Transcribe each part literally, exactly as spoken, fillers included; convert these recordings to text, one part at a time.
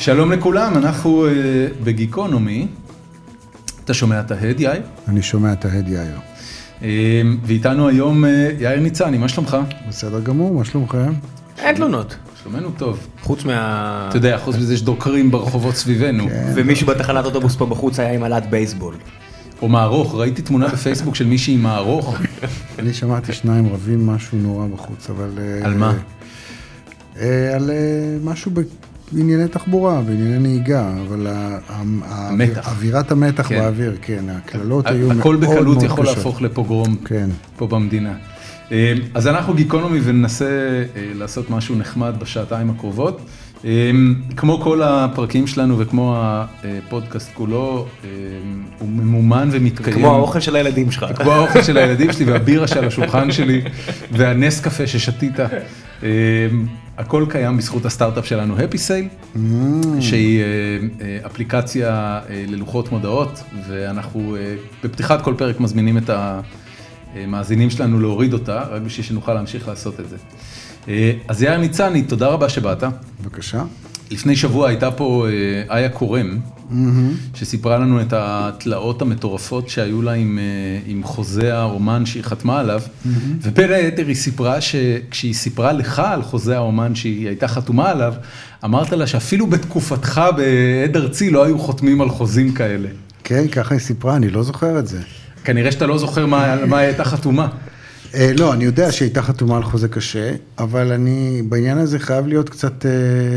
שלום לכולם, אנחנו uh, בגיקונומי. אתה שומע את ההד, יאיר? אני שומע את ההד, יאיר. Uh, ואיתנו היום uh, יאיר ניצני, מה שלומך? בסדר גמור, מה שלומכם? אין תלונות. שלומנו טוב. חוץ מה... אתה יודע, חוץ מזה יש דוקרים ברחובות סביבנו. כן. ומישהו בתחנת אוטובוס פה בחוץ היה עם עלת בייסבול. או מערוך, ראיתי תמונה בפייסבוק של מישהי עם מערוך. אני שמעתי שניים רבים משהו נורא בחוץ, אבל... על מה? על משהו בענייני תחבורה, בענייני נהיגה, אבל המתח. אווירת המתח באוויר, כן, הכללות היו מאוד מאוד הכל קשות. בקלות יכול להפוך לפוגרום כן. פה במדינה. אז אנחנו גיקונומי וננסה לעשות משהו נחמד בשעתיים הקרובות. כמו כל הפרקים שלנו וכמו הפודקאסט כולו, הוא ממומן ומתקיים. כמו האוכל של הילדים שלך. כמו האוכל של הילדים שלי והבירה של השולחן שלי והנס קפה ששתית. הכל קיים בזכות הסטארט-אפ שלנו, Happy Sale, שהיא אפליקציה ללוחות מודעות, ואנחנו בפתיחת כל פרק מזמינים את המאזינים שלנו להוריד אותה, רק בשביל שנוכל להמשיך לעשות את זה. אז יאיר ניצני, תודה רבה שבאת. בבקשה. לפני שבוע הייתה פה איה קורם, שסיפרה לנו את התלאות המטורפות שהיו לה עם, עם חוזה האומן שהיא חתמה עליו, ובין היתר היא סיפרה שכשהיא סיפרה לך על חוזה האומן שהיא הייתה חתומה עליו, אמרת לה שאפילו בתקופתך בעד ארצי לא היו חותמים על חוזים כאלה. כן, ככה היא סיפרה, אני לא זוכר את זה. כנראה שאתה לא זוכר מה, מה הייתה חתומה. לא, אני יודע שהייתה חתומה על חוזה קשה, אבל אני בעניין הזה חייב להיות קצת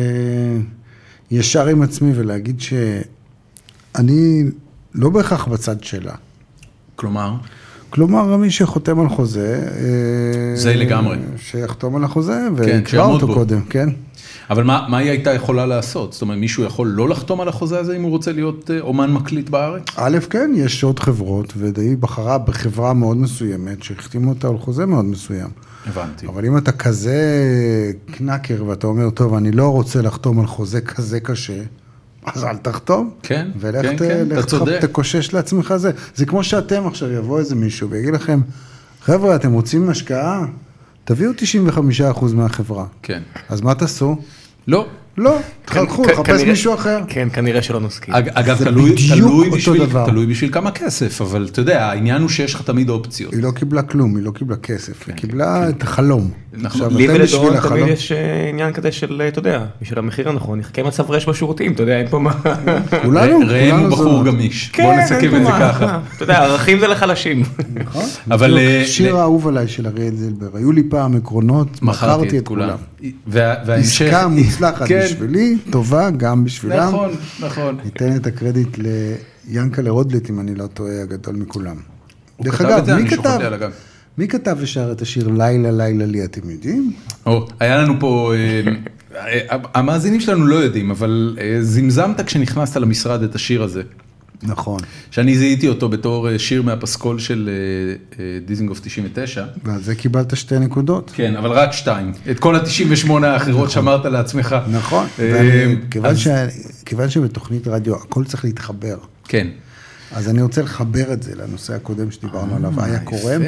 ישר עם עצמי ולהגיד שאני לא בהכרח בצד שלה. כלומר? כלומר, מי שחותם על חוזה, זה לגמרי. שיחתום על החוזה ויקרא אותו קודם, כן? אבל מה, מה היא הייתה יכולה לעשות? זאת אומרת, מישהו יכול לא לחתום על החוזה הזה אם הוא רוצה להיות אומן מקליט בארץ? א', כן, יש עוד חברות, והיא בחרה בחברה מאוד מסוימת, שהחתימו אותה על חוזה מאוד מסוים. הבנתי. אבל אם אתה כזה קנקר, ואתה אומר, טוב, אני לא רוצה לחתום על חוזה כזה קשה, אז אל תחתום. כן, ולך כן, כן, אתה צודק. תקושש לעצמך זה. זה כמו שאתם עכשיו יבוא איזה מישהו, ויגיד לכם, חבר'ה, אתם רוצים השקעה? תביאו תשעים וחמישה אחוז מהחברה. כן. אז מה תעשו? לא. לא, תחלקו, חפש מישהו אחר. כן, כנראה שלא נסכים. אגב, תלוי בשביל כמה כסף, אבל אתה יודע, העניין הוא שיש לך תמיד אופציות. היא לא קיבלה כלום, היא לא קיבלה כסף, היא קיבלה את החלום. לי ולדורון תמיד יש עניין כזה של, אתה יודע, בשביל המחיר הנכון, נחכה מצב רש בשירותים, אתה יודע, אין פה מה... כולנו, ראם הוא בחור גמיש, בוא נסכם את זה ככה. אתה יודע, ערכים זה לחלשים. נכון. אבל... שיר האהוב עליי של אריאל זילבר, היו לי פעם עקרונות, מכרתי את כולם. עסקה מוצלחת בשבילי, טובה גם בשבילם. נכון, נכון. ניתן את הקרדיט ליאנקלה רודבליט, אם אני לא טועה, הגדול מכולם. דרך אגב, מי כתב? מי כתב ושר את השיר לילה לילה לי, אתם יודעים? היה לנו פה, המאזינים שלנו לא יודעים, אבל זמזמת כשנכנסת למשרד את השיר הזה. נכון. שאני זיהיתי אותו בתור שיר מהפסקול של דיזינגוף תשעים ותשע. ועל זה קיבלת שתי נקודות. כן, אבל רק שתיים. את כל ה-תשעים ושמונה האחרות שמרת לעצמך. נכון. כיוון שבתוכנית רדיו הכל צריך להתחבר. כן. אז אני רוצה לחבר את זה לנושא הקודם שדיברנו עליו, איה קורם.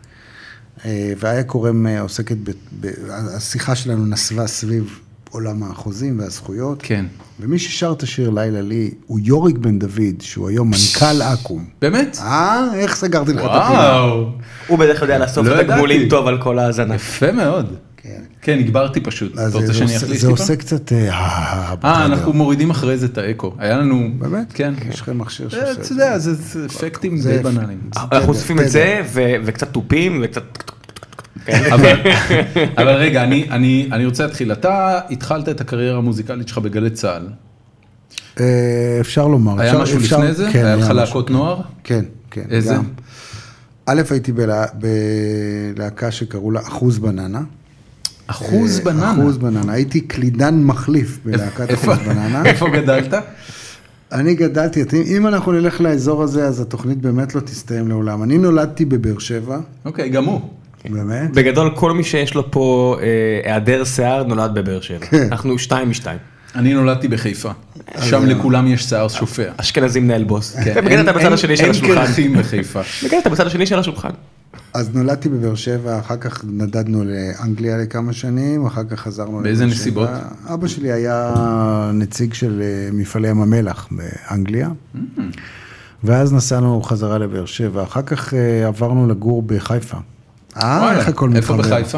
ואיה קורם עוסקת, השיחה שלנו נסבה סביב עולם החוזים והזכויות. כן. ומי ששר את השיר לילה לי, הוא יוריק בן דוד, שהוא היום מנכ"ל אקו"ם. באמת? אה, איך סגרתי לך את הפינה? וואו. הוא בדרך כלל יודע לאסוף את הגמולים טוב על כל ההאזנה. יפה מאוד. כן, הגברתי פשוט. אתה רוצה שאני אחליף טיפה? זה עושה קצת... אה, אנחנו מורידים אחרי זה את האקו. היה לנו... באמת? כן. יש לכם מכשיר שעושה את זה. אתה יודע, זה אפקטים די בנאליים. אנחנו אוספים את זה, וקצת טופים, וקצת... אבל רגע, אני רוצה להתחיל. אתה התחלת את הקריירה המוזיקלית שלך בגלי צה"ל. אפשר לומר. היה משהו לפני זה? היה לך להקות נוער? כן, כן. איזה? א', הייתי בלהקה שקראו לה אחוז בננה. אחוז בננה? אחוז בננה. הייתי קלידן מחליף בלהקת אחוז בננה. איפה גדלת? אני גדלתי, אם אנחנו נלך לאזור הזה, אז התוכנית באמת לא תסתיים לעולם. אני נולדתי בבאר שבע. אוקיי, גם הוא. באמת? בגדול, כל מי שיש לו פה היעדר שיער נולד בבאר שבע. אנחנו שתיים משתיים. אני נולדתי בחיפה. שם לכולם יש שיער שופע. אשכנזים נעל בוס. בגלל אתה בצד השני של השולחן. אין קרחים בחיפה. בגלל אתה בצד השני של השולחן. אז נולדתי בבאר שבע, אחר כך נדדנו לאנגליה לכמה שנים, אחר כך חזרנו באיזה נסיבות? אבא שלי היה נציג של מפעלי ים המלח באנגליה, ואז נסענו חזרה לבאר שבע, אחר כך עברנו לגור בחיפה. אה, איך הכל מתחבר? איפה בחיפה?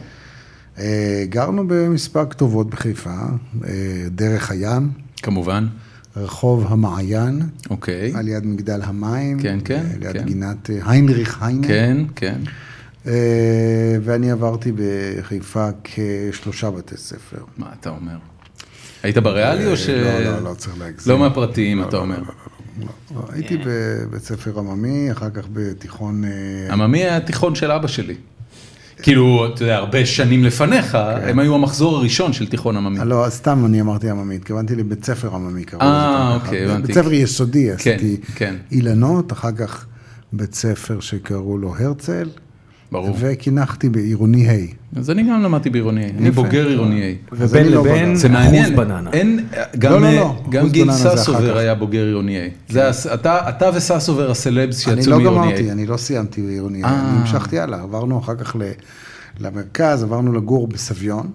גרנו במספר כתובות בחיפה, דרך הים. כמובן. רחוב המעיין. אוקיי. על יד מגדל המים. כן, כן. ליד כן. גינת היינריך היינה. כן, כן. ואני עברתי בחיפה כשלושה בתי ספר. מה אתה אומר? היית בריאלי או ש... לא, לא, לא צריך להגזים. לא מהפרטיים, אתה אומר. הייתי בבית ספר עממי, אחר כך בתיכון... עממי היה תיכון של אבא שלי. כאילו, אתה יודע, הרבה שנים לפניך, הם היו המחזור הראשון של תיכון עממי. לא, סתם אני אמרתי עממי, התכוונתי לבית ספר עממי. אה, אוקיי, הבנתי. בית ספר יסודי, עשיתי אילנות, אחר כך בית ספר שקראו לו הרצל. ברור. וכינחתי בעירוני ה'. אז אני גם למדתי בעירוני ה', אני בוגר עירוני ה'. ובין לבין אחוז בננה. גם גיל ססובר היה בוגר עירוני ה'. אתה וססובר הסלבס שיצאו מעירוני ה'. אני לא גמרתי, אני לא סיימתי בעירוני ה', אני המשכתי הלאה, עברנו אחר כך למרכז, עברנו לגור בסביון.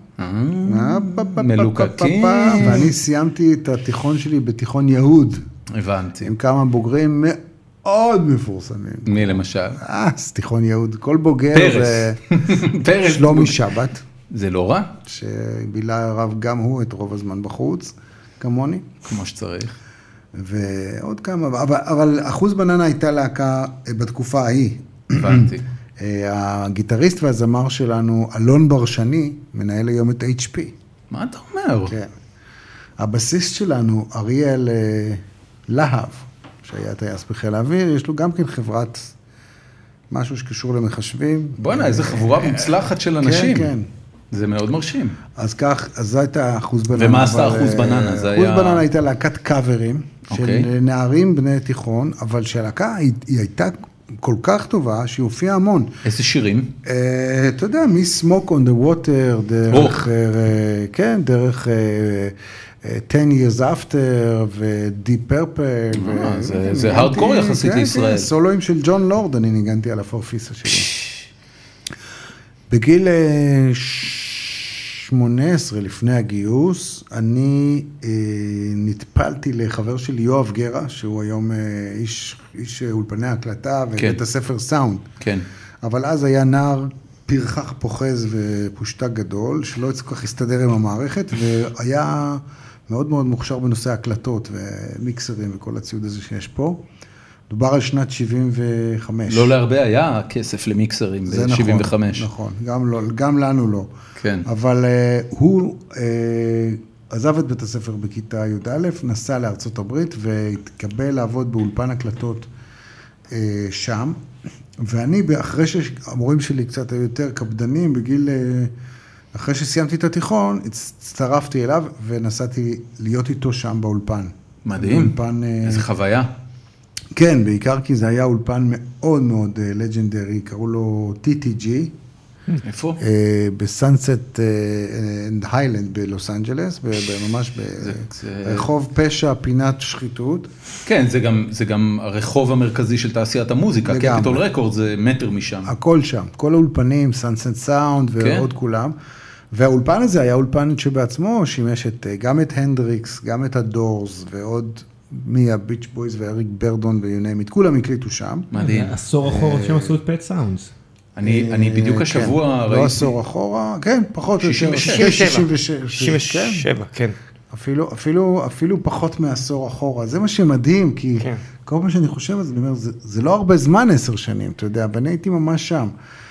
מלוקקים. ואני סיימתי את התיכון שלי בתיכון יהוד. הבנתי. עם כמה בוגרים מאוד. מאוד מפורסמים. מי למשל? אה, תיכון יהוד, כל בוגר. פרס. פרס. שלומי שבת. זה לא רע. שבילה הרב גם הוא את רוב הזמן בחוץ, כמוני. כמו שצריך. ועוד כמה, אבל, אבל אחוז בננה הייתה להקה בתקופה ההיא. הבנתי. הגיטריסט והזמר שלנו, אלון ברשני, מנהל היום את אייץ' פי. מה אתה אומר? כן. הבסיסט שלנו, אריאל להב, שהיה טייס בחיל האוויר, יש לו גם כן חברת, משהו שקשור למחשבים. בוא'נה, איזו חבורה מוצלחת של אנשים. כן, כן. זה מאוד מרשים. אז כך, אז זו הייתה אחוז בננה. ומה עשתה אחוז בננה? אחוז בננה הייתה להקת קאברים, של נערים בני תיכון, אבל שהלהקה היא הייתה כל כך טובה, שהיא הופיעה המון. איזה שירים? אתה יודע, מ-Smoke on the Water, דרך, כן, דרך... ten years after, ו-Deep Purple. זה הארדקור יחסית לישראל. כן, סולואים של ג'ון לורד, אני ניגנתי על הפורפיסה שלי. בגיל שמונה עשרה לפני הגיוס, אני נטפלתי לחבר שלי יואב גרה, שהוא היום איש אולפני הקלטה, ובית הספר סאונד. כן. אבל אז היה נער פרחח פוחז ופושטה גדול, שלא כל כך הסתדר עם המערכת, והיה מאוד מאוד מוכשר בנושא הקלטות ומיקסרים וכל הציוד הזה שיש פה. דובר על שנת שבעים וחמש. לא להרבה היה כסף למיקסרים ב-שבעים וחמש. נכון, גם, לא, גם לנו לא. כן. אבל uh, הוא uh, עזב את בית הספר בכיתה י"א, נסע לארצות הברית והתקבל לעבוד באולפן הקלטות uh, שם. ואני, אחרי שהמורים שלי קצת היו יותר קפדנים, בגיל, אחרי שסיימתי את התיכון, הצטרפתי אליו ונסעתי להיות איתו שם באולפן. מדהים, באולפן, איזה חוויה. כן, בעיקר כי זה היה אולפן מאוד מאוד לג'נדרי, קראו לו טי טי ג'י. איפה? בסאנסט אנד היילנד בלוס אנג'לס, ממש ברחוב פשע, פינת שחיתות. כן, זה גם הרחוב המרכזי של תעשיית המוזיקה, קפיטול רקורד זה מטר משם. הכל שם, כל האולפנים, סאנסט סאונד ועוד כולם. והאולפן הזה היה אולפן שבעצמו שימש גם את הנדריקס, גם את הדורס ועוד מהביץ' בויז ואריק ברדון ויונאמית, כולם הקליטו שם. מדהים. עשור אחורה שהם עשו את פט סאונדס. אני בדיוק השבוע ראיתי... לא עשור אחורה, כן, פחות. שישים ושש. שישים ושבע, כן. אפילו, אפילו, אפילו פחות מעשור אחורה. זה מה שמדהים, כי כל פעם שאני חושב על זה, אני אומר, זה לא הרבה זמן עשר שנים, אתה יודע, ואני הייתי ממש שם.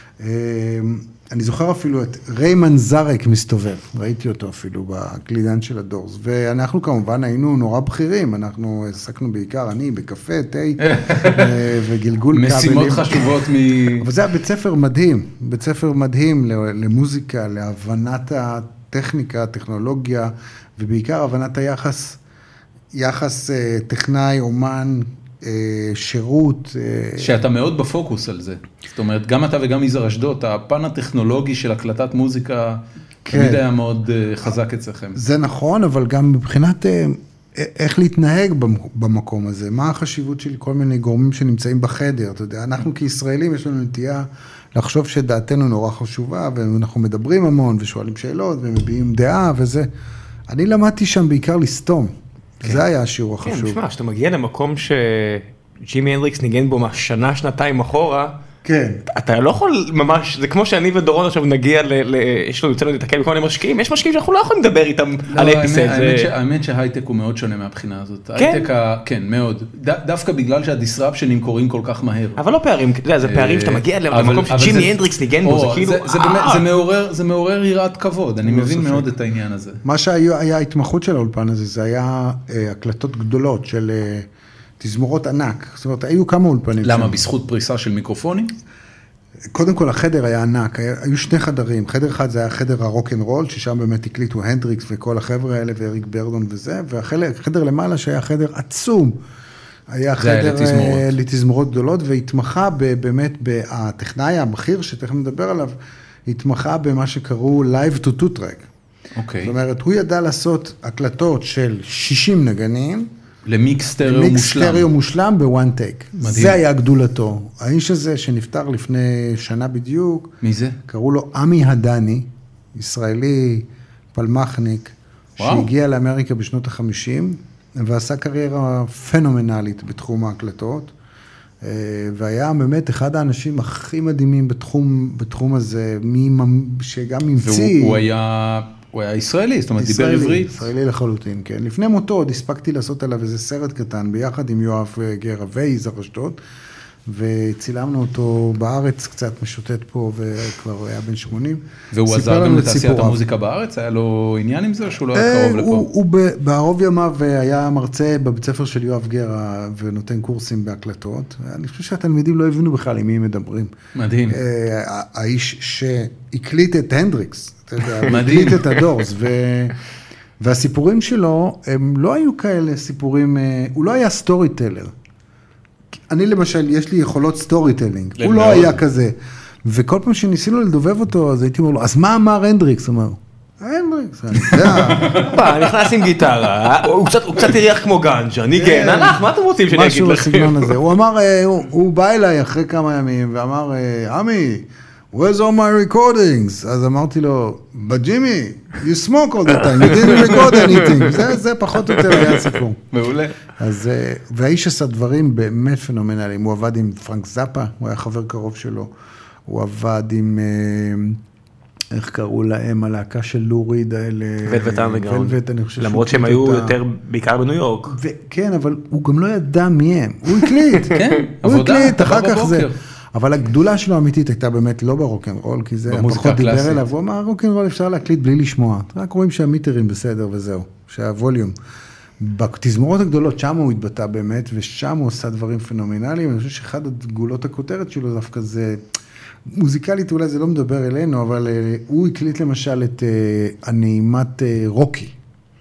אני זוכר אפילו את ריימן זרק מסתובב, ראיתי אותו אפילו בקלידן של הדורס, ואנחנו כמובן היינו נורא בכירים, אנחנו עסקנו בעיקר, אני בקפה, תה וגלגול כבלים. משימות חשובות מ... אבל זה היה בית ספר מדהים, בית ספר מדהים למוזיקה, להבנת הטכניקה, הטכנולוגיה, ובעיקר הבנת היחס, יחס טכנאי, אומן, שירות. שאתה מאוד בפוקוס על זה. זאת אומרת, גם אתה וגם יזהר אשדוד, הפן הטכנולוגי של הקלטת מוזיקה, תמיד היה מאוד חזק אצלכם. זה נכון, אבל גם מבחינת איך להתנהג במקום הזה, מה החשיבות של כל מיני גורמים שנמצאים בחדר, אתה יודע, אנחנו כישראלים יש לנו נטייה לחשוב שדעתנו נורא חשובה, ואנחנו מדברים המון, ושואלים שאלות, ומביעים דעה, וזה. אני למדתי שם בעיקר לסתום. כן. זה היה השיעור החשוב. כן, משמע, שאתה מגיע למקום שג'ימי הנדריקס ניגן בו מהשנה, שנתיים אחורה, כן. אתה לא יכול ממש, זה כמו שאני ודורון עכשיו נגיע ל... יש לנו, יוצא לנו להתקל בכל מיני משקיעים, יש משקיעים שאנחנו לא יכולים לדבר איתם על אפיסל. האמת שההייטק הוא מאוד שונה מהבחינה הזאת. הייטק, כן, מאוד. דווקא בגלל שהדיסרפשנים קורים כל כך מהר. אבל לא פערים, אתה יודע, זה פערים שאתה מגיע למקום שג'ימי הנדריקס ניגן בו, זה כאילו... זה מעורר יראת כבוד, אני מבין מאוד את העניין הזה. מה שהיה ההתמחות של האולפן הזה, זה היה הקלטות גדולות של... תזמורות ענק, זאת אומרת, היו כמה אולפנים. למה? בזכות פריסה של מיקרופונים? קודם כל, החדר היה ענק, היו שני חדרים. חדר אחד זה היה חדר הרוק-אנד-רול, ששם באמת הקליטו הנדריקס וכל החבר'ה האלה, ואריק ברדון וזה, והחדר למעלה שהיה חדר עצום, היה חדר לתזמורות גדולות, והתמחה באמת, הטכנאי הבכיר, שתכף נדבר עליו, התמחה במה שקראו Live to two track. אוקיי. זאת אומרת, הוא ידע לעשות הקלטות של שישים נגנים, למיקס סטריאו מושלם. למיקס סטריאו מושלם בוואן טייק. זה היה גדולתו. האיש הזה שנפטר לפני שנה בדיוק. מי זה? קראו לו עמי הדני, ישראלי פלמחניק, שהגיע לאמריקה בשנות החמישים, ועשה קריירה פנומנלית בתחום ההקלטות, והיה באמת אחד האנשים הכי מדהימים בתחום, בתחום הזה, שגם המציא. והוא היה... הוא היה ישראלי, זאת אומרת, דיבר עברית. ישראלי לחלוטין, כן. לפני מותו עוד הספקתי לעשות עליו איזה סרט קטן, ביחד עם יואב גרה ויזהר אשדוד, וצילמנו אותו בארץ, קצת משוטט פה, וכבר היה בן שמונים. והוא עזר גם לתעשיית המוזיקה בארץ? היה לו עניין עם זה, או שהוא לא היה קרוב לפה? הוא בערוב ימיו היה מרצה בבית ספר של יואב גרה, ונותן קורסים בהקלטות. אני חושב שהתלמידים לא הבינו בכלל עם מי מדברים. מדהים. האיש שהקליט את הנדריקס, מדהים. את הדורס, ו... והסיפורים שלו, הם לא היו כאלה סיפורים, הוא לא היה סטורי טלר. אני למשל, יש לי יכולות סטורי טלינג, הוא לא היה כזה. וכל פעם שניסינו לדובב אותו, אז הייתי אומר לו, אז מה אמר הנדריקס? אמר, הנדריקס, אני יודע. פעם, נכנס עם גיטרה, הוא קצת הריח כמו גנג'ה, ניגן, הלך, מה אתם רוצים שאני אגיד לכם? הוא אמר, הוא בא אליי אחרי כמה ימים, ואמר, עמי, where's all my recordings? אז אמרתי לו, but Jimmy, you smoke all the time, you didn't record anything. זה, זה פחות או יותר היה סיפור. מעולה. אז, והאיש עשה דברים באמת פנומנליים. הוא עבד עם פרנק זאפה, הוא היה חבר קרוב שלו. הוא עבד עם, איך קראו להם, הלהקה של לוריד האלה. ולווט אנדרגראונד. ולווט, אני חושב. למרות שהם היו יותר, בעיקר בניו יורק. כן, אבל הוא גם לא ידע מי הם. הוא הקליט. כן, הוא הקליט, אחר כך זה. אבל הגדולה שלו האמיתית הייתה באמת לא ברוק'נ'רול, כי זה פחות דיבר אליו, הוא אמר, רוק'נ'רול אפשר להקליט בלי לשמוע, רק רואים שהמיטרים בסדר וזהו, שהווליום. בתזמורות הגדולות, שם הוא התבטא באמת, ושם הוא עושה דברים פנומנליים, אני חושב שאחד הגדולות הכותרת שלו דווקא זה, מוזיקלית אולי זה לא מדבר אלינו, אבל הוא הקליט למשל את הנעימת רוקי.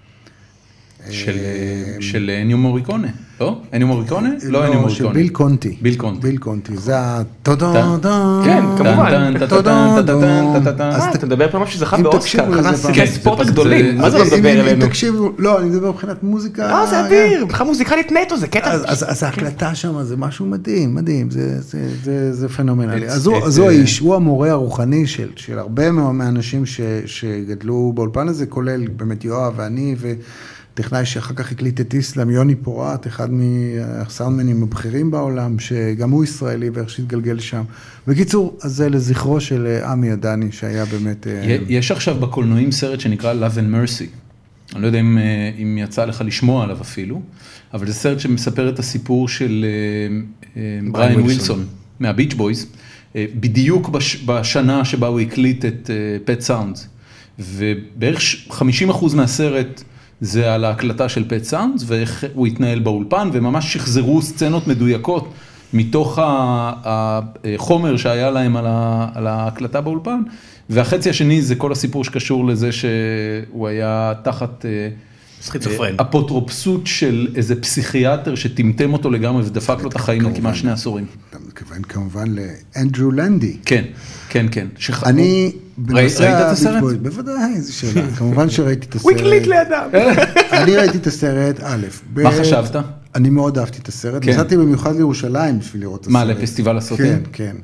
של אניו מוריקונה, לא? אניו מוריקונה? לא אניו מוריקונה. של ביל קונטי. ביל קונטי. ביל קונטי, זה הטודון. כן, כמובן. אז אתה מדבר פעם שזה חד באוסקר, חד ספורט הגדולים, מה זה לא מדבר אלינו? אם תקשיבו, לא, אני מדבר מבחינת מוזיקה. לא, זה אדיר, מבחינת מוזיקלית נטו, זה קטע. אז ההקלטה שם זה משהו מדהים, מדהים, זה פנומנלי. אז הוא האיש, הוא המורה הרוחני של הרבה מהאנשים שגדלו באולפן הזה, כולל באמת יואב ואני ו... טכנאי שאחר כך הקליט את איסלאם, יוני פורט, אחד מהסאונדמנים הבכירים בעולם, שגם הוא ישראלי ואיך שהתגלגל שם. בקיצור, אז זה לזכרו של עמי הדני, שהיה באמת... יש עכשיו בקולנועים סרט שנקרא Love and Mercy. אני לא יודע אם, אם יצא לך לשמוע עליו אפילו, אבל זה סרט שמספר את הסיפור של בריין ווילסון, מהביץ' בויז, בדיוק בשנה שבה הוא הקליט את פט סאונדס. ובערך חמישים אחוז מהסרט... זה על ההקלטה של פט סאונדס, ואיך הוא התנהל באולפן, וממש שחזרו סצנות מדויקות מתוך החומר שהיה להם על ההקלטה באולפן, והחצי השני זה כל הסיפור שקשור לזה שהוא היה תחת סכיזופרן. אפוטרופסות של איזה פסיכיאטר שטמטם אותו לגמרי ודפק לו את החיים לכמעט שני עשורים. כמובן, כמובן לאנדרו לנדי. כן, כן, כן. אני... ראית את הסרט? בוודאי, איזו שאלה. כמובן שראיתי את הסרט. הוא הקליט לידם. אני ראיתי את הסרט, א', מה חשבת? אני מאוד אהבתי את הסרט. נסעתי במיוחד לירושלים בשביל לראות את הסרט. מה, לפסטיבל הסרטים? כן, כן.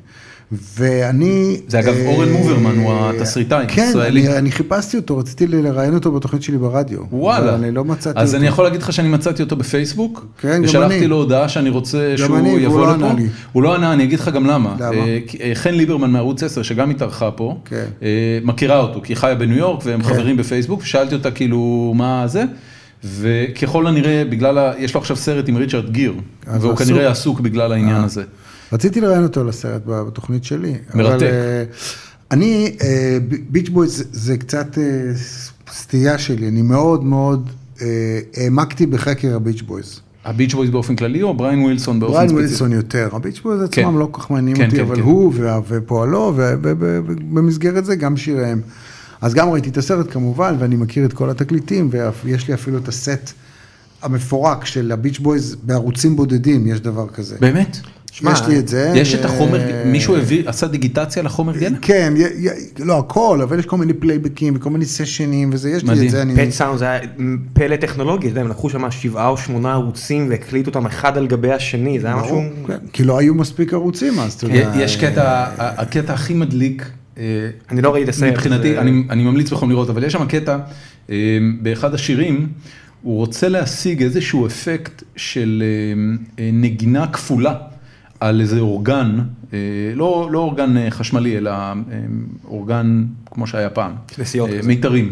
ואני... זה אגב, אורן מוברמן הוא התסריטאי, ישראלי. כן, אני חיפשתי אותו, רציתי לראיין אותו בתוכנית שלי ברדיו. וואלה. אני לא מצאתי אותו. אז אני יכול להגיד לך שאני מצאתי אותו בפייסבוק. כן, גם אני. ושלחתי לו הודעה שאני רוצה שהוא יבוא לפה. הוא לא ענה, אני אגיד לך גם למה. למה? חן ליברמן מערוץ עשר, שגם התארחה פה, מכירה אותו, כי היא חיה בניו יורק, והם חברים בפייסבוק, ושאלתי אותה כאילו מה זה. וככל הנראה, בגלל, יש לו עכשיו סרט עם ריצ'רד גיר, והוא כנראה עסוק בגלל העניין הזה. רציתי לראיין אותו לסרט בתוכנית שלי. מרתק. אני, ביץ' בויז זה קצת סטייה שלי, אני מאוד מאוד העמקתי בחקר הביץ' בויז. הביץ' בויז באופן כללי או בריין ווילסון באופן ספציפי? בריין ווילסון יותר, הביץ' בויז עצמם לא כל כך מעניינים אותי, אבל הוא ופועלו, ובמסגרת זה גם שיריהם. אז גם ראיתי את הסרט כמובן, ואני מכיר את כל התקליטים, ויש לי אפילו את הסט המפורק של הביץ' בויז בערוצים בודדים, יש דבר כזה. באמת? יש לי את זה. יש את החומר, מישהו עשה דיגיטציה לחומר גלם? כן, לא הכל, אבל יש כל מיני פלייבקים וכל מיני סשנים וזה, יש לי את זה. פט סאונד זה היה פלא טטכנולוגי, הם לקחו שם שבעה או שמונה ערוצים והקליטו אותם אחד על גבי השני, זה היה משהו... כי לא היו מספיק ערוצים אז. יש קטע, הקטע הכי מדליק, אני לא ראיתי את הסרט. מבחינתי, אני ממליץ בכם לראות, אבל יש שם קטע, באחד השירים, הוא רוצה להשיג איזשהו אפקט של נגינה כפולה על איזה אורגן, לא, לא אורגן חשמלי, אלא אורגן כמו שהיה פעם, מיתרים.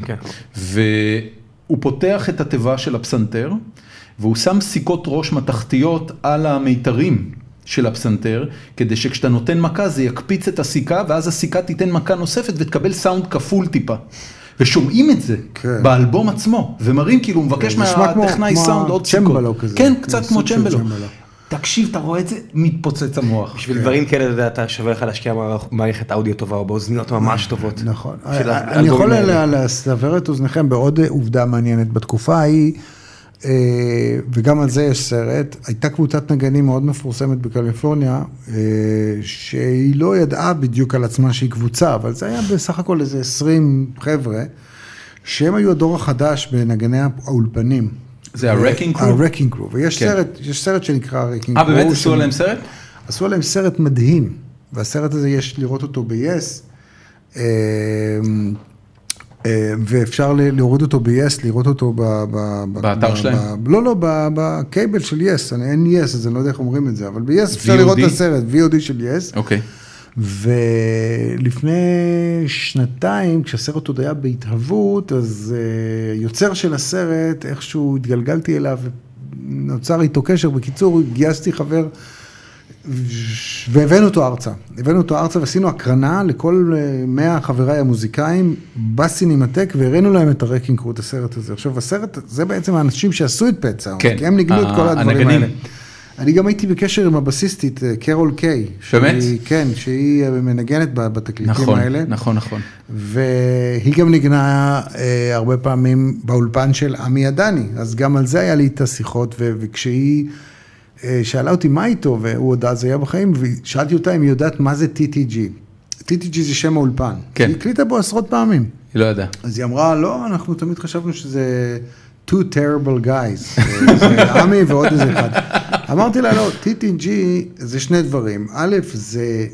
והוא פותח את התיבה של הפסנתר, והוא שם סיכות ראש מתחתיות על המיתרים של הפסנתר, כדי שכשאתה נותן מכה זה יקפיץ את הסיכה, ואז הסיכה תיתן מכה נוספת ותקבל סאונד כפול טיפה. ושומעים את זה באלבום עצמו, ומראים כאילו, הוא מבקש מהטכנאי סאונד עוד סיכות. כן, קצת כמו צ'מבלו. תקשיב, אתה רואה את זה, מתפוצץ המוח. בשביל דברים כאלה, אתה שווה לך להשקיע מערכת אודיו טובה, או באוזניות ממש טובות. נכון. אני יכול לסבר את אוזניכם בעוד עובדה מעניינת. בתקופה ההיא, וגם על זה יש סרט, הייתה קבוצת נגנים מאוד מפורסמת בקליפורניה, שהיא לא ידעה בדיוק על עצמה שהיא קבוצה, אבל זה היה בסך הכל איזה עשרים חבר'ה, שהם היו הדור החדש בנגני האולפנים. זה ה-Wrecking Crew? ה-Wrecking Crew, ויש סרט, יש סרט שנקרא ה-Wrecking Crew. אה, באמת עשו עליהם סרט? עשו עליהם סרט מדהים, והסרט הזה יש לראות אותו ב-Yes, ואפשר להוריד אותו ב-Yes, לראות אותו באתר שלהם? לא, לא, בקייבל של Yes, אין Yes, אז אני לא יודע איך אומרים את זה, אבל ב-Yes אפשר לראות את הסרט, וי או די של Yes. אוקיי. ולפני שנתיים, כשהסרט עוד היה בהתהוות, אז יוצר של הסרט, איכשהו התגלגלתי אליו, ונוצר איתו קשר, בקיצור, גייסתי חבר, והבאנו אותו ארצה. הבאנו אותו ארצה ועשינו הקרנה לכל מאה חבריי המוזיקאים בסינמטק, והראינו להם את ה-Wrecking Crew, את הסרט הזה. עכשיו, הסרט, זה בעצם האנשים שעשו את פט סאונד, כי הם ניגנו את כל הדברים האלה. אני גם הייתי בקשר עם הבסיסטית, קרול קיי. באמת? כן, שהיא מנגנת בתקליטים נכון, האלה. נכון, נכון. והיא גם נגנה הרבה פעמים באולפן של עמי עדני, אז גם על זה היה לי את השיחות, וכשהיא שאלה אותי מה איתו, והוא עוד אז היה בחיים, ושאלתי אותה אם היא יודעת מה זה טי טי ג'י. טי טי ג'י זה שם האולפן. כן. היא הקליטה בו עשרות פעמים. היא לא ידעה. אז היא אמרה, לא, אנחנו תמיד חשבנו שזה two terrible guys. זה עמי ועוד איזה אחד. אמרתי לה, לא, טי טי ג'י זה שני דברים. א', זה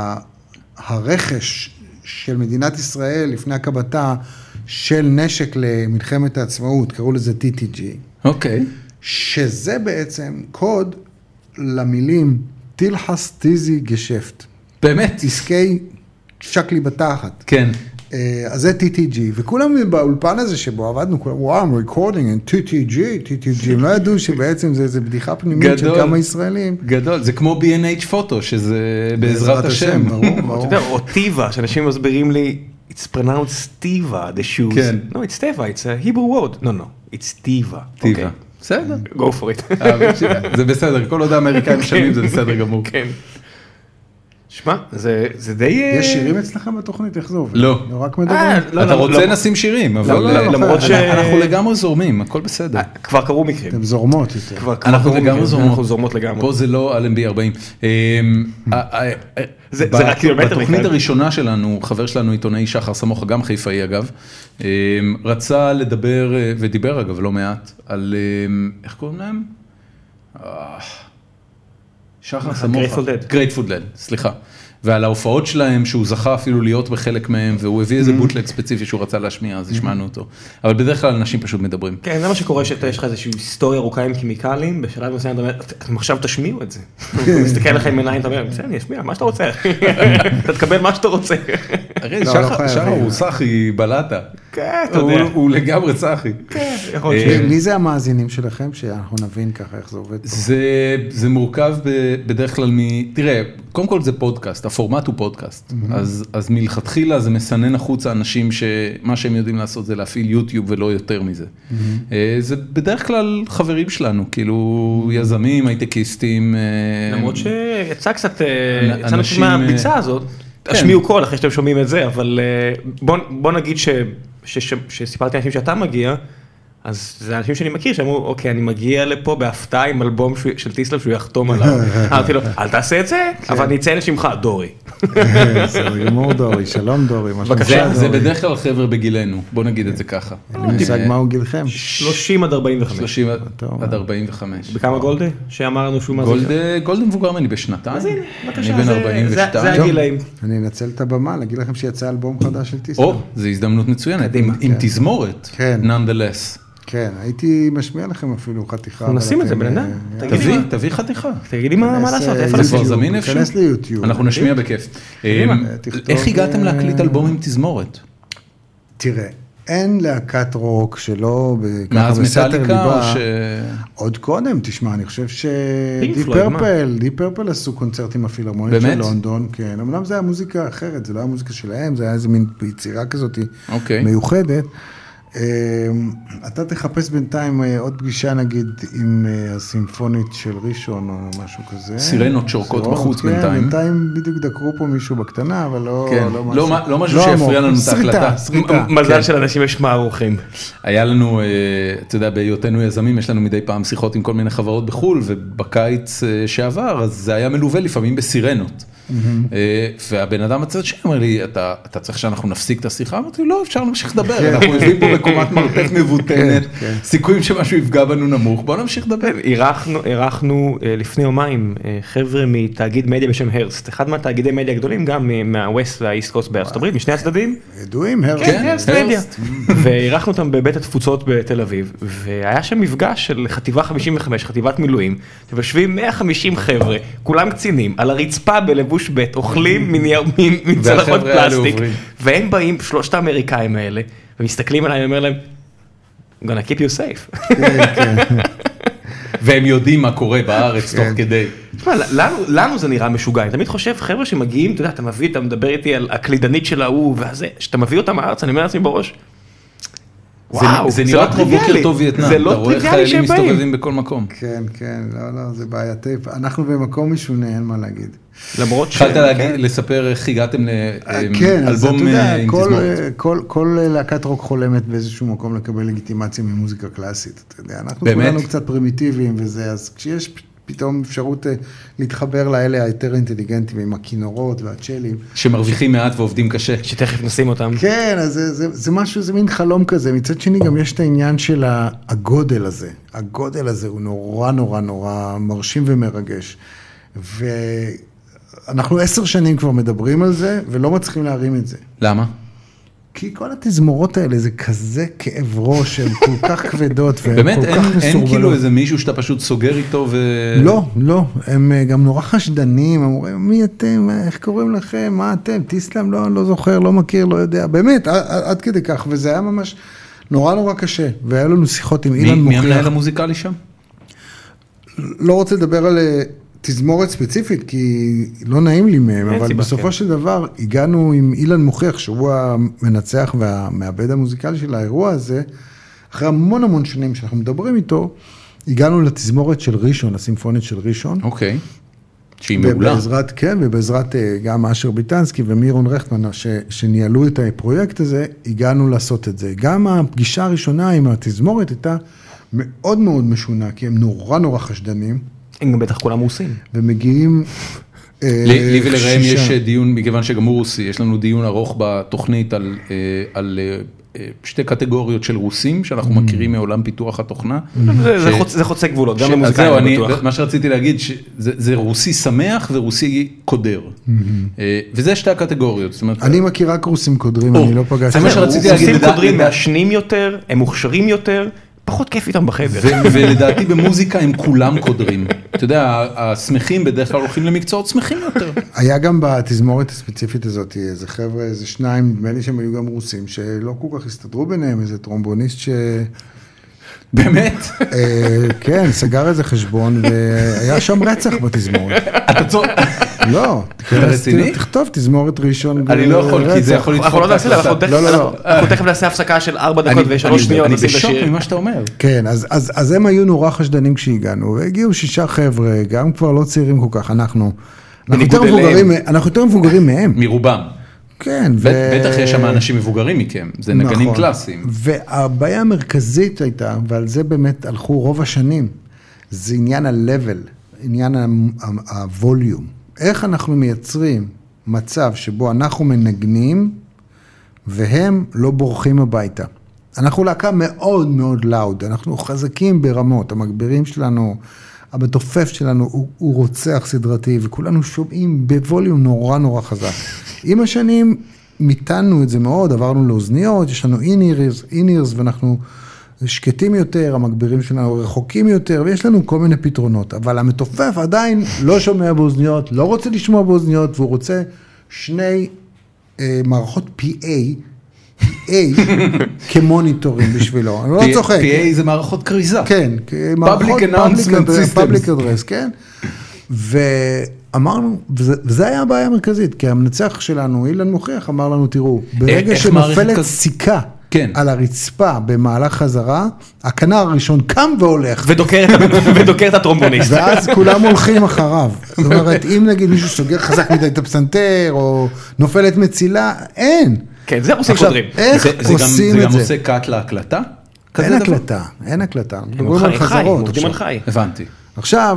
הרכש של מדינת ישראל לפני הקבתה של נשק למלחמת העצמאות, קראו לזה טי טי ג'י. אוקיי. שזה בעצם קוד למילים תילחס טיזי גשפט. באמת? עסקי שקלי בתחת. כן. אז זה טי טי ג'י, וכולם באולפן הזה שבו עבדנו, כולם, וואו, I'm recording in טי טי ג'י, טי טי ג'י, הם לא ידעו שבעצם זה איזה בדיחה פנימית של כמה ישראלים. גדול, זה כמו בי אן אייץ' פוטו, שזה בעזרת השם. ברור, ברור. אתה יודע, או טיבה, שאנשים מסבירים לי, it's pronounced טיבה, the shoes. כן. No, it's טיבה, it's a Hebrew word. No, no, it's טיבה. טיבה. בסדר. Go for it. זה בסדר, כל עוד האמריקאים משלמים זה בסדר גמור. כן. שמע, זה די... יש שירים אצלכם בתוכנית, איך זה עובד? לא. רק מדברים? אתה רוצה נשים שירים, אבל למרות ש... אנחנו לגמרי זורמים, הכל בסדר. כבר קרו מקרים. אתם זורמות יותר. אנחנו לגמרי זורמות. אנחנו זורמות לגמרי. פה זה לא אל אם בי ארבעים. זה רק קילומטר. בתוכנית הראשונה שלנו, חבר שלנו עיתונאי שחר סמוך, גם חיפאי אגב, רצה לדבר, ודיבר אגב לא מעט, על, איך קוראים להם? שחר סמוך. Grateful Dead. Grateful Dead, סליחה. ועל ההופעות שלהם, שהוא זכה אפילו להיות בחלק מהם, והוא הביא איזה בוטלג ספציפי שהוא רצה להשמיע, אז השמענו אותו. אבל בדרך כלל אנשים פשוט מדברים. כן, זה מה שקורה שאתה יש לך איזושהי היסטוריה ארוכה עם כימיקלים, בשלב מסוים אתה אומר, אתם עכשיו תשמיעו את זה. אתה מסתכל לך עם עיניים, אתה אומר, בסדר, אני אשמיע, מה שאתה רוצה. אתה תקבל מה שאתה רוצה. הרי שחר הוא סחי בלטה. כן, אתה יודע. הוא לגמרי סחי. כן, יכול להיות. מי זה המאזינים שלכם, שאנחנו נבין ככה איך זה עובד פה? זה מורכב בדרך כלל מ... תראה, קודם כל זה פודקאסט, הפורמט הוא פודקאסט. אז מלכתחילה זה מסנן החוצה אנשים שמה שהם יודעים לעשות זה להפעיל יוטיוב ולא יותר מזה. זה בדרך כלל חברים שלנו, כאילו יזמים, הייטקיסטים. למרות שיצא קצת, יצא נשמע מהביצה הזאת, תשמיעו קול אחרי שאתם שומעים את זה, אבל בוא נגיד שסיפרתי לאנשים שאתה מגיע, אז זה אנשים שאני מכיר שאמרו, אוקיי, אני מגיע לפה בהפתעה עם אלבום של טיסלאב שהוא יחתום עליו. אמרתי לו, אל תעשה את זה, אבל אני אציין לשמך, דורי. זה ימור דורי, שלום דורי. זה בדרך כלל חבר'ה בגילנו, בוא נגיד את זה ככה. אני מושג מהו גילכם? שלושים עד ארבעים וחמש. שלושים עד ארבעים וחמש. בכמה גולדה? שאמר לנו שהוא מזיק. גולדה מבוגר ממני בשנתיים. אז הנה, בבקשה, אני בן ארבעים ושתיים. זה הגילאים. אני אנצל את הבמה, להגיד לכם שיצא אלבום חדש של טיסלאב. או, זו הזדמנות מצוינת, עם תזמורת, nonetheless. כן, הייתי משמיע לכם אפילו חתיכה. אנחנו נשים את זה, בן אדם. תביא, תביא חתיכה. תגיד לי מה לעשות, איפה זה כבר זמין איפשהו? תכנס ליוטיוב. אנחנו נשמיע בכיף. איך הגעתם להקליט אלבום עם תזמורת? תראה, אין להקת רוק שלא... מאז מטאליקה או ש... עוד קודם, תשמע, אני חושב ש... די פרפל, די פרפל עשו קונצרטים הפילהרמונית של לונדון, כן, אמנם זה היה מוזיקה אחרת, זה לא היה מוזיקה שלהם, זה היה איזה מין יצירה כזאת מיוחדת. אתה תחפש בינתיים עוד פגישה נגיד עם הסימפונית של ראשון או משהו כזה. סירנות שורקות בחוץ בינתיים. בינתיים בדיוק דקרו פה מישהו בקטנה, אבל לא משהו שיפריע לנו את ההקלטה. מזל של אנשים יש מערוכים. היה לנו, אתה יודע, בהיותנו יזמים, יש לנו מדי פעם שיחות עם כל מיני חברות בחול, ובקיץ שעבר, אז זה היה מלווה לפעמים בסירנות. והבן אדם הצד שאומר לי, אתה צריך שאנחנו נפסיק את השיחה? אמרתי, לא, אפשר להמשיך לדבר, אנחנו יושבים פה בקומת מרתף מבוטנת, סיכויים שמשהו יפגע בנו נמוך, בואו נמשיך לדבר. אירחנו לפני יומיים חבר'ה מתאגיד מדיה בשם הרסט, אחד מהתאגידי מדיה הגדולים, גם מהווסט והאיסט קוסט בארצות הברית, משני הצדדים. ידועים, הרסט מדיה. ואירחנו אותם בבית התפוצות בתל אביב, והיה שם מפגש של חטיבה חמישים וחמש, חטיבת מילואים, ויושבים מאה וחמישים חבר'ה, כולם קצינים, על הרצפה בלבוש בית, אוכלים מצלחות פלסטיק, והם באים, שלושת האמריקאים האלה, ומסתכלים עליהם ואומר להם, I'm gonna keep you safe. והם יודעים מה קורה בארץ תוך כדי. לנו זה נראה משוגע, אני תמיד חושב, חבר'ה שמגיעים, אתה יודע, אתה מביא, אתה מדבר איתי על הקלידנית של ההוא, וזה, שאתה מביא אותם מארץ, אני אומר לעצמי בראש, וואו, זה נראה כמו בוקר טוב וייטנאם, אתה רואה חיילים מסתובבים בכל מקום. כן, כן, לא, לא, זה בעייתי, אנחנו במקום משונה, אין מה להגיד. למרות ש... התחלת לספר איך הגעתם לאלבום עם תזמורת. כל להקת רוק חולמת באיזשהו מקום לקבל לגיטימציה ממוזיקה קלאסית, אתה יודע, אנחנו כולנו קצת פרימיטיביים וזה, אז כשיש פתאום אפשרות להתחבר לאלה היותר אינטליגנטים עם הכינורות והצ'לים. שמרוויחים מעט ועובדים קשה. שתכף נשים אותם. כן, אז זה, זה, זה משהו, זה מין חלום כזה. מצד שני גם יש את העניין של הגודל הזה. הגודל הזה הוא נורא נורא נורא מרשים ומרגש. ואנחנו עשר שנים כבר מדברים על זה, ולא מצליחים להרים את זה. למה? כי כל התזמורות האלה זה כזה כאב ראש, הן כל כך כבדות והן כל כך מסורבלות. באמת אין כאילו איזה מישהו שאתה פשוט סוגר איתו ו... לא, לא, הם גם נורא חשדנים, הם אומרים, מי אתם, איך קוראים לכם, מה אתם, טיסלאב, לא, לא זוכר, לא מכיר, לא יודע, באמת, עד כדי כך, וזה היה ממש נורא נורא קשה, והיה לנו שיחות עם אילן מוכיח. מי המנהל המוזיקלי שם? לא רוצה לדבר על... תזמורת ספציפית, כי לא נעים לי מהם, אבל בסופו של דבר הגענו עם אילן מוכיח, שהוא המנצח והמעבד המוזיקלי של האירוע הזה, אחרי המון המון שנים שאנחנו מדברים איתו, הגענו לתזמורת של ראשון, הסימפונית של ראשון. אוקיי, שהיא מעולה. ובעזרת, כן, ובעזרת גם אשר ביטנסקי ומירון רכטמן, שניהלו את הפרויקט הזה, הגענו לעשות את זה. גם הפגישה הראשונה עם התזמורת הייתה מאוד מאוד משונה, כי הם נורא נורא חשדנים, הם גם בטח כולם רוסים. ומגיעים... לי ולראם יש דיון, מכיוון שגם הוא רוסי, יש לנו דיון ארוך בתוכנית על שתי קטגוריות של רוסים, שאנחנו מכירים מעולם פיתוח התוכנה. זה חוצה גבולות, גם למוזיקאים אני בטוח. מה שרציתי להגיד, זה רוסי שמח ורוסי קודר. וזה שתי הקטגוריות. אני מכיר רק רוסים קודרים, אני לא פגשתי. זה מה שרציתי להגיד. רוסים קודרים מעשנים יותר, הם מוכשרים יותר, פחות כיף איתם בחדר. ולדעתי במוזיקה הם כולם קודרים. אתה יודע, השמחים בדרך כלל הולכים למקצועות שמחים יותר. היה גם בתזמורת הספציפית הזאת, איזה חבר'ה, איזה שניים, נדמה לי שהם היו גם רוסים, שלא כל כך הסתדרו ביניהם, איזה טרומבוניסט ש... באמת? כן, סגר איזה חשבון, והיה שם רצח בתזמורת. אתה צור... לא, תכתוב תזמורת ראשון. אני לא יכול, כי זה יכול לדפוק. אנחנו לא נעשה, אנחנו תכף נעשה הפסקה של ארבע דקות ושלוש שניות. אני בשוק ממה שאתה אומר. כן, אז הם היו נורא חשדנים כשהגענו, והגיעו שישה חבר'ה, גם כבר לא צעירים כל כך, אנחנו יותר מבוגרים מהם. מרובם. כן. בטח יש שם אנשים מבוגרים מכם, זה נגנים קלאסיים. והבעיה המרכזית הייתה, ועל זה באמת הלכו רוב השנים, זה עניין ה-level, עניין הווליום. איך אנחנו מייצרים מצב שבו אנחנו מנגנים, והם לא בורחים הביתה. אנחנו להקה מאוד מאוד לאוד, אנחנו חזקים ברמות, המגבירים שלנו, המתופף שלנו הוא, הוא רוצח סדרתי, וכולנו שומעים בווליום נורא נורא חזק. עם השנים מיתנו את זה מאוד, עברנו לאוזניות, יש לנו in-ears, in-ears ואנחנו שקטים יותר, המגבירים שלנו רחוקים יותר, ויש לנו כל מיני פתרונות, אבל המתופף עדיין לא שומע באוזניות, לא רוצה לשמוע באוזניות, והוא רוצה שני אה, מערכות פי איי, פי איי כמוניטורים בשבילו, אני לא צוחק. פי איי זה מערכות קריזה. כן, Public Announcement Systems. Public Address, כן. ואמרנו, וזה היה הבעיה המרכזית, כי המנצח שלנו, אילן מוכיח, אמר לנו, תראו, ברגע שנופלת סיכה, על הרצפה במהלך חזרה, הכנר הראשון קם והולך. ודוקר את הטרומבוניסט. ואז כולם הולכים אחריו. זאת אומרת, אם נגיד מישהו סוגר חזק מדי את הפסנתר, או נופלת מצילה, אין. כן, זה עושים קודרים. איך עושים את זה? זה גם עושה קאט להקלטה? אין הקלטה, אין הקלטה. הם עובדים על חי. הבנתי. עכשיו,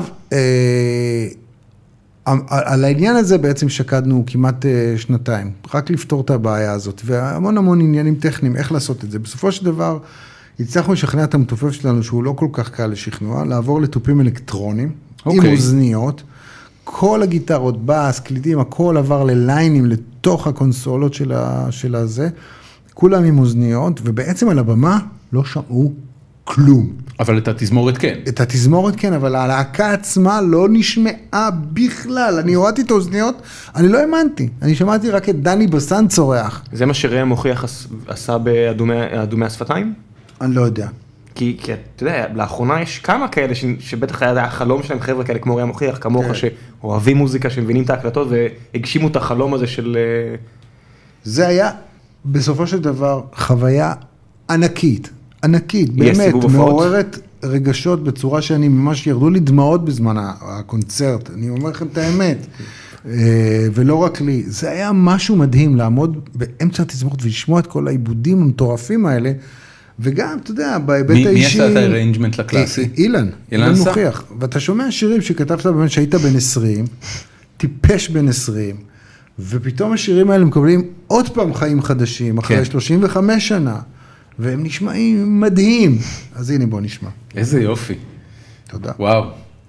על העניין הזה בעצם שקדנו כמעט שנתיים, רק לפתור את הבעיה הזאת, והמון המון עניינים טכניים, איך לעשות את זה. בסופו של דבר, הצלחנו לשכנע את המתופף שלנו, שהוא לא כל כך קל לשכנוע, לעבור לטופים אלקטרונים, okay. עם אוזניות, כל הגיטרות, בס, קלידים, הכל עבר לליינים, לתוך הקונסולות של, ה, של הזה, כולם עם אוזניות, ובעצם על הבמה לא שמעו כלום. אבל את התזמורת כן. את התזמורת כן, אבל הלהקה עצמה לא נשמעה בכלל. אני הורדתי את האוזניות, אני לא האמנתי. אני שמעתי רק את דני בסן צורח. זה מה שראם מוכיח עשה באדומי השפתיים? אני לא יודע. כי, כי אתה יודע, לאחרונה יש כמה כאלה ש, שבטח היה החלום שלהם חבר'ה כאלה כמו ראם מוכיח, כמוך כן. שאוהבים מוזיקה, שמבינים את ההקלטות והגשימו את החלום הזה של... זה היה בסופו של דבר חוויה ענקית. ענקית, באמת, מעוררת רגשות בצורה שאני ממש ירדו לי דמעות בזמן הקונצרט, אני אומר לכם את האמת, ולא רק לי, זה היה משהו מדהים לעמוד באמצע התזמורת ולשמוע את כל העיבודים המטורפים האלה, וגם, אתה יודע, בהיבט האישי... מי עשה את הארנג'מנט לקלאסי? אילן, אילן מוכיח, ואתה שומע שירים שכתבת באמת שהיית בן עשרים, טיפש בן עשרים, ופתאום השירים האלה מקבלים עוד פעם חיים חדשים, אחרי שלושים וחמש שנה, והם נשמעים מדהים. אז הנה בוא נשמע. איזה יופי. תודה. וואו.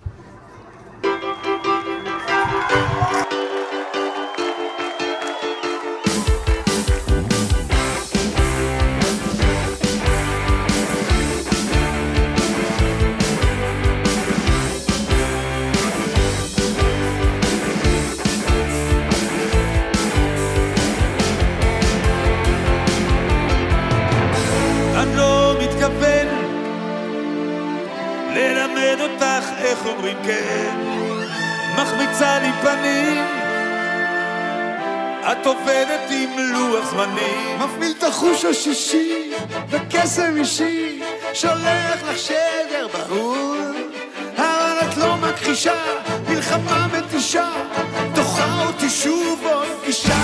שישי וקסם אישי שולח לך שדר ברור, אבל את לא מכחישה, מלחמה מתישה, דוחה אותי שוב עוד פגישה,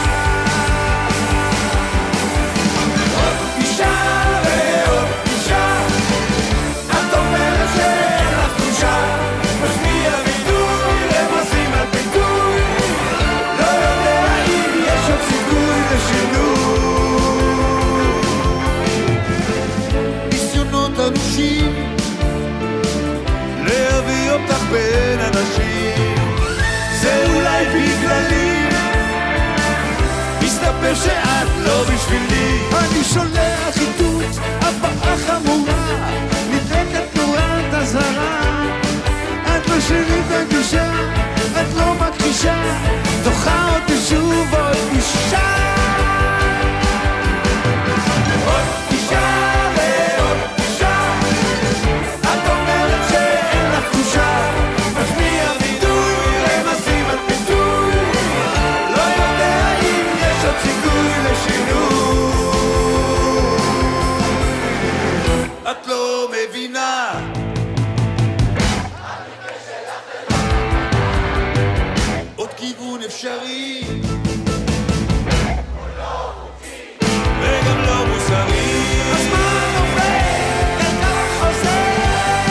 עוד פגישה ועוד פגישה, את אומרת שאין לך תחושה, משמיע ביטוי למעשים על ביטוי, לא יודע אם יש עוד סיכוי לשינוי. לא בשבילי. אני שולח איתות, הבאה חמורה, נדלקת תנועת אזהרה. את לא שלי בגישה, את לא מכחישה, דוחה אותי שוב עוד אישה. עוד אישה ועוד אישה, את אומרת שאין לך תחושה, משמיע וידוי, רמזים על פיתוי, לא יודע אם יש עוד סיכוי לשינוי. את לא מבינה, עוד כיוון אפשרי וגם לא מוסרי. הזמן עובר, גלגל חוזר,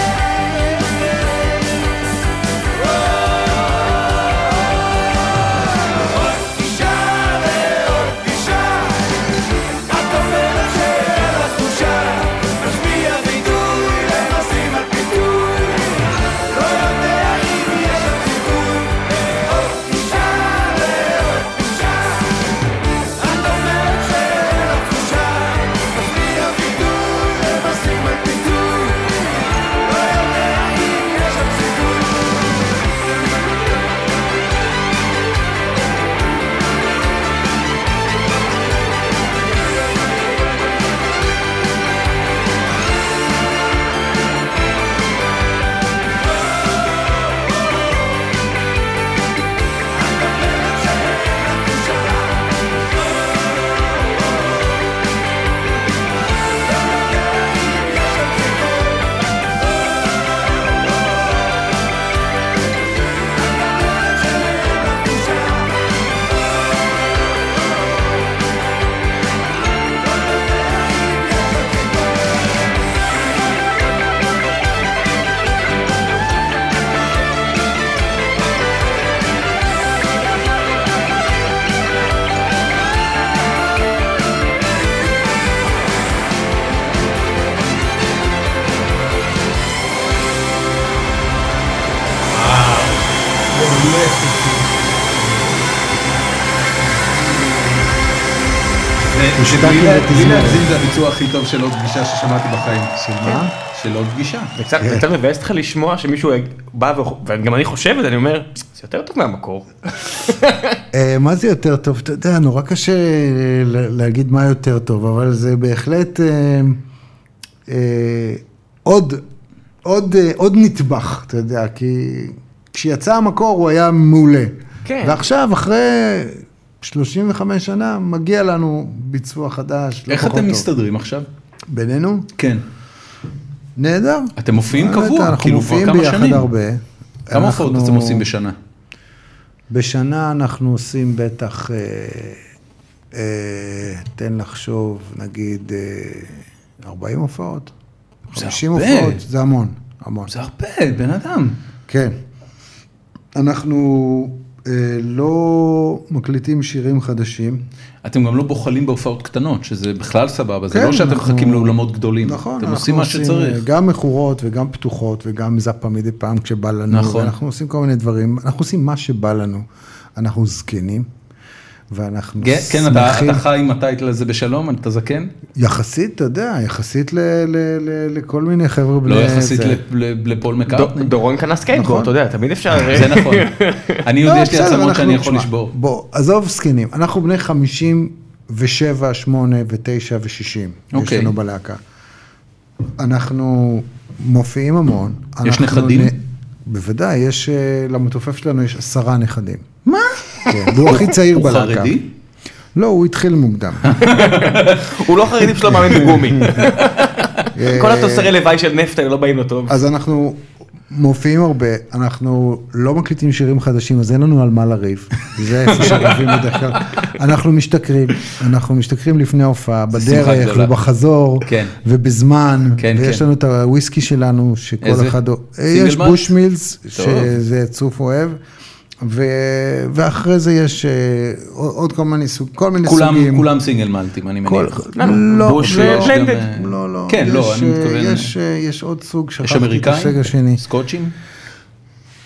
עוד פגישה ועוד פגישה, את אומרת שאין לך תחושה, משמיע וידוי, רמזים על פיתוי, לא יודע אם יש עוד סיכוי. עוד פגישה ועוד פגישה, את אומרת שאין לך תחושה, משמיע וידוי, רמזים על פיתוי, לא יודע אם יש עוד סיכוי. בלי להגזים זה הביצוע הכי טוב של עוד פגישה ששמעתי בחיים. של מה? של עוד פגישה. זה קצת מבאס לך לשמוע שמישהו בא, וגם אני חושב את זה, אני אומר, זה יותר טוב מהמקור. מה זה יותר טוב? אתה יודע, נורא קשה להגיד מה יותר טוב, אבל זה בהחלט עוד, עוד, עוד נטבח, אתה יודע, כי כשיצא המקור הוא היה מעולה. כן. ועכשיו, אחרי שלושים וחמש שנה, מגיע לנו ביצוע חדש. איך אתם מסתדרים עכשיו? בינינו? כן. נהדר. אתם מופיעים קבוע, כאילו כבר כמה שנים. אנחנו מופיעים ביחד הרבה. כמה הופעות אתם עושים בשנה? בשנה אנחנו עושים בטח, אה, אה, תן לחשוב, נגיד, אה, ארבעים הופעות. חמישים הופעות, זה המון, המון. זה הרבה, בן אדם. כן. אנחנו אה, לא מקליטים שירים חדשים. אתם גם לא בוחלים בהופעות קטנות, שזה בכלל סבבה, זה כן, לא שאתם אנחנו- מחכים לאולמות גדולים. נכון, אתם אנחנו עושים מה שצריך. גם מכורות וגם פתוחות וגם זאפה מדי פעם כשבא לנו. נכון. ואנחנו עושים כל מיני דברים, אנחנו עושים מה שבא לנו. אנחנו זקנים, ואנחנו כן, כן, אתה שמחים. אתה חי עם הטייטל הזה בשלום, אתה זקן? יחסית, אתה יודע, יחסית ל- ל- ל- לכל מיני חבר'ה בני... לא יחסית זה. ל- ל- לפול מקארטני. דורון קנה סקייטבורד, נכון. אתה יודע, תמיד אפשר... זה נכון. אני יודע, לא, יש לי בסדר, עצמות שאני אנחנו- יכול תשמע, לשבור. בוא, עזוב זקנים, אנחנו בני חמישים ושבע, שמונה ותשע ושישים. יש אוקיי. לנו בלהקה. אנחנו מופיעים המון. יש אנחנו נכדים? נ- בוודאי, יש, אה, למתופף שלנו יש עשרה נכדים. מה? כן, והוא הכי צעיר הוא בלהקה. חרדי? לא, הוא התחיל מוקדם. הוא לא חרדי שלו מאמין בגומי. כל התוצרי לוואי של נפט האלה לא באים לו טוב. אז אנחנו מופיעים הרבה, אנחנו לא מקליטים שירים חדשים, אז אין לנו על מה לריב. זה איפה שרבים בדרך כלל. אנחנו משתכרים, אנחנו משתכרים לפני ההופעה, שמחה בדרך גדולה. ובחזור, כן. ובזמן, כן, ויש כן. לנו את הוויסקי שלנו, שכל איזה? אחד... סינגל יש מאלט? בוש מילס, טוב. שזה צוף אוהב, ו... ואחרי זה יש אה, עוד כל מיני סוג, כל מיני כולם, סוגים. כולם סינגל מלטים, אני כל... מניח. לא, בוש לא, יש גם... blended. לא, לא. כן, לא, יש, אני אה, מתכוון... יש, אה, יש עוד סוג, יש שכחתי את אמריקאים? הסוג השני. סקוצ'ים?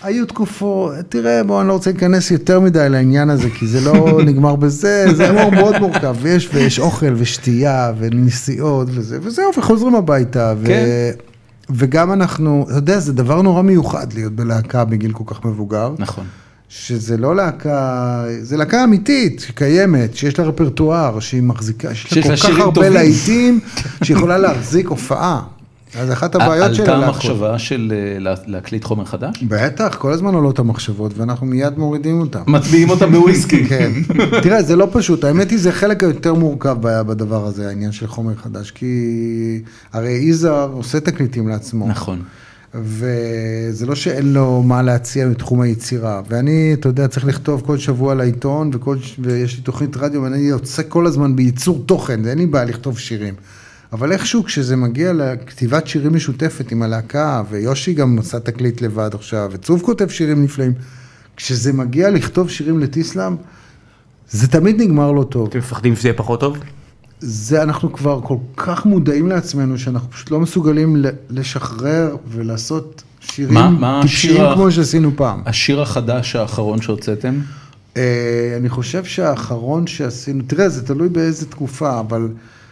היו תקופות, תראה, בוא, אני לא רוצה להיכנס יותר מדי לעניין הזה, כי זה לא נגמר בזה, זה אמור מאוד מורכב, ויש, ויש אוכל ושתייה ונסיעות וזה, וזהו, וחוזרים הביתה, ו... כן. וגם אנחנו, אתה יודע, זה דבר נורא מיוחד להיות בלהקה בגיל כל כך מבוגר. נכון. שזה לא להקה, זה להקה אמיתית, שקיימת, שיש לה רפרטואר, שהיא מחזיקה, שיש לה כל כך הרבה להיטים, שיכולה להחזיק הופעה. אז אחת הבעיות של הלהקות. עלתה המחשבה של להקליט חומר חדש? בטח, כל הזמן עולות המחשבות, ואנחנו מיד מורידים אותם. מצביעים אותם בוויסקי. כן. תראה, זה לא פשוט, האמת היא, זה חלק היותר מורכב בדבר הזה, העניין של חומר חדש, כי הרי יזהר עושה תקליטים לעצמו. נכון. וזה לא שאין לו מה להציע מתחום היצירה, ואני, אתה יודע, צריך לכתוב כל שבוע לעיתון, וכל, ויש לי תוכנית רדיו, ואני יוצא כל הזמן בייצור תוכן, אין לי בעיה לכתוב שירים. אבל איכשהו כשזה מגיע לכתיבת שירים משותפת עם הלהקה, ויושי גם עושה תקליט לבד עכשיו, וצוב כותב שירים נפלאים, כשזה מגיע לכתוב שירים לטיסלאם, זה תמיד נגמר לא טוב. אתם מפחדים שזה יהיה פחות טוב? זה אנחנו כבר כל כך מודעים לעצמנו, שאנחנו פשוט לא מסוגלים לשחרר ולעשות שירים מה, טיפשיים מה כמו שעשינו פעם. השיר החדש האחרון שהוצאתם? אני חושב שהאחרון שעשינו, תראה, זה תלוי באיזה תקופה, אבל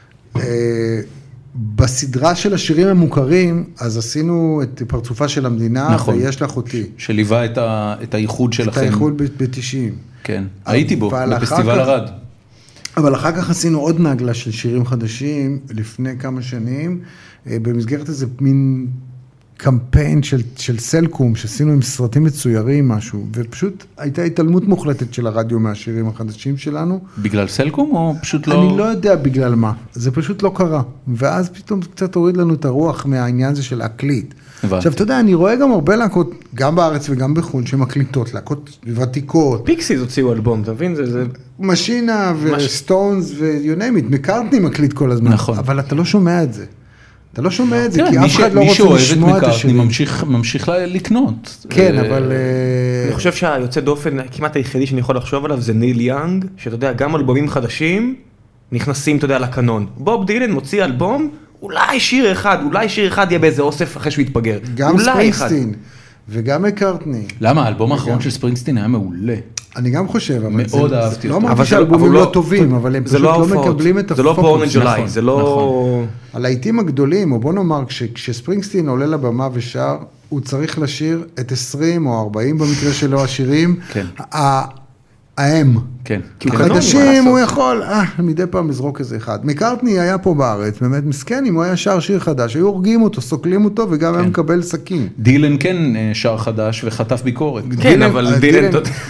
בסדרה של השירים המוכרים, אז עשינו את פרצופה של המדינה, נכון. ויש לך אותי. שליווה את, ה, את הייחוד שלכם. את הייחוד ב-תשעים. כן, הייתי בו, בפסטיבל הרד. אבל אחר כך עשינו עוד נגלה של שירים חדשים, לפני כמה שנים, במסגרת איזה מין קמפיין של, של סלקום, שעשינו עם סרטים מצוירים משהו, ופשוט הייתה התעלמות מוחלטת של הרדיו מהשירים החדשים שלנו. בגלל סלקום או פשוט לא? אני לא יודע בגלל מה, זה פשוט לא קרה. ואז פתאום קצת הוריד לנו את הרוח מהעניין הזה של להקליט. הבנתי. עכשיו, אתה יודע, אני רואה גם הרבה להקות, גם בארץ וגם בחו"ל, שמקליטות, להקות ותיקות. פיקסיס הוציאו אלבום, אתה מבין? זה, זה... משינה וסטונס ו-you name it, מקארטני מקליט כל הזמן. נכון. אבל אתה לא שומע את זה. אתה לא שומע את זה, כן, כי אף אחד לא רוצה לשמוע את השירים. ממשיך, ממשיך לקנות. כן, אבל... אני חושב שהיוצא דופן, כמעט היחידי שאני יכול לחשוב עליו, זה ניל יאנג, שאתה יודע, גם אלבומים חדשים, נכנסים, אתה יודע, לקנון. בוב דילן מוציא אלבום, אולי שיר אחד, אולי שיר אחד יהיה באיזה אוסף אחרי שהוא יתפגר. גם ספרינגסטין, וגם מקארטני. למה? האלבום האחרון של ספרינגסטין היה מעולה. אני גם חושב, אבל מאוד אהבתי לא אותו. אמרתי שהאלבומים לא טובים, אבל הם פשוט לא מקבלים את הפוקוס. זה לא בורן אנד ג'ולי, זה לא... הלהיטים הגדולים, או בוא נאמר, כשספרינגסטין עולה לבמה ושר, הוא צריך לשיר את עשרים או ארבעים במקרה שלו השירים, ההם. כן. החדשים הוא יכול, אה, מדי פעם לזרוק איזה אחד. מקארטני היה פה בארץ, באמת מסכן, אם הוא היה שר שיר חדש, היו הורגים אותו, סוקלים אותו, וגם היה מקבל סכין. דילן כן שר חדש וחטף ביקורת. כן, אבל דילן,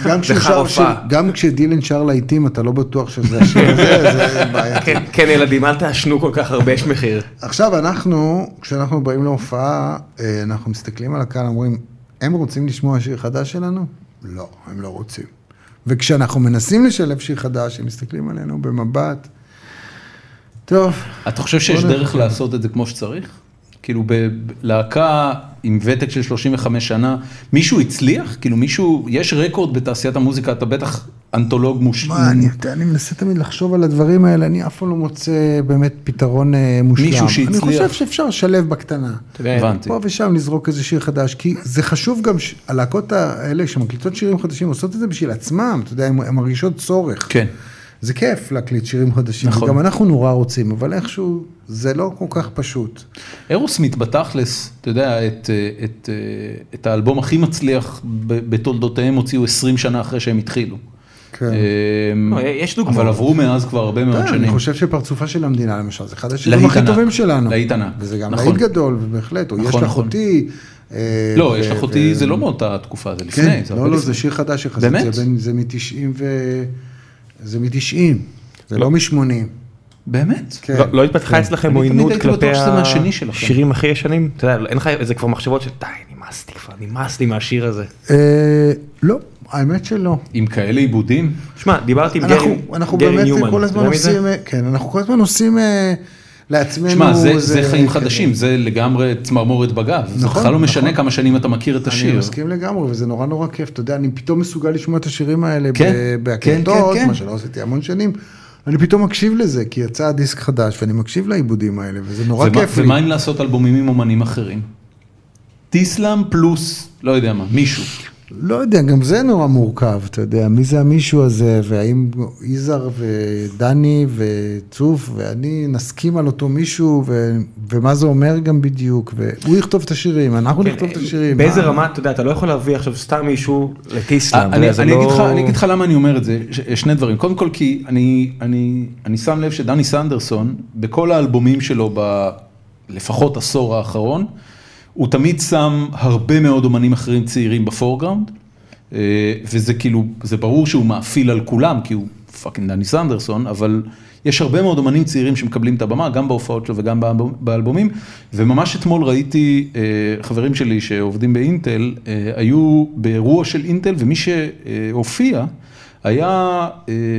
גם כשדילן שר להיטים, אתה לא בטוח שזה השיר הזה, זה בעיה. כן, ילדים, אל תעשנו כל כך הרבה, יש מחיר. עכשיו, אנחנו, כשאנחנו באים להופעה, אנחנו מסתכלים על הקהל, אומרים, הם רוצים לשמוע שיר חדש שלנו? לא, הם לא רוצים. וכשאנחנו מנסים לשלב שיר חדש, הם מסתכלים עלינו במבט. טוב. אתה חושב שיש דרך לעשות את זה כמו שצריך? כאילו בלהקה עם ותק של שלושים וחמש שנה, מישהו הצליח? כאילו מישהו, יש רקורד בתעשיית המוזיקה, אתה בטח אנתולוג מושלם. מה, אני, אני מנסה תמיד לחשוב על הדברים האלה, אני אף פעם לא מוצא באמת פתרון מושלם. מישהו שהצליח. אני חושב שאפשר לשלב בקטנה. הבנתי. פה ושם לזרוק איזה שיר חדש, כי זה חשוב גם, הלהקות האלה שמקליטות שירים חדשים, עושות את זה בשביל עצמם, אתה יודע, הן מרגישות צורך. כן. זה כיף להקליט שירים חדשים, נכון. וגם אנחנו נורא רוצים, אבל איכשהו זה לא כל כך פשוט. אירוסמית בתכלס, אתה יודע, את, את, את האלבום הכי מצליח בתולדותיהם הוציאו עשרים שנה אחרי שהם התחילו. כן. יש דוגמאות. אבל עברו מאז כבר הרבה מאוד שנים. אני חושב שפרצופה של המדינה, למשל, זה אחד השירים הכי טובים שלנו. להיט ענק. וזה גם להיט גדול, ובהחלט, או יש לך אותי. לא, יש לך אותי, זה לא מאותה תקופה, זה לפני. לא, לא, זה שיר חדש יחסית. באמת? זה מ-תשעים ו... זה מ-תשעים, זה לא מ-שמונים. באמת? כן. לא התפתחה אצלכם עוינות כלפי השירים הכי ישנים? אתה יודע, אין לך איזה כבר מחשבות של די, נמאסתי כבר, נמאסתי מהשיר הזה. לא, האמת שלא. עם כאלה עיבודים? שמע, דיברתי עם גרי ניומן. כן, אנחנו כל הזמן עושים לעצמנו... שמע, זה חיים חדשים, זה לגמרי צמרמורת בגב. זה בכלל לא משנה כמה שנים אתה מכיר את השיר. אני מסכים לגמרי, וזה נורא נורא כיף. אתה יודע, אני פתאום מסוגל לשמוע את השירים האלה בהקלטות, מה שלא עשיתי המון שנים. אני פתאום מקשיב לזה, כי יצא דיסק חדש, ואני מקשיב לעיבודים האלה, וזה נורא כיף לי. ומה אם לעשות אלבומים עם אומנים אחרים? טיסלאם פלוס, לא יודע מה, מישהו. לא יודע, גם זה נורא מורכב, אתה יודע, מי זה המישהו הזה, והאם איזר ודני וצוף ואני נסכים על אותו מישהו, ו, ומה זה אומר גם בדיוק, והוא יכתוב את השירים, אנחנו כן, נכתוב את השירים. באיזה מה? רמה, אתה יודע, אתה לא יכול להביא עכשיו סתם מישהו לטיסלאם. אני, אני, לא... אגיד לך, אני אגיד לך למה אני אומר את זה, ש, שני דברים. קודם כל, כי אני, אני, אני שם לב שדני סנדרסון, בכל האלבומים שלו, ב, לפחות עשור האחרון, הוא תמיד שם הרבה מאוד אומנים אחרים צעירים בפורגראונד, וזה כאילו, זה ברור שהוא מאפיל על כולם, כי הוא פאקינג דני סנדרסון, אבל יש הרבה מאוד אומנים צעירים שמקבלים את הבמה, גם בהופעות שלו וגם באלבומים, וממש אתמול ראיתי חברים שלי שעובדים באינטל, היו באירוע של אינטל, ומי שהופיע היה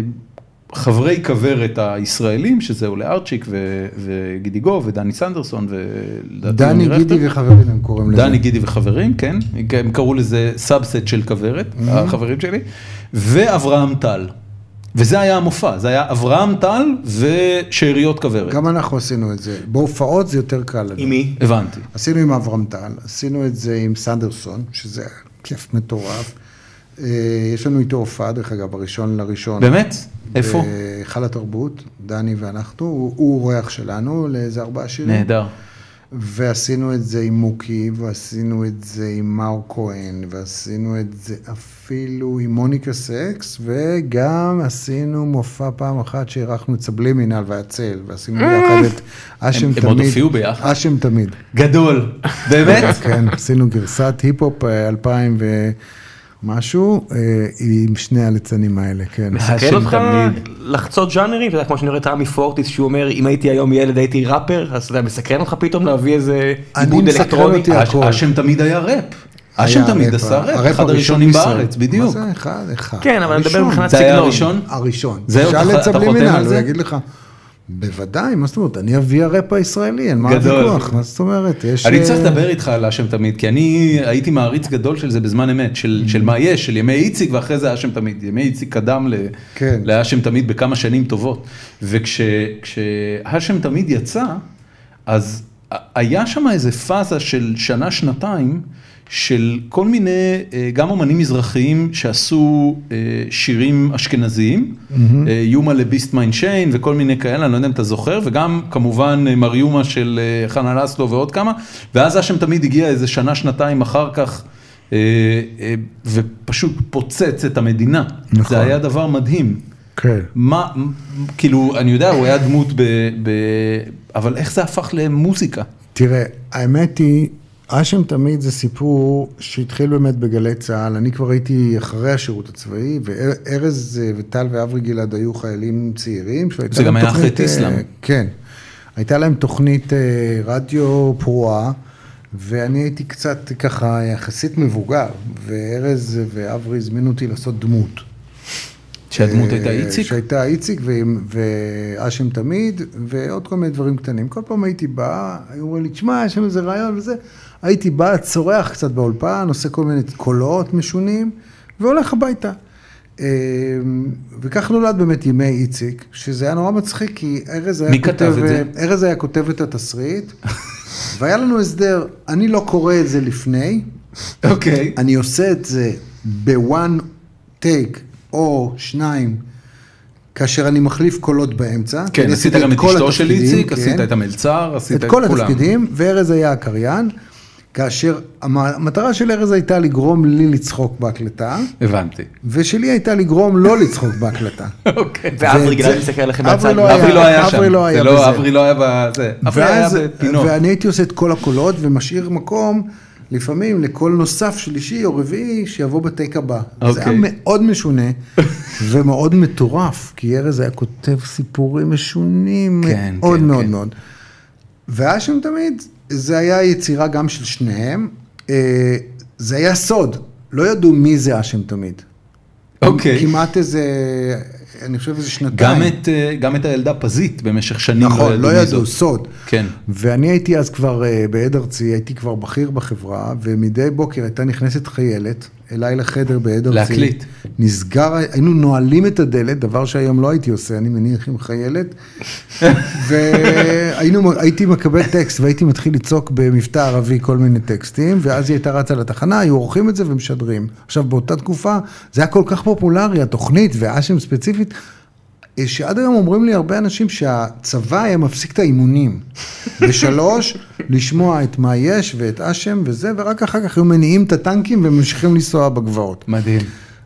חברי כברת הישראלים, שזה עולה ארצ'יק וגידיגו ודני סנדרסון דני גידי וחברים הם קוראים לזה. דני גידי וחברים, כן. הם קראו לזה סאבסט של כברת, החברים שלי, ואברהם טל. וזה היה המופע, זה היה אברהם טל ושאריות כברת. גם אנחנו עשינו את זה. בהופעות זה יותר קל. עם מי? הבנתי. עשינו עם אברהם טל, עשינו את זה עם סנדרסון, שזה כיף מטורף. יש לנו איתו הופעה, דרך אגב, הראשון לראשון. באמת? איפה? בחל התרבות, דני ואנחנו, הוא, הוא רויח שלנו לאיזה ארבעה שירים. נהדר. ועשינו את זה עם מוקי, ועשינו את זה עם מאור כהן, ועשינו את זה אפילו עם מוניקה סקס, וגם עשינו מופע פעם אחת שהירחנו את סבלי מינל והצל, ועשינו ביחד את אשם תמיד. הם עוד הופיעו ביחד? אשם תמיד. גדול, באמת? כן, עשינו גרסת היפ-הופ אלפיים ו... משהו עם שני הליצנים האלה, כן. מסקרן אותך לחצות ז'אנרים? אתה יודע, כמו שאני רואה את רמי פורטיס, שהוא אומר, אם הייתי היום ילד, הייתי ראפר, אז אתה יודע, מסקרן אותך פתאום להביא איזה עיבוד אלקטרוני? אשם תמיד היה ראפ. אשם תמיד עשה ראפ, אחד הראשונים בארץ, בדיוק. מה זה אחד? אחד. כן, אבל אני מדבר מבחינת סגנון. זה היה הראשון? הראשון. זהו, אתה חותם על זה? הוא יגיד לך, בוודאי, מה זאת אומרת? אני אביא הראפ הישראלי, אין מה הוויכוח, מה זאת אומרת? אני צריך לדבר איתך על אשם תמיד, כי אני הייתי מעריץ גדול של זה בזמן אמת, של מה יש, של ימי איציק, ואחרי זה אשם תמיד. ימי איציק קדם לאשם תמיד בכמה שנים טובות. וכשאשם תמיד יצא, אז היה שם איזה פאזה של שנה, שנתיים, של כל מיני, גם אומנים מזרחיים שעשו שירים אשכנזיים, יומה לביסט מיין שיין וכל מיני כאלה, אני לא יודע אם אתה זוכר, וגם כמובן מריומה של חנה לסלו ועוד כמה, ואז אשם תמיד הגיע איזה שנה, שנתיים אחר כך, ופשוט פוצץ את המדינה. זה היה דבר מדהים. כן. מה, כאילו, אני יודע, הוא היה דמות ב... אבל איך זה הפך למוזיקה? תראה, האמת היא, אשם תמיד זה סיפור שהתחיל באמת בגלי צהל, אני כבר הייתי אחרי השירות הצבאי, וארז וטל ואברי גלעד היו חיילים צעירים. זה גם היה אחרי טיסלאם. כן, הייתה להם תוכנית רדיו פרועה, ואני הייתי קצת ככה יחסית מבוגר, וארז ואברי הזמינו אותי לעשות דמות. שהדמות הייתה איציק? שהייתה איציק ואשם תמיד, ועוד כל מיני דברים קטנים. כל פעם הייתי בא, היו אומרים לי, תשמע, יש שם איזה רעיון וזה. הייתי בא, צורח קצת באולפן, עושה כל מיני קולות משונים, והולך הביתה. וכך נולד באמת ימי איציק, שזה היה נורא מצחיק, כי ארז היה כותב, ארז היה כותב את התסריט, והיה לנו הסדר, אני לא קורא את זה לפני, אוקיי. אני עושה את זה בוואן טייק, או שניים, כאשר אני מחליף קולות באמצע. כן, עשית גם את אשתו של איציק, עשית את המלצר, עשית את כולם. את כל התפקידים, וארז היה הקריין, כאשר המטרה של ארז הייתה לגרום לי לצחוק בהקלטה. הבנתי. ושלי הייתה לגרום לא לצחוק בהקלטה. אוקיי. ואברי גלעד מסתכל עליכם מהצד. אברי לא היה שם. אברי לא היה בזה. אברי לא היה בזה. אברי היה בפינות. ואני הייתי עושה את כל הקולות, ומשאיר מקום, לפעמים לכל נוסף שלישי או רביעי, שיבוא בטייק הבא. זה היה מאוד משונה, ומאוד מטורף, כי ארז היה כותב סיפורים משונים, מאוד מאוד מאוד. והיה שם תמיד, זה היה יצירה גם של שניהם, זה היה סוד, לא ידעו מי זה אשם תמיד. אוקיי. כמעט איזה, אני חושב איזה שנתיים. גם את, גם את הילדה פזית במשך שנים נכון, לא ידעו, סוד. כן. ואני הייתי אז כבר בעד ארצי, הייתי כבר בכיר בחברה, ומדי בוקר הייתה נכנסת חיילת, אליי לחדר בעד ארצי. להקליט. נסגר, היינו נועלים את הדלת, דבר שהיום לא הייתי עושה, אני מניח עם חיילת, והייתי מקבל טקסט, והייתי מתחיל לצעוק במבטא ערבי כל מיני טקסטים, ואז היא הייתה רצה לתחנה, היו עורכים את זה ומשדרים. עכשיו, באותה תקופה, זה היה כל כך פופולרי, התוכנית והאשם ספציפית, שעד היום אומרים לי הרבה אנשים שהצבא היה מפסיק את האימונים. בשלוש, לשמוע את מה יש ואת אשם וזה, ורק אחר כך היו מניעים את הטנקים וממשיכים לנסוע בגבעות. מדהים.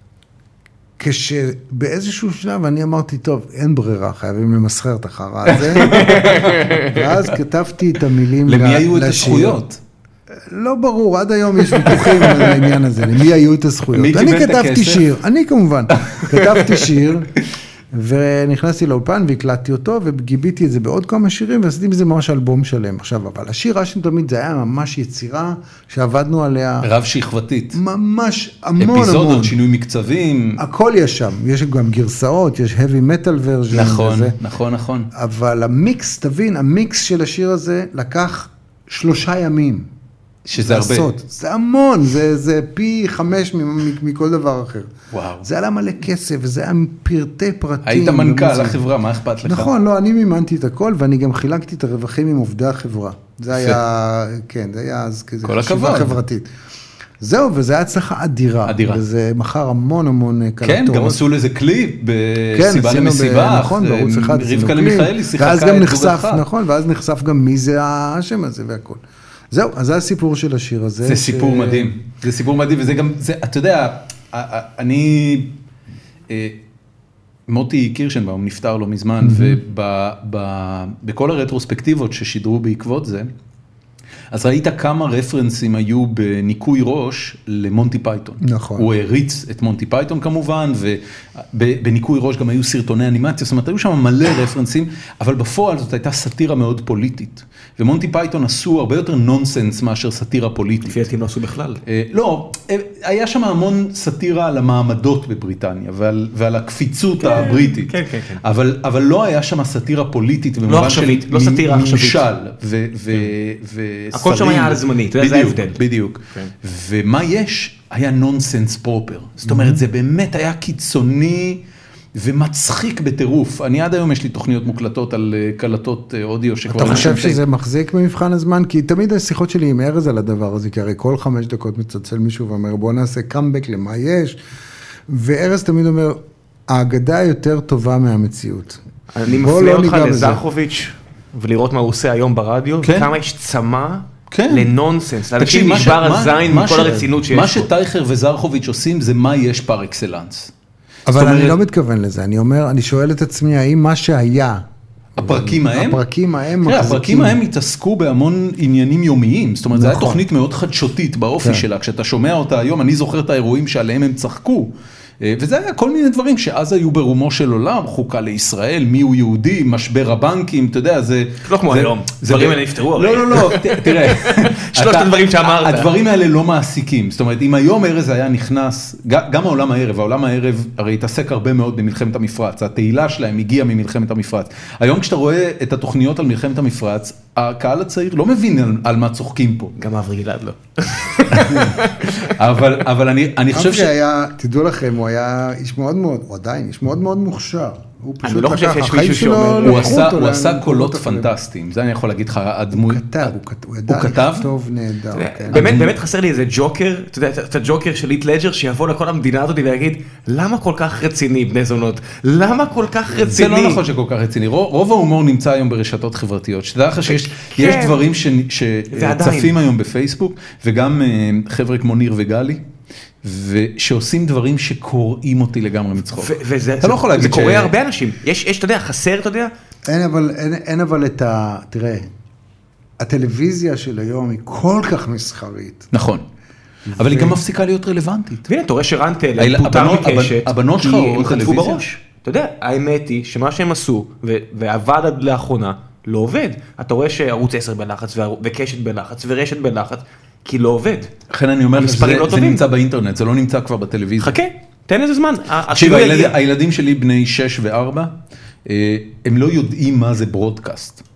כשבאיזשהו שלב אני אמרתי, טוב, אין ברירה, חייבים למסחר את החרה הזה. ואז כתבתי את המילים לשיר. למי היו את הזכויות? לא ברור, עד היום יש ויכוחים על העניין הזה, למי היו את הזכויות. אני כתבתי שיר, אני כמובן, כתבתי שיר, ונכנסתי לאולפן והקלטתי אותו, וגיביתי את זה בעוד כמה שירים, ועשיתי מזה ממש אלבום שלם. עכשיו, אבל השיר אשם תמיד זה היה ממש יצירה, שעבדנו עליה. רב שכבתית. ממש המון המון. אפיזודות, שינוי מקצבים. הכל יש שם, יש גם גרסאות, יש heavy metal version. נכון, וזה. נכון, נכון. אבל המיקס, תבין, המיקס של השיר הזה לקח שלושה ימים. שזה הרבה. לעשות. זה המון, זה, זה פי חמש מכל דבר אחר. וואו. זה עלה מלא כסף, וזה היה פרטי פרטים. היית מנכ"ל החברה, מה אכפת לך? נכון, לא, אני מימנתי את הכל, ואני גם חילקתי את הרווחים עם עובדי החברה. זה היה, כן, זה היה אז כזה חשיבה חברתית. זהו, וזה היה הצלחה אדירה. אדירה. וזה מחר המון המון קלטות. כן, גם עשו לזה קליפ, בסיבה למסיבה. נכון, בערוץ אחד. רבקה למיכאלי שיחקה ואז גם נחשף, נכון, ואז נחשף גם מי זה השם הזה והכל. זהו, אז זה הסיפור של השיר הזה. זה סיפור מדהים, זה סיפור מדהים, וזה גם, אתה יודע, אני, מוטי קירשנבאום נפטר לא מזמן, ובכל הרטרוספקטיבות ששידרו בעקבות זה, אז ראית כמה רפרנסים היו בניקוי ראש למונטי פייתון. נכון. הוא הריץ את מונטי פייתון כמובן, ובניקוי ראש גם היו סרטוני אנימציה, זאת אומרת, היו שם מלא רפרנסים, אבל בפועל זאת הייתה סאטירה מאוד פוליטית. ומונטי פייתון עשו הרבה יותר נונסנס מאשר סאטירה פוליטית. לפי דעתי לא עשו בכלל. לא, היה שם המון סאטירה על המעמדות בבריטניה, ועל הקפיצות הבריטית. כן, כן, כן. אבל לא היה שם סאטירה פוליטית, לא עכשווית, לא סאטירה עכשווית. הכל שם היה על זמני, אתה יודע, זה ההבדל. בדיוק. ומה יש? היה נונסנס פרופר. זאת אומרת, זה באמת היה קיצוני ומצחיק בטירוף. אני עד היום יש לי תוכניות מוקלטות על קלטות אודיו שכבר... אתה חושב שזה מחזיק במבחן הזמן? כי תמיד השיחות שלי עם ארז על הדבר הזה, כי הרי כל חמש דקות מצלצל מישהו ואומר, בוא נעשה קאמבק למה יש, וארז תמיד אומר, האגדה יותר טובה מהמציאות. אני מפנה אותך לזרחוביץ' ולראות מה הוא עושה היום ברדיו, כמה יש צמא לנונסנס, לאנשים נשבר הזין מכל הרצינות שיש פה. מה שטייכר וזרחוביץ' עושים זה מה יש פר אקסלנס. אבל אני לא מתכוון לזה, אני אומר, אני שואל את עצמי, האם מה שהיה... הפרקים ההם? הפרקים ההם מחזיקים. הפרקים ההם התעסקו בהמון עניינים יומיים, זאת אומרת, זו הייתה תוכנית מאוד חדשותית באופי שלה, כשאתה שומע אותה היום, אני זוכר את האירועים שעליהם הם צחקו, וזה היה כל מיני דברים שאז היו ברומו של עולם, חוקה לישראל, מי הוא יהודי, משבר הבנקים, אתה יודע, זה... לא כמו היום, דברים האלה נפתרו הרי. לא, לא, לא, תראה. שלושת הדברים שאמרת. הדברים האלה לא מעסיקים, זאת אומרת, אם היום ארז היה נכנס, גם העולם הערב, העולם הערב הרי התעסק הרבה מאוד במלחמת המפרץ, התהילה שלהם הגיעה ממלחמת המפרץ. היום כשאתה רואה את התוכניות על מלחמת המפרץ, הקהל הצעיר לא מבין על מה צוחקים פה. גם אברי גלעד לא. אבל אני חושב ש... אברי היה, תדעו לכם, הוא היה איש מאוד מאוד, הוא עדיין איש מאוד מאוד מוכשר. אני לא חושב שיש מישהו שאומר... הוא עשה קולות פנטסטיים, זה אני יכול להגיד לך, הדמוי... הוא כתב, הוא ידע לכתוב נהדר. באמת חסר לי איזה ג'וקר, אתה יודע, את הג'וקר של ליט לג'ר, שיבוא לכל המדינה הזאת ויגיד, למה כל כך רציני בני זונות? למה כל כך רציני? זה לא נכון שכל כך רציני, רוב ההומור נמצא היום ברשתות חברתיות, שתדע לך שיש דברים שצפים היום בפייסבוק, וגם חבר'ה כמו ניר וגלי, ושעושים דברים שקוראים אותי לגמרי מצחוק. אתה לא יכול להגיד ש... זה קורה הרבה אנשים. יש, אתה יודע, חסר, אתה יודע? אין אבל, אין, אין אבל את ה... תראה, הטלוויזיה של היום היא כל כך מסחרית. נכון. אבל היא גם מפסיקה להיות רלוונטית. והנה, אתה רואה שרנטל, פוטר מקשת, הבנות שלך רואות טלוויזיה. בראש. אתה יודע, האמת היא שמה שהם עשו, ועבד עד לאחרונה, לא עובד. אתה רואה שערוץ עשר בלחץ, וקשת בלחץ, ורשת בלחץ, כי לא עובד. לכן אני אומר שזה נמצא באינטרנט, זה לא נמצא כבר בטלוויזיה. חכה, תן איזה זמן. הילדים שלי בני שש וארבע, הם לא יודעים מה זה ברודקאסט.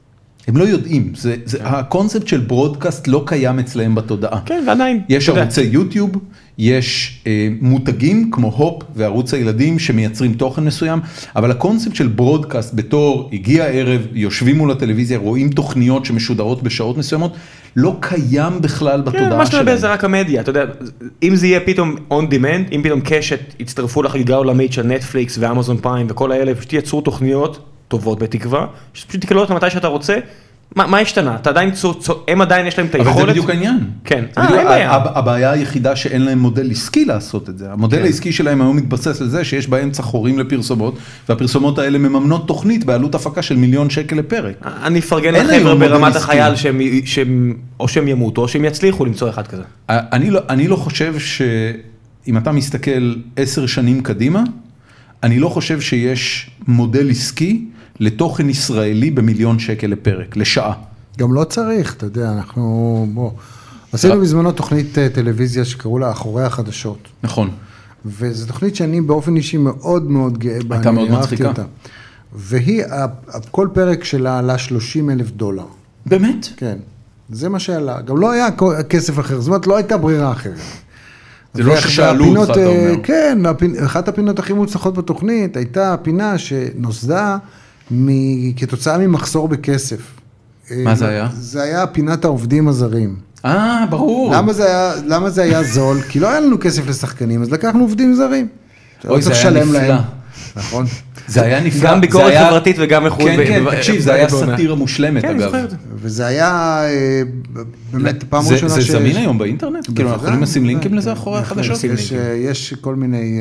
הם לא יודעים, זה, זה, הקונספט של ברודקאסט לא קיים אצלהם בתודעה. כן, ועדיין. יש ערוצי יוטיוב, יש אה, מותגים כמו הופ וערוץ הילדים שמייצרים תוכן מסוים, אבל הקונספט של ברודקאסט בתור הגיע הערב, יושבים מול הטלוויזיה, רואים תוכניות שמשודרות בשעות מסוימות, לא קיים בכלל בתודעה שלהם. כן, מה שאתה מדבר זה רק המדיה, אתה יודע, אם זה יהיה פתאום on demand, אם פתאום קשת יצטרפו לחגיגה עולמית של נטפליקס ואמזון פריים וכל האלה, פשוט יצרו תוכניות טובות בתקווה, שפשוט תקלו אותם מתי שאתה רוצה, מה, מה השתנה? אתה עדיין צור, צור, הם עדיין יש להם את היכולת. אבל זה בדיוק העניין. כן. אה, אין בעיה. הבעיה היחידה שאין להם מודל עסקי לעשות את זה. המודל כן. העסקי שלהם היום מתבסס על זה שיש באמצע חורים לפרסומות, והפרסומות האלה מממנות תוכנית בעלות הפקה של מיליון שקל לפרק. אני אפרגן לחבר'ה ברמת החייל שהם, שהם, או שהם ימותו, או שהם יצליחו למצוא אחד כזה. אני לא, אני לא חושב שאם אתה מסתכל עשר שנים קדימה, אני לא חושב שיש מודל עסקי לתוכן ישראלי במיליון שקל לפרק, לשעה. גם לא צריך, אתה יודע, אנחנו, בוא, עשינו בזמנו תוכנית טלוויזיה שקראו לה אחורי החדשות. נכון. וזו תוכנית שאני באופן אישי מאוד מאוד גאה בה. הייתה מאוד מצחיקה. והיא, כל פרק שלה עלה שלושים אלף דולר. באמת? כן. זה מה שעלה. גם לא היה כסף אחר, זאת אומרת, לא הייתה ברירה אחרת. זה לא ששאלו אותך, אתה אומר. כן, אחת הפינות הכי מוצלחות בתוכנית הייתה פינה שנוסדה כתוצאה ממחסור בכסף. מה זה היה? זה היה פינת העובדים הזרים. אה, ברור. למה זה היה, למה זה היה זול? כי לא היה לנו כסף לשחקנים, אז לקחנו עובדים זרים. אוי, זה היה נפלא. נכון. זה היה נפלא. גם ביקורת חברתית וגם איכות. כן, כן, תקשיב, זה היה סאטירה מושלמת, אגב. וזה היה באמת פעם ראשונה ש... זה זמין היום באינטרנט? כאילו, אנחנו יכולים לשים לינקים לזה אחורי החדשות? יש כל מיני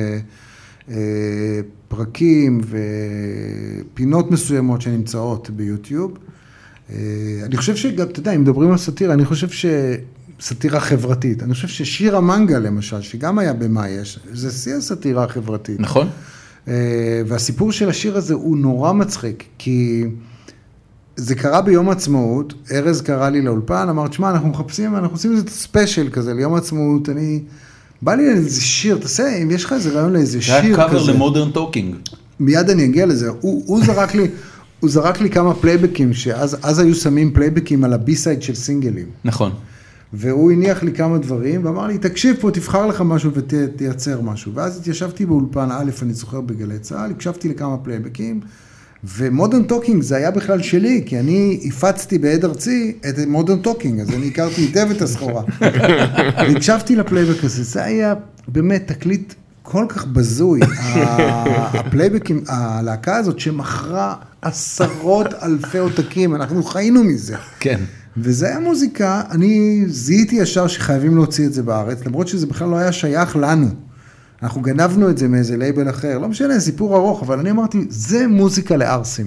פרקים ופינות מסוימות שנמצאות ביוטיוב. אני חושב שגם, אתה יודע, אם מדברים על סאטירה, אני חושב שסאטירה חברתית. אני חושב ששיר המנגה, למשל, שגם היה במה יש, זה שיא הסאטירה החברתית. נכון. והסיפור של השיר הזה הוא נורא מצחיק, כי זה קרה ביום העצמאות, ארז קרא לי לאולפן, אמר, תשמע, אנחנו מחפשים, אנחנו עושים איזה ספיישל כזה, ליום העצמאות, אני, בא לי איזה שיר, תעשה, אם יש לך איזה רעיון לאיזה שיר כזה. זה היה קאבר למודרן טוקינג. מיד אני אגיע לזה, הוא, הוא זרק לי, הוא זרק לי כמה פלייבקים, שאז אז היו שמים פלייבקים על הבי-סייד של סינגלים. נכון. והוא הניח לי כמה דברים, ואמר לי, תקשיב פה, תבחר לך משהו ותייצר משהו. ואז התיישבתי באולפן א', אני זוכר בגלי צהל, הקשבתי לכמה פלייבקים, ומודרן טוקינג זה היה בכלל שלי, כי אני הפצתי בעד ארצי את מודרן טוקינג, אז אני הכרתי היטב את הסחורה. והקשבתי לפלייבק הזה, זה היה באמת תקליט כל כך בזוי. הפלייבקים, הלהקה הזאת שמכרה עשרות אלפי עותקים, אנחנו חיינו מזה. כן. וזה היה מוזיקה, אני זיהיתי ישר שחייבים להוציא את זה בארץ, למרות שזה בכלל לא היה שייך לנו. אנחנו גנבנו את זה מאיזה לייבל אחר, לא משנה, סיפור ארוך, אבל אני אמרתי, זה מוזיקה לארסים.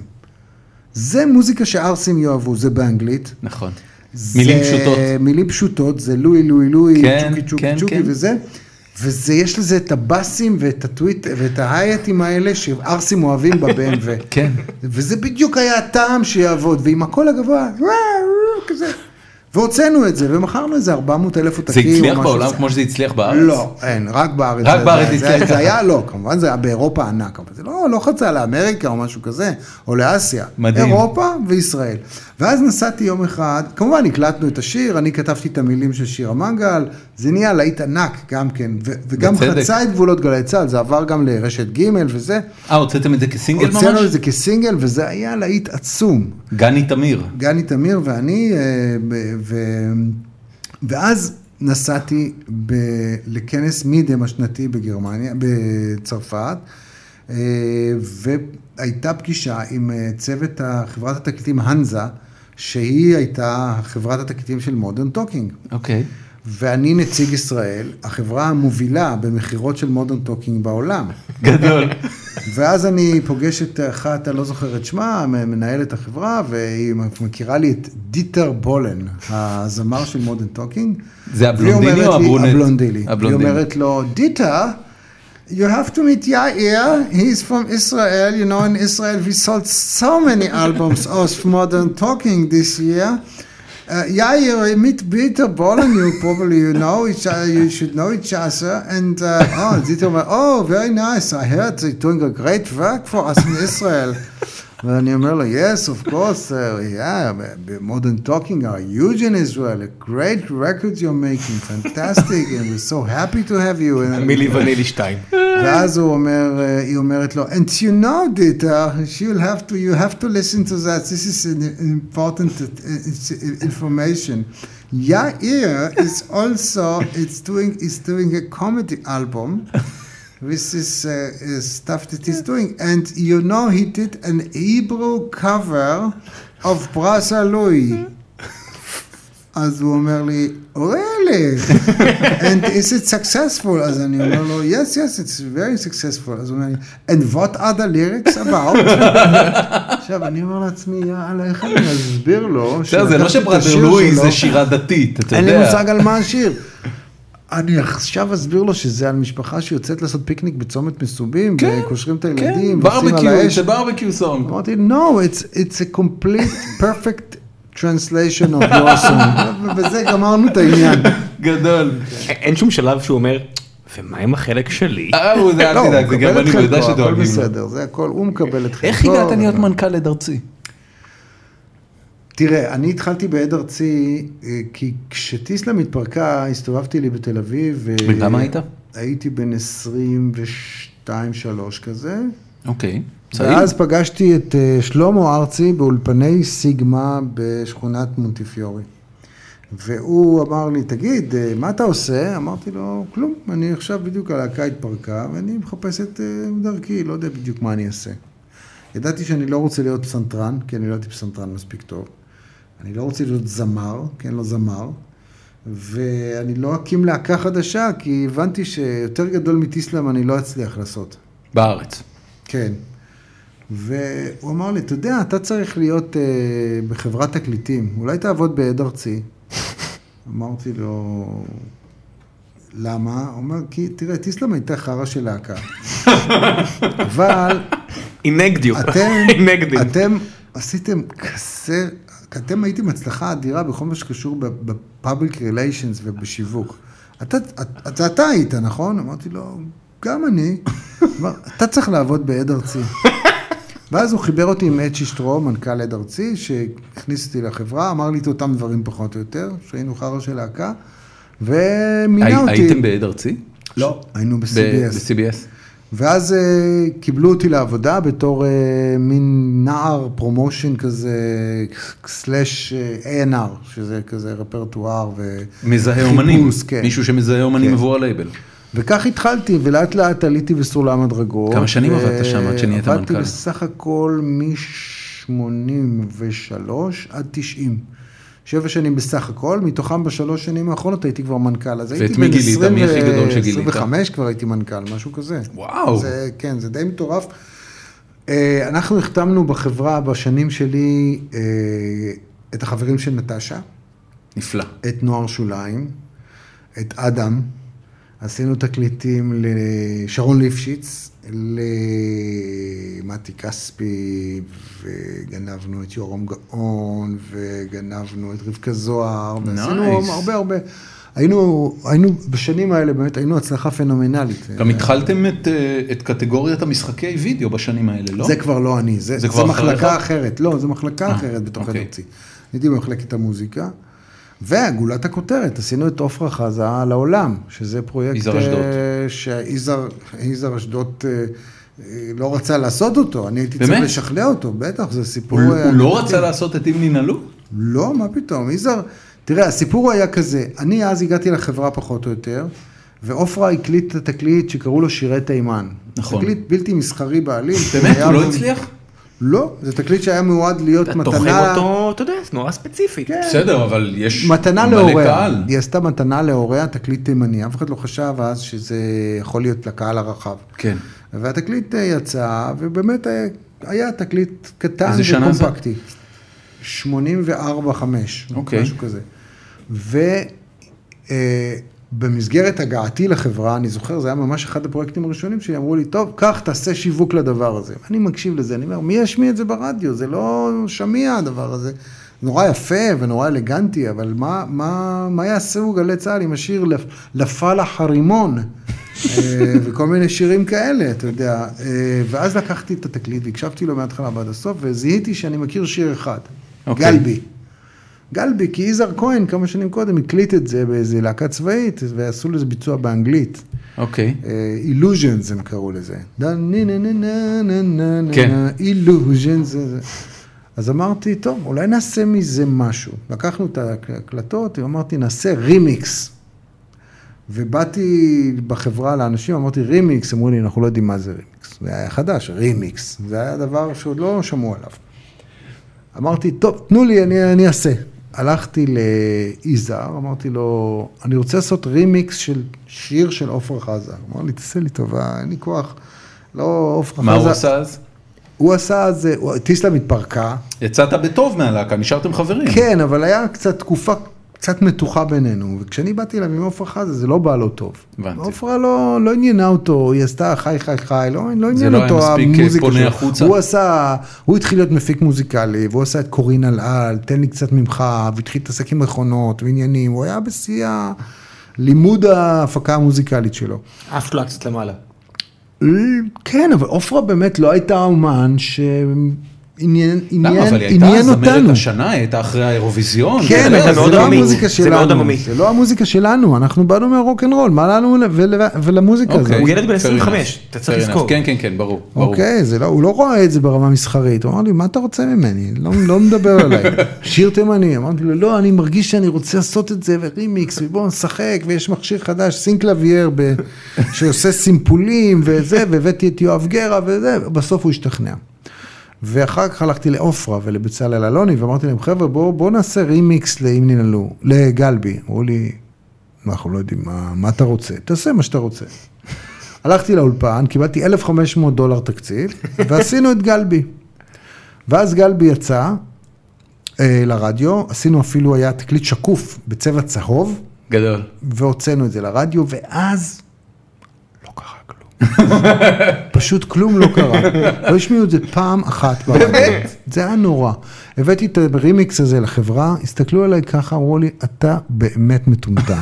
זה מוזיקה שארסים יאהבו, זה באנגלית. נכון. מילים פשוטות. מילים פשוטות, זה לואי, לואי, לואי, כן, צ'וקי, צ'וקי, כן, צ'וקי, כן. וזה. וזה, יש לזה את הבאסים ואת הטוויט, ואת ההייטים האלה שארסים אוהבים ב-בי אם דאבליו. כן. וזה בדיוק היה הטעם שיעבוד, ועם הקול הגבוה, כזה. והוצאנו את זה, ומכרנו איזה ארבע מאות אלף עותקים. זה הצליח בעולם כמו שזה הצליח בארץ? לא, אין, רק בארץ. רק בארץ הצליח. זה היה, לא, כמובן זה היה באירופה ענק, אבל זה לא חצה לאמריקה או משהו כזה, או לאסיה. מדהים. אירופה וישראל. ואז נסעתי יום אחד, כמובן הקלטנו את השיר, אני כתבתי את המילים של שיר המנגל, זה נהיה להיט ענק גם כן, וגם חצה את גבולות גלי צה"ל, זה עבר גם לרשת ג' וזה. אה, הוצאתם את זה כסינגל ממש? הוצאנו את זה כסינגל, וזה היה להיט עצום. גני תמיר. גני תמיר ואני, ו... ואז נסעתי ב... לכנס מידם השנתי בגרמניה, בצרפת, והייתה פגישה עם צוות חברת התקליטים הנזה, שהיא הייתה חברת התקליטים של מודרן טוקינג. אוקיי. ואני נציג ישראל, החברה המובילה במחירות של מודרן טוקינג בעולם. גדול. ואז אני פוגש את אחת, אני לא זוכר את שמה, מנהלת החברה, והיא מכירה לי את דיטר בולן, הזמר של מודרן טוקינג. זה הבלונדיני או הברונט? הבלונדילי. היא אומרת לו, דיטר, you have to meet Yair, he's from Israel, you know, in Israel we sold so many albums of Modern Talking this year. Uh, Yair, meet Peter Bolan, you probably you know each other, you should know each other, and uh, oh, Dieter, oh, very nice, I heard they're doing a great work for us in Israel. ואני אומר לו, yes, of course, uh, yeah, Modern Talking are huge in Israel, great records you're making, fantastic, and we're so happy to have you. מילי ונילי שתיים. ואז הוא אומר, היא אומרת לו, and you know that, uh, you'll have to, you have to listen to that, this is an important information. Yair is also, it's doing, is doing a comedy album, with this uh, uh, stuff that he's doing, and you know he did an Hebrew cover of Brasa Louis. אז הוא אומר לי, really? And is it successful? אז אני אומר לו, yes, yes, it's very successful. אז הוא אומר לי, and what are the lyrics about? עכשיו, אני אומר לעצמי, יאללה, איך אני אסביר לו? זה לא שברדר לואי זה שירה דתית, אתה יודע. אין לי מושג על מה השיר. אני עכשיו אסביר לו שזה על משפחה שיוצאת לעשות פיקניק בצומת מסובים, וקושרים את הילדים, ברבקיו, זה ברבקיו סונג. אמרתי, no, it's, it's a complete, perfect translation of your song, וזה גמרנו את העניין. גדול. אין שום שלב שהוא אומר, ומה עם החלק שלי? אה, הוא יודע, אל תדאג, זה גם אני יודע שדואגים לו. הכל בסדר, זה הכל, הוא מקבל את חלקו. איך הגעת להיות מנכ"ל עד ארצי? תראה, אני התחלתי בעד ארצי, כי כשטיסלאם התפרקה, הסתובבתי לי בתל אביב. וכמה היית? הייתי בן עשרים ושתיים שלוש כזה. אוקיי, צעיר. ואז פגשתי את שלמה ארצי באולפני סיגמה בשכונת מונטיפיורי. והוא אמר לי, תגיד, מה אתה עושה? אמרתי לו, כלום, אני עכשיו בדיוק הלהקה התפרקה, ואני מחפש את דרכי, לא יודע בדיוק מה אני אעשה. ידעתי שאני לא רוצה להיות פסנתרן, כי אני לא הייתי פסנתרן מספיק טוב. אני לא רוצה להיות זמר, כי אני לא זמר. ואני לא אקים להקה חדשה, כי הבנתי שיותר גדול מטיסלאם אני לא אצליח לעשות. בארץ. כן. והוא אמר לי, אתה יודע, אתה צריך להיות uh, בחברת תקליטים, אולי תעבוד בעד ארצי. אמרתי לו, למה? הוא אומר, כי תראה, טיסלאם הייתה חרה של להקה. אבל... אינגדיו. אתם, אתם עשיתם כזה, אתם הייתם הצלחה אדירה בכל מה שקשור ב-public relations ובשיווק. אתה, אתה, אתה היית, נכון? אמרתי לו, גם אני. אתה צריך לעבוד בעד ארצי. ואז הוא חיבר אותי עם אצ'י שטרו, מנכ"ל עד ארצי, שהכניס אותי לחברה, אמר לי את אותם דברים פחות או יותר, שהיינו חרה של להקה, ומינה אותי. הייתם בעד ארצי? לא, היינו ב-סי בי אס. ב-סי בי אס. ואז uh, קיבלו אותי לעבודה בתור uh, מין נער פרומושן כזה, סלש איי אנד אר, שזה כזה רפרטואר וחיפוש. מזהה אומנים, כן. מישהו שמזהה אומנים מבוא הלייבל. וכך התחלתי, ולאט לאט עליתי בסולם הדרגות. כמה שנים עבדת שם עד שנהיית מנכ"ל? עבדתי בסך הכל מ-שמונים ושלוש עד תשעים. שבע שנים בסך הכל, מתוכם בשלוש שנים האחרונות הייתי כבר מנכ"ל. ואת מי גילית? מי הכי גדול שגילית? עשרים וחמש כבר הייתי מנכ"ל, משהו כזה. וואו. זה, כן, זה די מטורף. אנחנו החתמנו בחברה בשנים שלי את החברים של נטשה. נפלא. את נוער שוליים, את אדם. עשינו תקליטים לשרון ליפשיץ, למתי כספי, וגנבנו את יורם גאון, וגנבנו את רבקה זוהר, ועשינו הרבה הרבה. היינו, היינו בשנים האלה, באמת, היינו הצלחה פנומנלית. גם התחלתם את, את קטגוריית המשחקי וידאו בשנים האלה, לא? זה כבר לא אני, זה, זה, זה מחלקה אחרת. לא, זה מחלקה אחרת בתוך הדוצי. הייתי במחלקת המוזיקה. והגולת הכותרת, עשינו את עופרה חזה לעולם, שזה פרויקט איזר אשדוד. שאיזר אשדוד לא רצה לעשות אותו, אני הייתי צריך לשכנע אותו, בטח, זה סיפור... הוא לא רצה לעשות את אם ננעלו? לא, מה פתאום, איזר... תראה, הסיפור היה כזה, אני אז הגעתי לחברה פחות או יותר, ועופרה הקליט את התקליט שקראו לו שירי תימן. נכון. תקליט בלתי מסחרי בעליל. באמת? הוא לא הצליח? לא, זה תקליט שהיה מיועד להיות מתנה... אתה תוחם אותו, אתה יודע, זה נורא ספציפי. בסדר, אבל יש מתנה להוריה. היא עשתה מתנה להוריה, תקליט תימני. אף אחד לא חשב אז שזה יכול להיות לקהל הרחב. כן. והתקליט יצא, ובאמת היה תקליט קטן וקומפקטי. שמונים וארבע חמש, משהו כזה. ובמסגרת הגעתי לחברה, אני זוכר, זה היה ממש אחד הפרויקטים הראשונים שאמרו לי, טוב, קח, תעשה שיווק לדבר הזה. אני מקשיב לזה, אני אומר, מי ישמיע את זה ברדיו? זה לא שמיע הדבר הזה. נורא יפה ונורא אלגנטי, אבל מה, מה, מה יעשו גלי צהל עם השיר לפלח הרימון וכל מיני שירים כאלה, אתה יודע. ואז לקחתי את התקליט והקשבתי לו מההתחלה ועד הסוף, וזיהיתי שאני מכיר שיר אחד, גלבי. גלבי, כי יזהר כהן כמה שנים קודם הקליט את זה באיזו להקה צבאית, ועשו לזה ביצוע באנגלית. אוקיי. Illusions הם קראו לזה. כן. Illusions. אז אמרתי, טוב, אולי נעשה מזה משהו. לקחנו את ההקלטות, ואמרתי, נעשה רימיקס. ובאתי בחברה לאנשים, אמרתי, רימיקס, אמרו לי, אנחנו לא יודעים מה זה רימיקס. זה היה חדש, רימיקס. זה היה דבר שעוד לא שמעו עליו. אמרתי, טוב, תנו לי, אני, אני אעשה. הלכתי ליזהר, אמרתי לו, אני רוצה לעשות רימיקס של שיר של עופרה חזה. אמר לי, תעשה לי טובה, אין לי כוח. לא, עופרה חזה. מה הוא עשה אז? הוא עשה אז, טיסלה מתפרקה. יצאת בטוב מהלהקה, נשארתם חברים. כן, אבל היה קצת תקופה קצת מתוחה בינינו, וכשאני באתי אליו עם עופרה חזה, זה לא בא לו טוב. הבנתי. עופרה לא, לא עניינה אותו, היא עשתה חי חי חי, לא, לא עניין לא אותו המוזיקה פונה החוצה. הוא עשה, הוא התחיל להיות מפיק מוזיקלי, והוא עשה את קורין על על, תן לי קצת ממך, והתחיל להתעסק עם מכונות ועניינים, הוא היה בשיא לימוד ההפקה המוזיקלית שלו. אף שלא קצת למעלה. כן, אבל עופרה באמת לא הייתה אומן ש... עניין, למה? אבל היא הייתה זמרת השנה, היא הייתה אחרי האירוויזיון. כן, זה לא המוזיקה שלנו. זה לא המוזיקה שלנו, אנחנו באנו מהרוק'נ'רול, מה לנו ולמוזיקה הזאת? הוא ילד בן עשרים וחמש, אתה צריך לזכור. כן, כן, כן, ברור. אוקיי, הוא לא רואה את זה ברמה מסחרית, הוא אמר לי, מה אתה רוצה ממני? לא מדבר עליי. שיר תימני, אמרתי לו, לא, אני מרגיש שאני רוצה לעשות את זה, ורימיקס, ובואו נשחק, ויש מכשיר חדש, סינקלווייר, שעושה סימפולים, וזה, והבאתי את יואב גרה, וזה, בסוף הוא השתכנע. ואחר כך הלכתי לעופרה ולבצלאל אלוני, ואמרתי להם, חבר'ה, בואו בוא נעשה רימיקס לאם ננעלו, לגלבי. אמרו לי, אנחנו לא יודעים, מה, מה אתה רוצה? תעשה מה שאתה רוצה. הלכתי לאולפן, קיבלתי אלף וחמש מאות דולר תקציב, ועשינו את גלבי. ואז גלבי יצא אה, לרדיו, עשינו אפילו, היה תקליט שקוף בצבע צהוב. גדול. והוצאנו את זה לרדיו, ואז... לא קרה כלום. פשוט כלום לא קרה. לא השמיעו את זה פעם אחת ברדיו. זה היה נורא. הבאתי את הרימיקס הזה לחברה, הסתכלו עליי ככה, אמרו לי, אתה באמת מטומטם.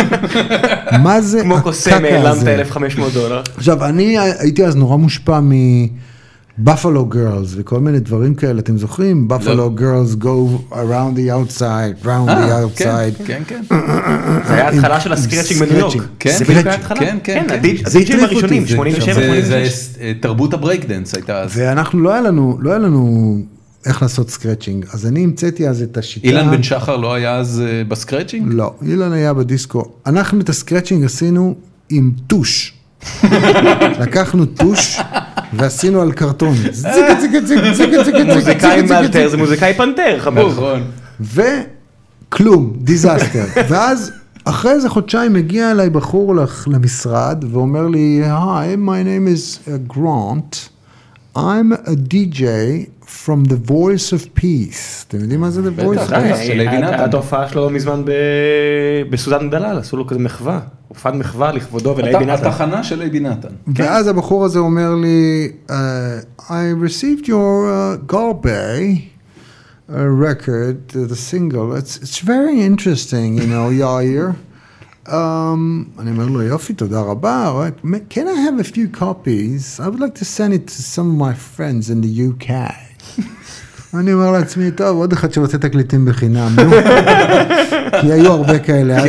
מה זה כמו קוסם, העלמת אלף וחמש מאות דולר. עכשיו, אני הייתי אז נורא מושפע מבאפלו גרלס וכל מיני דברים כאלה, אתם זוכרים? באפלו גרלס go around the outside, round the outside. כן, כן. זה היה התחלה של הסקרצ'ינג בניו יורק. כן, כן, כן. הדיג'ים הראשונים, שמונים ושבע שמונים ושש. זה תרבות הברייק-דנס הייתה אז. ואנחנו, לא היה לנו, לא היה לנו איך לעשות סקרצ'ינג. אז אני המצאתי אז את השיטה. אילן בן שחר לא היה אז בסקרצ'ינג? לא, אילן היה בדיסקו. אנחנו את הסקרצ'ינג עשינו עם טוש. לקחנו טוש ועשינו על קרטון. זיק, זיק, זיק, זיק, זיק, זיק. מוזיקאי מאלתר, זה מוזיקאי פנתר, חבוב. נכון. וכלום, דיזסטר. ואז אחרי איזה חודשיים מגיע אליי בחור למשרד ואומר לי, Hi, my name is Grant. I'm a די ג'יי from the voice of peace. אתם יודעים מה זה the voice of peace? הייתה הופעה שלו מזמן בסודן דלל, עשו לו כזה מחווה. הופעת מחווה לכבודו ולאייבי נתן. התחנה של אייבי נתן. ואז הבחור הזה אומר לי, I received your Galway record, the single. It's, it's very interesting, you know, Yair. אני אומר לו, יופי, תודה רבה. Can I have a few copies? I would like to send it to some of my friends in the יו קיי. אני אומר לעצמי, טוב, עוד אחד שרוצה תקליטים בחינם. כי היו הרבה כאלה.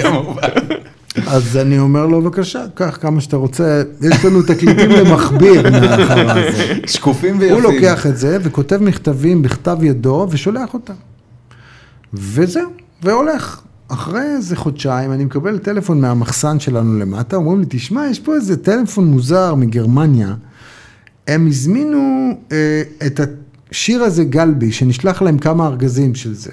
אז אני אומר לו, בבקשה, קח כמה שאתה רוצה. יש לנו תקליטים למכביר מהאחרה הזה. שקופים ויפים. הוא לוקח את זה וכותב מכתבים בכתב ידו ושולח אותם. וזהו, והולך. אחרי איזה חודשיים, אני מקבל טלפון מהמחסן שלנו למטה, אומרים לי, תשמע, יש פה איזה טלפון מוזר מגרמניה, הם הזמינו אה, את השיר הזה גלבי, שנשלח להם כמה ארגזים של זה.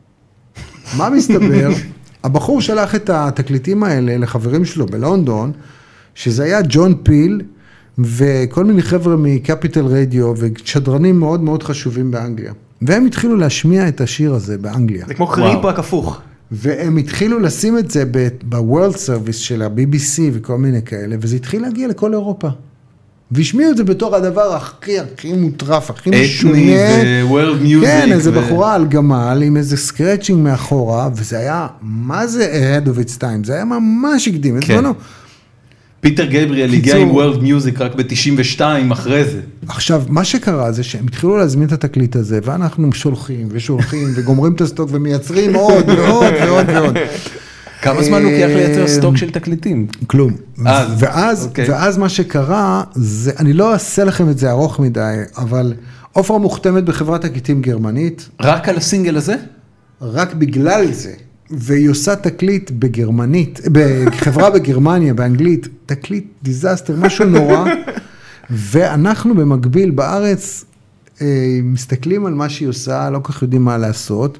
מה מסתבר? הבחור שלח את התקליטים האלה לחברים שלו בלונדון, שזה היה ג'ון פיל, וכל מיני חבר'ה מקפיטל רדיו, ושדרנים מאוד מאוד חשובים באנגליה. והם התחילו להשמיע את השיר הזה באנגליה. זה כמו קריפ רק הפוך. והם התחילו לשים את זה ב-World Service של ה-בי בי סי וכל מיני כאלה, וזה התחיל להגיע לכל אירופה. והשמיעו את זה בתור הדבר הכי, הכי מוטרף, הכי משונה. אתני ו-World Music. כן, איזה בחורה על גמל עם איזה סקרצ'ינג מאחורה, וזה היה, מה זה ahead of its time? זה היה ממש הקדים. כן. פיטר גבריאל הגיע עם World Music רק ב-תשעים ושתיים אחרי זה. עכשיו, מה שקרה זה שהם התחילו להזמין את התקליט הזה, ואנחנו שולחים ושולחים וגומרים את הסטוק ומייצרים עוד ועוד ועוד ועוד. כמה זמן לוקח לייצר סטוק של תקליטים? כלום. ואז, ואז מה שקרה, זה, אני לא אעשה לכם את זה ארוך מדי, אבל עופרה מוחתמת בחברת תקליטים גרמנית. רק על הסינגל הזה? רק בגלל זה. והיא עושה תקליט בגרמנית, בחברה בגרמניה, באנגלית, תקליט דיזסטר, משהו נורא. ואנחנו במקביל בארץ מסתכלים על מה שהיא עושה, לא כך יודעים מה לעשות.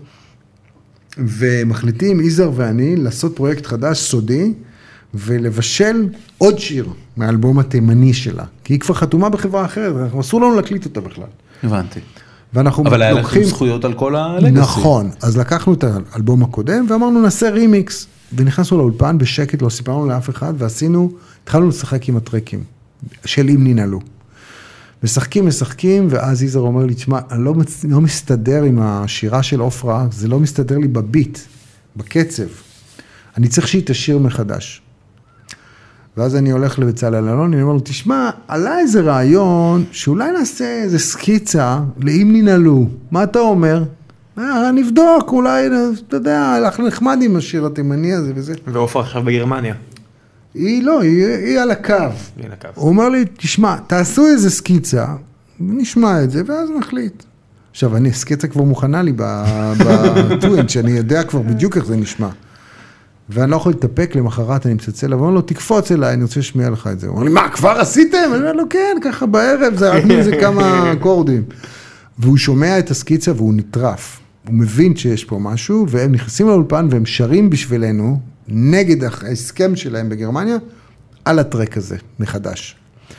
ומחליטים, איזר ואני, לעשות פרויקט חדש, סודי, ולבשל עוד שיר מהאלבום התימני שלה. כי היא כבר חתומה בחברה אחרת, אנחנו אסור לנו להקליט אותה בכלל. הבנתי. ואנחנו אבל היה לוקחים... לכם זכויות על כל הלגסי. נכון, אז לקחנו את האלבום הקודם, ואמרנו נעשה רימיקס, ונכנסנו לאולפן בשקט, לא סיפרנו לאף אחד, ועשינו, התחלנו לשחק עם הטרקים, של אם ננעלו. משחקים, משחקים, ואז איזר אומר לי, תשמע, אני לא, לא מסתדר עם השירה של עופרה, זה לא מסתדר לי בביט, בקצב. אני צריך שהיא תשיר מחדש. ואז אני הולך לבצלאל אלון, אני אומר לו, תשמע, עלה איזה רעיון, שאולי נעשה איזה סקיצה, לאם ננעלו. מה אתה אומר? אה, נבדוק, אולי, אתה יודע, הלך נחמד עם השיר התימני הזה וזה. ועופרה עכשיו בגרמניה. היא לא, היא, היא על הקו. היא על הקו. הוא אומר לי, תשמע, תעשו איזה סקיצה, נשמע את זה, ואז נחליט. עכשיו, אני, סקיצה כבר מוכנה לי בטווינט, שאני יודע כבר בדיוק איך זה נשמע. ואני לא יכול להתאפק למחרת, אני מצלצל, ואומר לו, תקפוץ אליי, אני רוצה לשמיע לך את זה. הוא אומר לי, מה, כבר עשיתם? אני אומר לו, כן, ככה בערב, זה רק מזה כמה אקורדים. והוא שומע את הסקיצה והוא נטרף. הוא מבין שיש פה משהו, והם נכנסים לאולפן והם שרים בשבילנו, נגד ההסכם שלהם בגרמניה, על הטרק הזה, מחדש.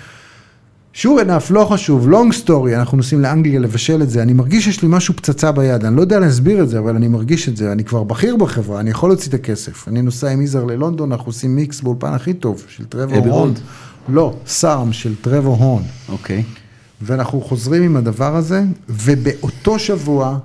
שור ענף, לא חשוב, long story, אנחנו נוסעים לאנגליה לבשל את זה, אני מרגיש שיש לי משהו פצצה ביד, אני לא יודע להסביר את זה, אבל אני מרגיש את זה, אני כבר בכיר בחברה, אני יכול להוציא את הכסף, אני נוסע עם איזר ללונדון, אנחנו עושים מיקס באולפן הכי טוב, של טרוור הון. לא, סארם של טרוור הון. אוקיי. ואנחנו חוזרים עם הדבר הזה, ובאותו שבוע,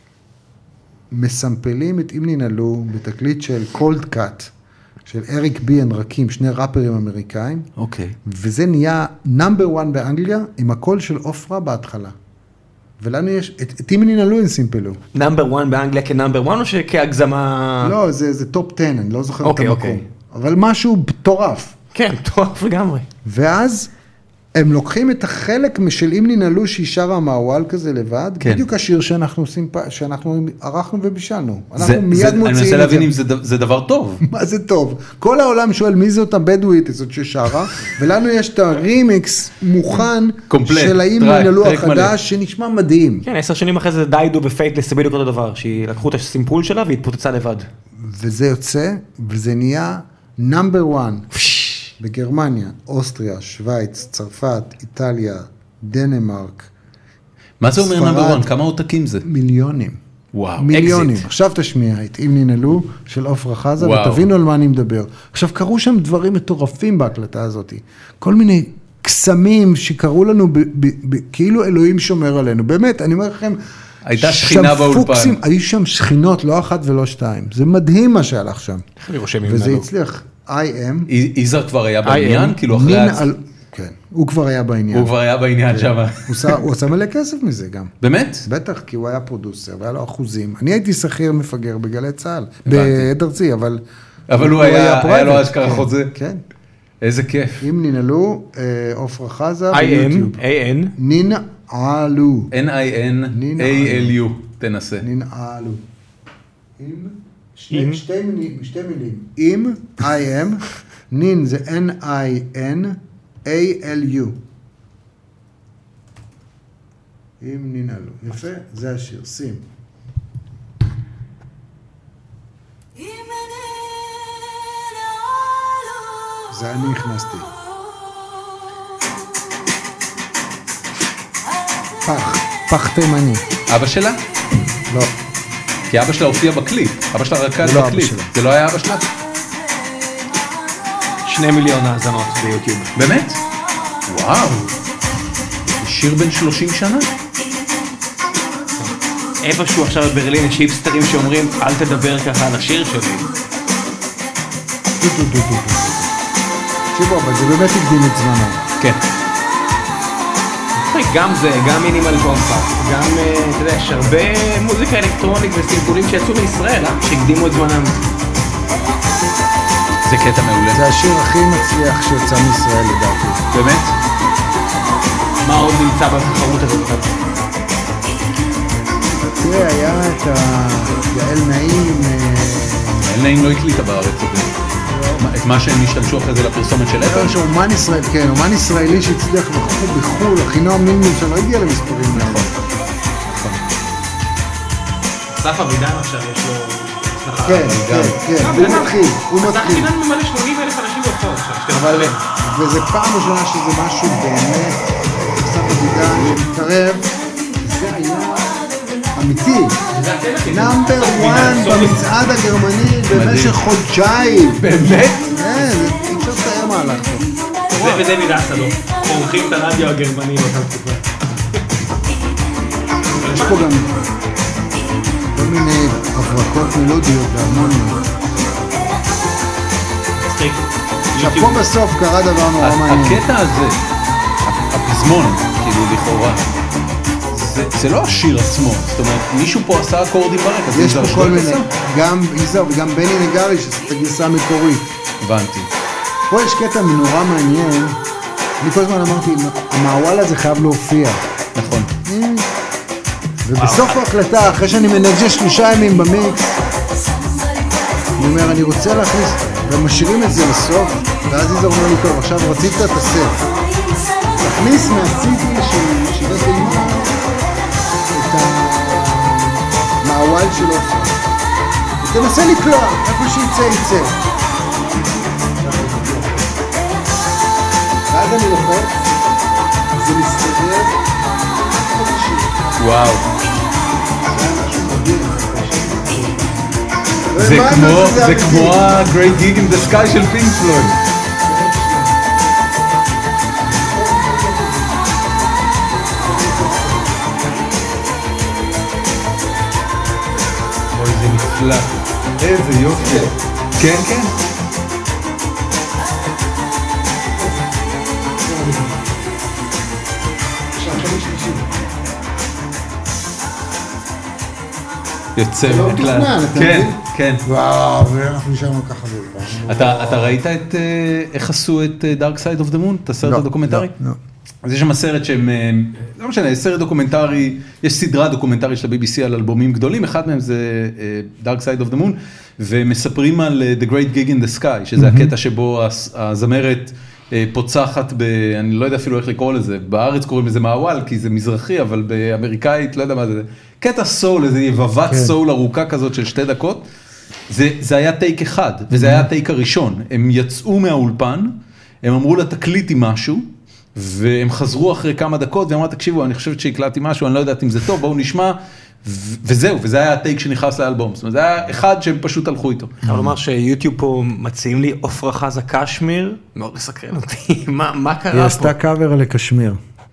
מסמפלים את אם ננעלו בתקליט של קולד קאט, של אריק ביאן רקים, שני ראפרים אמריקאים. אוקיי. וזה נהיה נאמבר וואן באנגליה, עם הקול של עופרה בהתחלה. ולנו יש, את, את אם ננעלו אין סימפלו. נאמבר וואן באנגליה כנאמבר וואן או שכהגזמה? לא, זה, זה טופ עשר, אני לא זוכר אוקיי, את המקום. אוקיי. אבל משהו מטורף. כן, מטורף לגמרי. ואז הם לוקחים את החלק של אם ננעלו שהיא שרה מהוואל כזה לבד, כן. בדיוק השיר שאנחנו עושים, שאנחנו ערכנו ובישלנו. אנחנו זה, מיד זה, מוציאים אני מנסה להבין אם זה, זה דבר טוב. מה זה טוב? כל העולם שואל מי זאת הבדואית הזאת ששרה, ולנו יש את הרימיקס מוכן של האם ננעלו החדש, שנשמע מדהים. כן, עשר שנים אחרי זה דיידו ופייטלס, זה בדיוק אותו דבר, שלקחו את הסימפול שלה והתפוצצה לבד. וזה יוצא, וזה נהיה נאמבר וואן. בגרמניה, אוסטריה, שוויץ, צרפת, איטליה, דנמרק. מה זה אומר נאמבר וואן? כמה עותקים זה? מיליונים. וואו, מיליונים. אקזיט. עכשיו תשמיע את אם ננעלו של עופרה חזה, ותבינו על מה אני מדבר. עכשיו, קרו שם דברים מטורפים בהקלטה הזאת. כל מיני קסמים שקרו לנו, ב- ב- ב- כאילו אלוהים שומר עלינו. באמת, אני אומר לכם, הייתה שכינה באולפן. פוקסים, היו שם שכינות, לא אחת ולא שתיים. זה מדהים מה שהלך שם. וזה הצליח. איי אם. איזר כבר היה בעניין? כאילו אחרי... כן, הוא כבר היה בעניין. הוא כבר היה בעניין שם. הוא עשה מלא כסף מזה גם. באמת? בטח, כי הוא היה פרודוסר, והיה לו אחוזים. אני הייתי שכיר מפגר בגלי צה"ל, בעד ארצי, אבל... אבל הוא היה לו אשכרה חוזה. כן. איזה כיף. אם ננעלו, עופרה חזה ביוטיוב. איי אם. ננעלו. N I N A L U. תנסה. ננעלו. שתי מילים, שתי מילים. אם, I am, נין זה N I N A L U. אם ננעלו. יפה, זה השיר, שים. זה אני הכנסתי. פח, פח תימני. אבא שלה? לא. כי אבא שלה הופיע בקליפ. אבא שלה רקד לא בקליפ. אבא שלה. זה לא היה אבא שלה? שני מיליון האזנות ביוטיוב. באמת? וואו. שיר בן שלושים שנה? איפשהו עכשיו בברלין יש היפסטרים שאומרים, אל תדבר ככה על השיר שלי. תקשיבו, אבל זה באמת הקדים את זמנו. כן. גם זה, גם מינימל קומפקט, גם, אתה יודע, יש הרבה מוזיקה אלקטרונית וסימפולים שיצאו מישראל, אה? שהקדימו את זמנם. זה קטע מעולה. זה השיר הכי מצליח שיצא מישראל לדעתי. באמת? מה עוד נמצא בתחרות הזאת? תראה, היה את ה... יעל נעים... יעל נעים לא הקליטה בארץ, את מה שהם השתמשו אחרי זה לפרסומת של אפל? שאומן ישראל, כן, אומן ישראלי שהצליח בחול, אחינועם מילמן שלא הגיע למספרים. נכון. אסף אבידן עכשיו יש לו... כן, כן, כן, הוא מתחיל, הוא מתחיל. אסף אבידן ממלא שמונים אלף אנשים בהופעות עכשיו. אבל, וזה פעם ראשונה שזה משהו באמת, אסף אבידן שמתקרב, זה היה אמיתי. נאמבר וואן במצעד הגרמני במשך חודשיים. באמת? כן, אי אפשר לתאר מהלך פה. זה ודויד אסלוף, עורכים את הרדיו הגרמני באותה תקופה. יש פה גם כל מיני הברקות מלודיות והמוניות. עכשיו פה בסוף קרה דבר נורא מעניין. הקטע הזה, הפזמון, כאילו לכאורה, זה לא השיר עצמו, זאת אומרת, מישהו פה עשה אקורדים ברקע. יש פה כל מיני, גם יזהר וגם בני נגרי שעשה את הגרסה המקורית. הבנתי. פה יש קטע נורא מעניין, אני כל הזמן אמרתי, המעוול הזה חייב להופיע. נכון. ובסוף ההקלטה, אחרי שאני מנג'ה שלושה ימים במיקס, אני אומר, אני רוצה להכניס, ומשאירים את זה לסוף, ואז יזהר אומר לי, טוב, עכשיו רצית את הסף. תכניס מהסיטי של שירת אימה, את המעוול של אופן. ותנסה לקלוע, איפה שיצא, יצא. ואז אני לוחץ, זה מסתדר. וואו. זה כמו, זה כמו ה-Great Gig in the Sky של פינק פלויד. אוי, זה נפלא. איזה יופי. כן, כן. יוצא מכלל. כן, כן. וואו, ואנחנו נשארנו ככה בולבה. אתה ראית את איך עשו את Dark Side of the Moon? את הסרט הדוקומנטרי? לא. אז יש שם סרט שהם, לא משנה, סרט דוקומנטרי, יש סדרה דוקומנטרית של ה-בי בי סי על אלבומים גדולים, אחד מהם זה Dark Side of the Moon, ומספרים על The Great Gig in the Sky, שזה הקטע שבו הזמרת פוצחת ב... אני לא יודע אפילו איך לקרוא לזה, בארץ קוראים לזה מעוול, כי זה מזרחי, אבל באמריקאית, לא יודע מה זה, קטע סול, איזה יבבת סול ארוכה כזאת של שתי דקות, זה, זה היה טייק אחד, וזה היה הטייק הראשון, הם יצאו מהאולפן, הם אמרו לה תקליטי משהו, והם חזרו אחרי כמה דקות, ואמרה תקשיבו, אני חושבת שהקלטתי משהו, אני לא יודעת אם זה טוב, בואו נשמע, וזהו, וזה היה הטייק שנכנס לאלבום, זאת אומרת, זה היה אחד שהם פשוט הלכו איתו. אני יכול לומר שיוטיוב פה מציעים לי עופרה חזה קשמיר, מאוד מסקרן אותי, מה קרה פה? היא עשתה קאבר לקשמיר.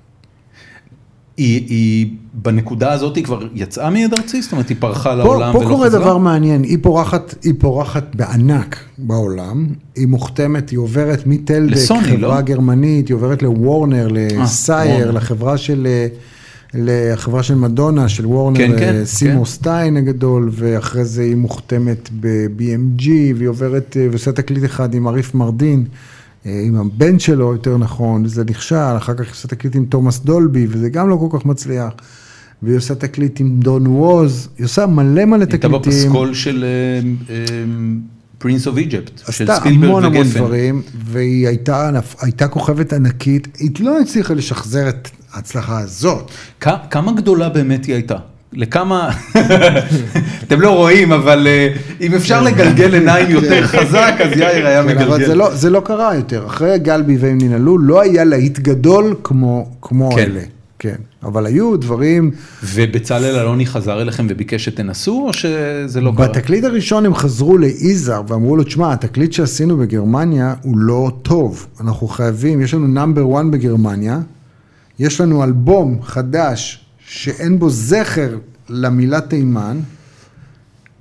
היא בנקודה הזאת היא כבר יצאה מיד ארצי, זאת אומרת, היא פרחה לעולם ולא חזרה? פה קורה דבר מעניין, היא פורחת בענק בעולם, היא מוכתמת, היא עוברת מטלדק, חברה גרמנית, היא עוברת לוורנר, לסייר, לחברה של... לחברה של מדונה, של וורנר, סימור סטיין הגדול, ואחרי זה היא מוכתמת ב-בי אם ג'י, והיא עוברת, ועושה תקליט אחד עם עריף מרדין, עם הבן שלו יותר נכון, זה נכשל, אחר כך היא עושה תקליט עם תומאס דולבי, וזה גם לא כל כך מצליח, והיא עושה תקליט עם דון ווז, היא עושה מלא מלא תקליטים. הייתה בפסקול של פרינס אוף איג'פט, של עשתה ספילברג המון המון וגפן. דברים, והיא הייתה, הייתה כוכבת ענקית, היא לא הצליחה לשחזר את ההצלחה הזאת. כמה גדולה באמת היא הייתה? לכמה, אתם לא רואים, אבל אם אפשר לגלגל עיניים יותר חזק, אז יאיר היה מגלגל. אבל זה לא קרה יותר. אחרי גלבי והם ננעלו, לא היה להיט גדול כמו אלה. כן, אבל היו דברים... ובצלאל אלוני חזר אליכם וביקש שתנסו, או שזה לא קרה? בתקליט הראשון הם חזרו ליזהר ואמרו לו, תשמע, התקליט שעשינו בגרמניה הוא לא טוב. אנחנו חייבים, יש לנו נאמבר וואן בגרמניה, יש לנו אלבום חדש שאין בו זכר למילה תימן,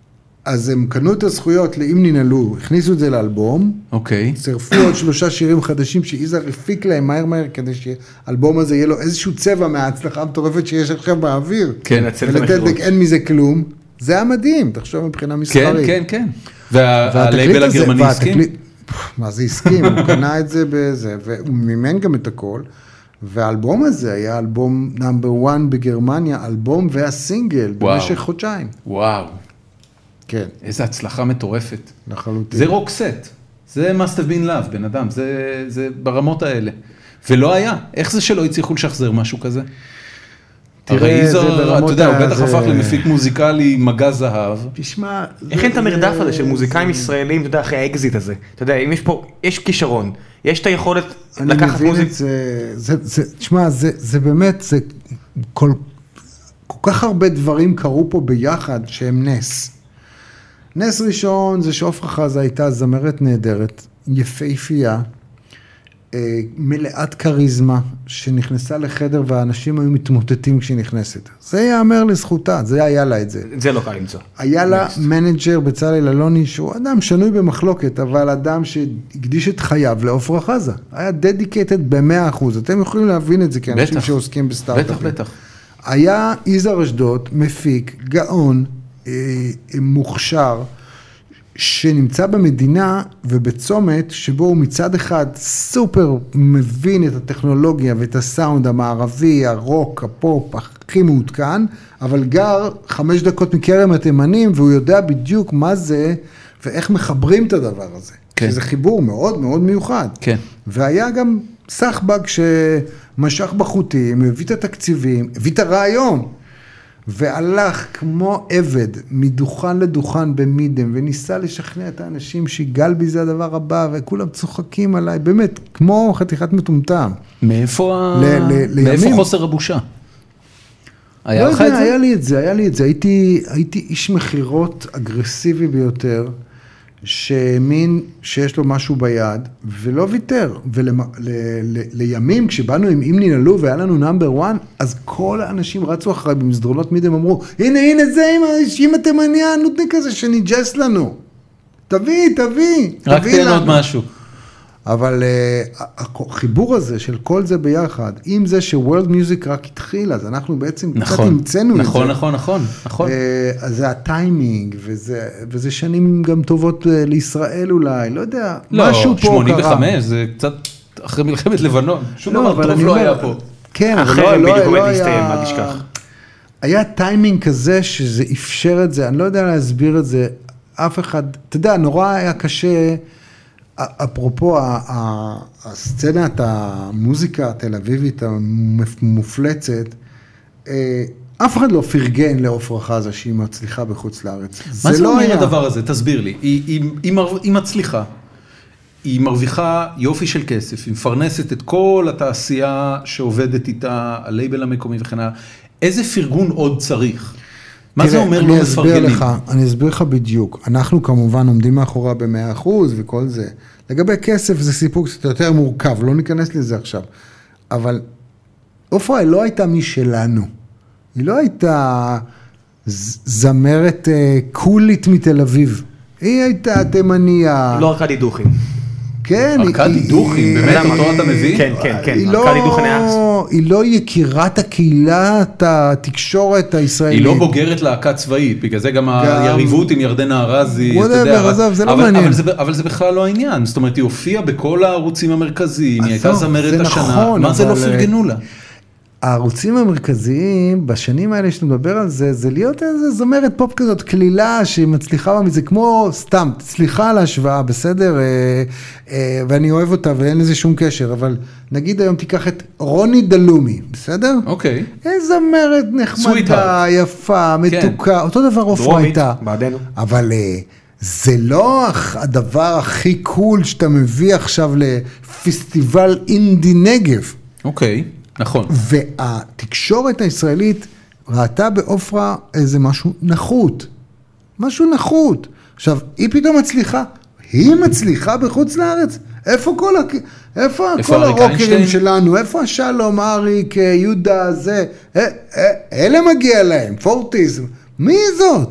אז הם קנו את הזכויות לאם ננעלו, הכניסו את זה לאלבום, אוקיי. צירפו עוד שלושה שירים חדשים שאיזר הפיק להם מהר מהר, כדי שהאלבום הזה יהיה לו איזשהו צבע מההצלחה המטורפת שיש עכשיו באוויר. כן, ולטלדק אין מזה כלום. זה היה מדהים, תחשוב מבחינה מסחרית. כן, כן, כן. והלייבל הגרמני הסכים? מה זה הסכים? הוא קנה את זה בזה, והוא מימן גם את הכל. והאלבום הזה היה אלבום נאמבר וואן בגרמניה, אלבום והסינגל במשך חודשיים. וואו. כן. איזו הצלחה מטורפת. לחלוטין. זה רוקסט. זה must have been love, בן אדם. זה, זה ברמות האלה. ולא היה. איך זה שלא הצליחו לשחזר משהו כזה? תראה, זה ברמות... אתה יודע, הוא בטח הפך למפיק מוזיקלי מגע זהב. תשמע... איך אין את המרדף הזה של מוזיקאים ישראלים, אתה יודע, אחרי האקזיט הזה. אתה יודע, אם יש פה, יש כישרון, יש את היכולת לקחת מוזיק... תשמע, זה באמת, זה כל כך הרבה דברים קרו פה ביחד שהם נס. נס ראשון זה שעופרה חזה הייתה זמרת נהדרת, יפהפייה, מלאת קריזמה, שנכנסה לחדר והאנשים היו מתמוטטים כשהיא נכנסת. זה יאמר לזכותה, זה היה לה את זה. זה לא קל למצוא. היה לה מנג'ר בצלאל אלוני, שהוא אדם שנוי במחלוקת, אבל אדם שהקדיש את חייו לעופרה חזה. היה דדיקטד ב-מאה אחוז. אתם יכולים להבין את זה כאנשים שעוסקים בסטארט-אפים. בטח, בטח. היה יזהר אשדוד, מפיק, גאון, מוכשר, שנמצא במדינה ובצומת שבו הוא מצד אחד סופר מבין את הטכנולוגיה ואת הסאונד המערבי, הרוק, הפופ, הכי מעודכן, אבל גר חמש דקות מקרם התימנים והוא יודע בדיוק מה זה ואיך מחברים את הדבר הזה. כן. שזה חיבור מאוד מאוד מיוחד. כן. והיה גם סחבק שמשך בחוטים, הביא את התקציבים, הביא את הרעיון. והלך כמו עבד מדוכן לדוכן במידם, וניסה לשכנע את האנשים שגלבי זה הדבר הבא, וכולם צוחקים עליי, באמת, כמו חתיכת מטומטם. מאיפה, ל- ל- מאיפה חוסר הבושה? היה לך את זה? היה לי את זה, היה לי את זה. הייתי, הייתי איש מחירות אגרסיבי ביותר, שהאמין שיש לו משהו ביד, ולא ויתר. ולימים, כשבאנו עם אם ננעלו והיה לנו נאמבר וואן, אז כל האנשים רצו אחריי במסדרונות מידם, אמרו, הנה, הנה זה עם התימניה הנודניק הזה שניג'ס לנו. תביא, תביא. רק תן עוד משהו. אבל uh, החיבור הזה של כל זה ביחד, עם זה ש-World Music רק התחיל, אז אנחנו בעצם נכון, קצת המצאנו נכון, את זה. נכון, נכון, נכון. Uh, אז זה הטיימינג, וזה, וזה שנים גם טובות uh, לישראל אולי, לא יודע, לא, משהו פה קרה. שמונים וחמש, זה קצת אחרי מלחמת לבנון, שום דבר טוב לא היה פה. כן, אבל לא, לא, לא היה... היה טיימינג כזה שזה אפשר את זה, אני לא יודע להסביר את זה, אף אחד, אתה יודע, נורא היה קשה... אפרופו הסצנת המוזיקה התל אביבית המופלצת, אף אחד לא פרגן לעופרה חזה שהיא מצליחה בחוץ לארץ. מה זה אומר הדבר הזה? תסביר לי. היא מצליחה, היא מרוויחה יופי של כסף, היא מפרנסת את כל התעשייה שעובדת איתה, הלייבל המקומי וכן הלאה. איזה פרגון עוד צריך? מה זה אומר לא מפרגנים? אני אסביר לך בדיוק. אנחנו כמובן עומדים מאחורה ב-מאה אחוז וכל זה. לגבי כסף זה סיפור קצת יותר מורכב, לא ניכנס לזה עכשיו. אבל עופרה היא לא הייתה משלנו. היא לא הייתה זמרת קולית מתל אביב. היא הייתה תימניה. לא ארכדי דוכין. כן. ארכדי דוכין, באמת אותו אתה מבין? כן, כן, כן. ארכדי דוכין היה... היא לא יקירת הקהילה, התקשורת הישראלית. היא לא בוגרת להקה צבאית, בגלל זה גם היריבות עם ירדנה ארזי. זה לא מעניין. אבל זה בכלל לא העניין. זאת אומרת, היא הופיעה בכל הערוצים המרכזיים, היא הייתה זמרת השנה. מה זה לא פרגנו לה? הערוצים המרכזיים, בשנים האלה שאתה מדבר על זה, זה להיות איזה זמרת פופ כזאת, כלילה שהיא מצליחה מזה, כמו סתם, סליחה על ההשוואה, בסדר? ואני אוהב אותה ואין לזה שום קשר, אבל נגיד היום תיקח את רוני דלומי, בסדר? אוקיי. איזה זמרת נחמדה, יפה, מתוקה, אותו דבר עופרה הייתה. בעדנו. אבל זה לא הדבר הכי קול שאתה מביא עכשיו לפסטיבל אינדי נגב. אוקיי. נכון. והתקשורת הישראלית ראתה בעופרה איזה משהו נחות. משהו נחות. עכשיו, היא פתאום מצליחה. היא מצליחה בחוץ לארץ. איפה כל, איפה כל הרוקרים שלנו? איפה השלום, אריק, יהודה, זה? אלה מגיע להם, פורטיזם. מי זאת?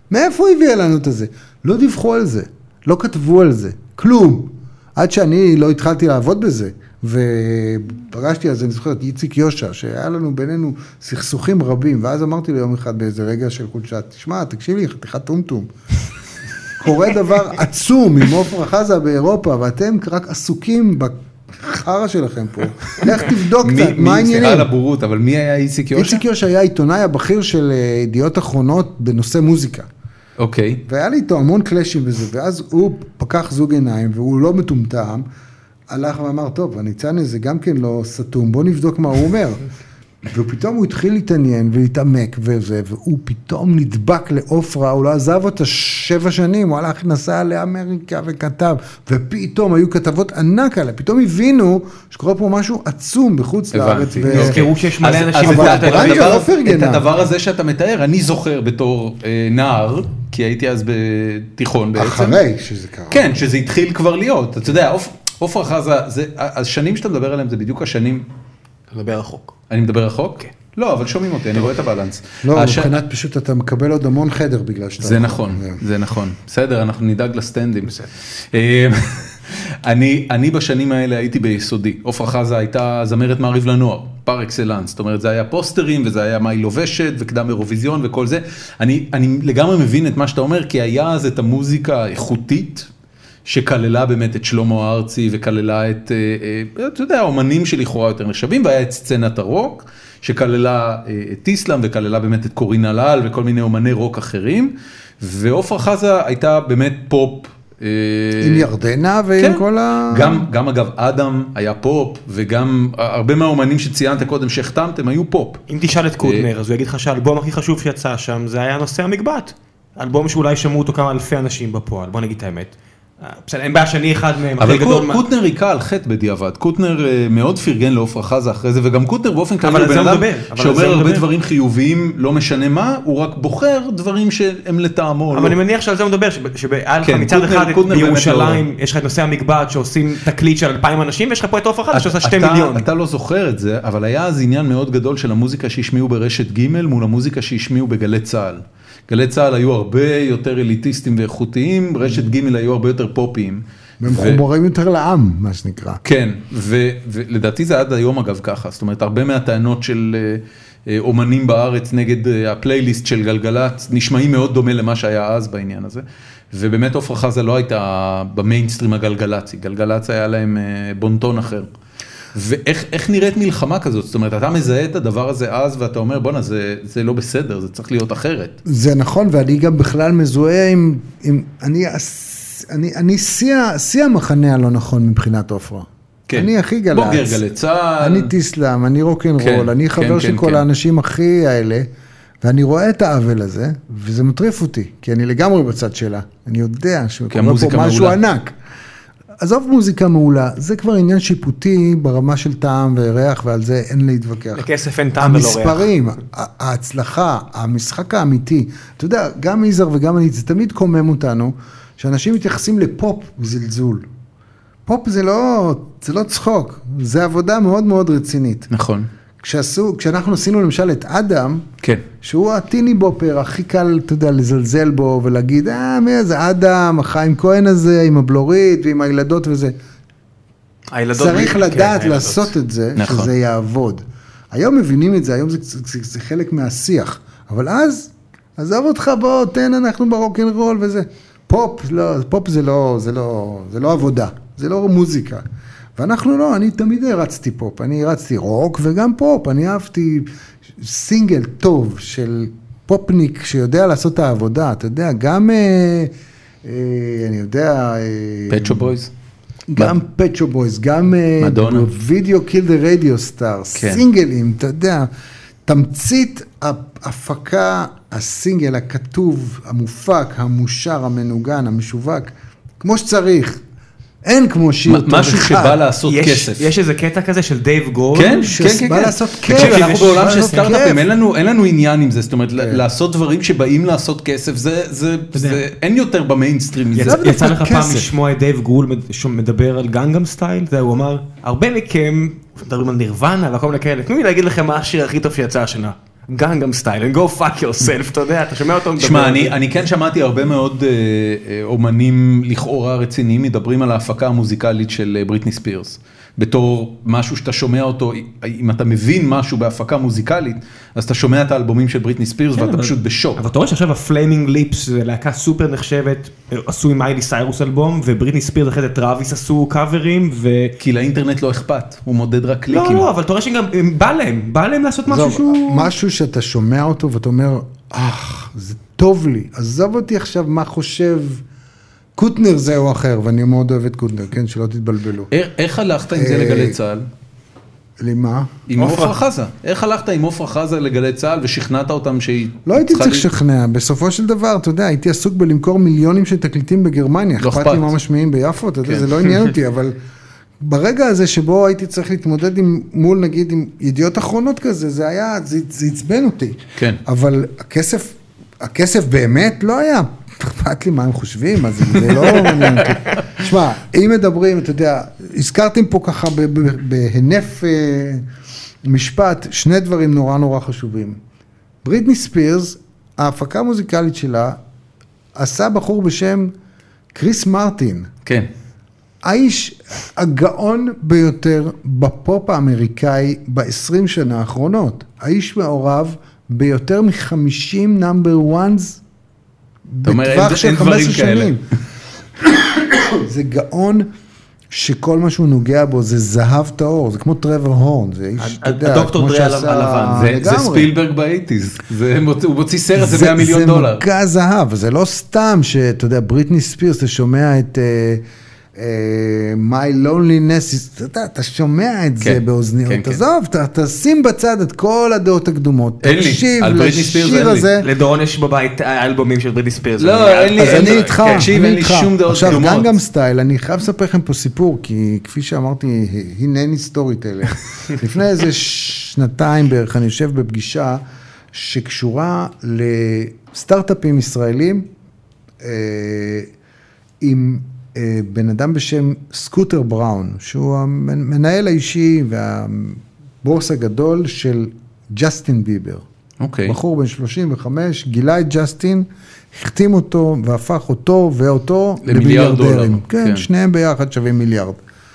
מאיפה הוא הביא לנו את זה? לא דיווחו על זה, לא כתבו על זה, כלום. עד שאני לא התחלתי לעבוד בזה, ופגשתי על זה, אני זוכר את איציק יושע, שהיה לנו בינינו סכסוכים רבים, ואז אמרתי לו יום אחד באיזה רגע של חולשה, תשמע, תקשיב לי, חתיכת טומטום. קורה דבר עצום עם עופרה חזה באירופה, ואתם רק עסוקים בחרא שלכם פה. לך תבדוק קצת, מה העניינים? סליחה על הבורות, אבל מי היה איציק יושע? איציק יושע היה עיתונאי הבכיר של ידיעות אחרונות בנושא מוזיקה. אוקיי. והיה לי איתו המון קלאשים בזה, ואז הוא פקח זוג עיניים, והוא לא מטומטם, הלך ואמר, טוב, הניצן הזה גם כן לא סתום, בוא נבדוק מה הוא אומר. ופתאום הוא התחיל להתעניין ולהתעמק וזה, והוא פתאום נדבק לעופרה, הוא לא עזב אותה שבע שנים, הוא הלך, נסע לאמריקה וכתב, ופתאום היו כתבות ענק עליה, פתאום הבינו שקורה פה משהו עצום בחוץ לארץ. הזכרו שיש מלא אנשים את הדבר הזה שאתה מתאר, אני זוכר בתור נער, כי הייתי אז בתיכון בעצם. אחרי שזה קרה. כן, שזה התחיל כבר להיות. אתה יודע, עופרה חזה, השנים שאתה מדבר עליהם זה בדיוק השנים... אתה מדבר רחוק. אני מדבר רחוק? כן. לא, אבל שומעים אותי, אני רואה את הבלנס. לא, מבחינת פשוט אתה מקבל עוד המון חדר בגלל שאתה... זה נכון, זה נכון. בסדר, אנחנו נדאג לסטנדים. אני בשנים האלה הייתי ביסודי. עופרה חזה הייתה זמרת מעריב לנוער, פר אקסלנס. זאת אומרת, זה היה פוסטרים, וזה היה מה היא לובשת, וקדם אירוויזיון וכל זה. אני לגמרי מבין את מה שאתה אומר, כי היה אז את המוזיקה האיכותית, שכללה באמת את שלמה ארצי, וכללה את, אתה יודע, האומנים שלכאורה יותר נחשבים, והיה את סצנת הרוק, שכללה את איסלאם, וכללה באמת את קורין אלאל, וכל מיני אומני רוק אחרים, ועופרה חזה הייתה באמת פופ. עם ירדנה ועם כן. כל ה... גם, גם אגב, אדם היה פופ, וגם הרבה מהאומנים שציינת קודם שהחתמתם, היו פופ. אם תשאל את קוטנר, אז הוא יגיד לך שהאלבום הכי חשוב שיצא שם, זה היה נושא המגבעת. אלבום שאולי שמעו אותו כמה אלפי אנשים בפועל, בוא נגיד את האמת. בסדר, אין בעיה שאני אחד מהם. אבל קוטנר ריקה על חטא בדיעבד, קוטנר מאוד פרגן לעופרה חזה אחרי זה, וגם קוטנר באופן כללי הוא בן אדם שאומר הרבה דברים חיוביים, לא משנה מה, הוא רק בוחר דברים שהם לטעמו. אבל אני מניח שעל זה הוא מדבר, שמצד אחד בירושלים יש לך את נושא המגבעת שעושים תקליט של אלפיים אנשים, ויש לך פה את עופרה חזה שעושה שתי מיליון. אתה לא זוכר את זה, אבל היה אז עניין מאוד גדול של המוזיקה שהשמיעו ברשת ג' מול המוזיקה שהשמיעו בגלי צהל. גלי צהל היו הרבה יותר אליטיסטים ואיכותיים, רשת ג' היו הרבה יותר פופיים. ומחוברים יותר לעם, מה שנקרא. כן, ולדעתי זה עד היום אגב ככה, זאת אומרת, הרבה מהטענות של אומנים בארץ נגד הפלייליסט של גלגלצ, נשמעים מאוד דומה למה שהיה אז בעניין הזה, ובאמת עופרה חזה לא הייתה במיינסטרים הגלגלצי, גלגלצ היה להם בונטון אחר. ואיך איך נראית מלחמה כזאת? זאת אומרת, אתה מזהה את הדבר הזה אז, ואתה אומר, בונה, זה, זה לא בסדר, זה צריך להיות אחרת. זה נכון, ואני גם בכלל מזוהה עם, עם אני, אני, אני שיא, שיא המחנה הלא נכון מבחינת עופרה. כן. אני הכי גלץ. בוגר גלי צהל. אני טיסלאם, אני רוקנרול, כן, אני חבר כן, של כן, כל כן. האנשים הכי האלה, ואני רואה את העוול הזה, וזה מטריף אותי, כי אני לגמרי בצד שלה. אני יודע שקורה פה משהו מעולה. ענק. עזוב מוזיקה מעולה, זה כבר עניין שיפוטי ברמה של טעם וריח, ועל זה אין להתווכח. לכסף אין טעם ולא ריח. המספרים, ההצלחה, המשחק האמיתי, אתה יודע, גם איזר וגם אני, זה תמיד קומם אותנו, שאנשים מתייחסים לפופ זלזול. פופ זה לא, זה לא צחוק, זה עבודה מאוד מאוד רצינית. נכון. כשעשו, כשאנחנו עשינו למשל את אדם, כן. שהוא הטיני בופר, הכי קל, אתה יודע, לזלזל בו ולהגיד, אה, מי זה אדם, החיים כהן הזה, עם הבלורית ועם הילדות וזה. הילדות צריך כן, לדעת כן, לעשות את זה, נכון. שזה יעבוד. היום מבינים את זה, היום זה, זה, זה, זה חלק מהשיח, אבל אז, עזוב אותך בוא, תן אנחנו ברוקנרול וזה. פופ, לא, פופ זה לא, זה לא, זה לא עבודה, זה לא מוזיקה. ואנחנו לא, אני תמיד הרצתי פופ, אני הרצתי רוק וגם פופ, אני אהבתי סינגל טוב של פופניק שיודע לעשות את העבודה, אתה יודע, גם, אה, אה, אני יודע... פט שופ בויז? גם פט שופ בויז, גם מדונה. וידאו קיל דה רדיו סטאר, סינגלים, אתה יודע, תמצית ההפקה, הסינגל הכתוב, המופק, המושר, המנוגן, המשווק, כמו שצריך. אין כמו שיר טוב אחד. משהו שבא לעשות כסף. יש איזה קטע כזה של דייב גול. כן, כן, כן. שבא לעשות כיף. תקשיב, אנחנו בעולם של סטארט-אפים, אין לנו עניין עם זה, זאת אומרת, לעשות דברים שבאים לעשות כסף, זה, אין יותר במיינסטרים מזה. יצא לך פעם לשמוע את דייב גול מדבר על גנגנם סטייל, הוא אמר, הרבה מכם מדברים על נירוונה וכל מיני כאלה, תנו לי להגיד לכם מה השיר הכי טוב שיצא השנה. גנגנם סטייל, and go fuck yourself, אתה יודע, אתה שומע אותו מדבר. שמע, אני, אני כן שמעתי הרבה מאוד אה, אה, אומנים לכאורה רציניים, מדברים על ההפקה המוזיקלית של בריטני ספירס. בתור משהו שאתה שומע אותו, אם אתה מבין משהו בהפקה מוזיקלית, אז אתה שומע את האלבומים של בריטני ספירס, ואתה פשוט בשוק. אבל אתה רואה שעכשיו הפליימינג ליפס, זה להקה סופר נחשבת, עשו עם מיילי סיירוס אלבום, ובריטני ספירס אחרי זה טראביס עשו קאברים, ו... כי לאינטרנט לא אכפת, הוא מודד רק קליקים. לא, לא, אבל אתה רואה שגם בא להם, בא להם לעשות משהו שהוא... משהו שאתה שומע אותו ואתה אומר, אך, זה טוב לי, עזוב אותי עכשיו מה חושב... קוטנר זה או אחר, ואני מאוד אוהב את קוטנר, כן, שלא תתבלבלו. איך הלכת עם זה לגלי צהל? למה? עם עופרה חזה. איך הלכת עם עופרה חזה לגלי צהל ושכנעת אותם שהיא... לא הייתי צריך לשכנע, בסופו של דבר, אתה יודע, הייתי עסוק בלמכור מיליונים של תקליטים בגרמניה, אכפת לי מה משמיעים ביפו, אתה יודע, זה לא עניין אותי, אבל ברגע הזה שבו הייתי צריך להתמודד מול, נגיד, עם ידיעות אחרונות כזה, זה היה, זה עצבן אותי. כן. אבל הכסף, הכסף באמת לא היה. אכפת לי מה הם חושבים, אז זה לא מעניין אותי. תשמע, אם מדברים, אתה יודע, הזכרתם פה ככה בהנף משפט, שני דברים נורא נורא חשובים. בריטני ספירס, ההפקה המוזיקלית שלה, עשה בחור בשם קריס מרטין. כן. האיש הגאון ביותר בפופ האמריקאי ב-עשרים שנה האחרונות. האיש מעורב ביותר מ-חמישים נאמבר וואנס, בטווח של חמש עשרה שנים. זה גאון שכל מה שהוא נוגע בו זה זהב טהור, זה כמו טרוור הורן, זה איש, אתה יודע, הדוקטור דרי הלבן. זה ספילברג באייטיז, הוא מוציא סרט, זה מאה מיליון דולר. זה מגע זהב, זה לא סתם שאתה יודע, בריטני ספירס, אתה שומע את My Loneliness, אתה שומע את זה באוזניות, עזוב, תשים בצד את כל הדעות הקדומות, תקשיב לשיר הזה. לדורון יש בבית האלבומים של בריטני ספירס. לא, אין לי, אז אני איתך, תקשיב, אין לי שום דעות קדומות. עכשיו, גנגנם סטייל, אני חייב לספר לכם פה סיפור, כי כפי שאמרתי, הנני סטורי טלר. לפני איזה שנתיים בערך, אני יושב בפגישה שקשורה לסטארט-אפים ישראלים, עם בן אדם בשם סקוטר בראון, שהוא המנהל האישי והבוס הגדול של ג'סטין ביבר. אוקיי. בחור בן שלושים וחמש, גילה את ג'סטין, החתים אותו והפך אותו ואותו למיליארדרים. כן, שניהם ביחד שווים מיליארד.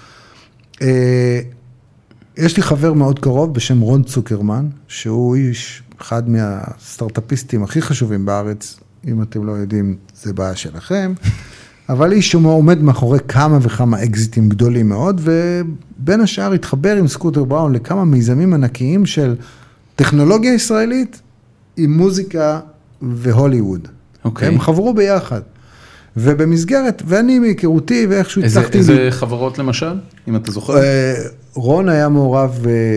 יש לי חבר מאוד קרוב בשם רון צוקרמן, שהוא איש, אחד מהסטארט-אפיסטים הכי חשובים בארץ, אם אתם לא יודעים, זה בעיה שלכם. אבל איש שהוא עומד מאחורי כמה וכמה אקזיטים גדולים מאוד, ובין השאר התחבר עם סקוטר בראון לכמה מיזמים ענקיים של טכנולוגיה ישראלית עם מוזיקה והוליווד. אוקיי. הם חברו ביחד. ובמסגרת, ואני מהיכרותי ואיכשהו הצלחתי... איזה חברות למשל, אם אתה זוכר? רון היה מעורב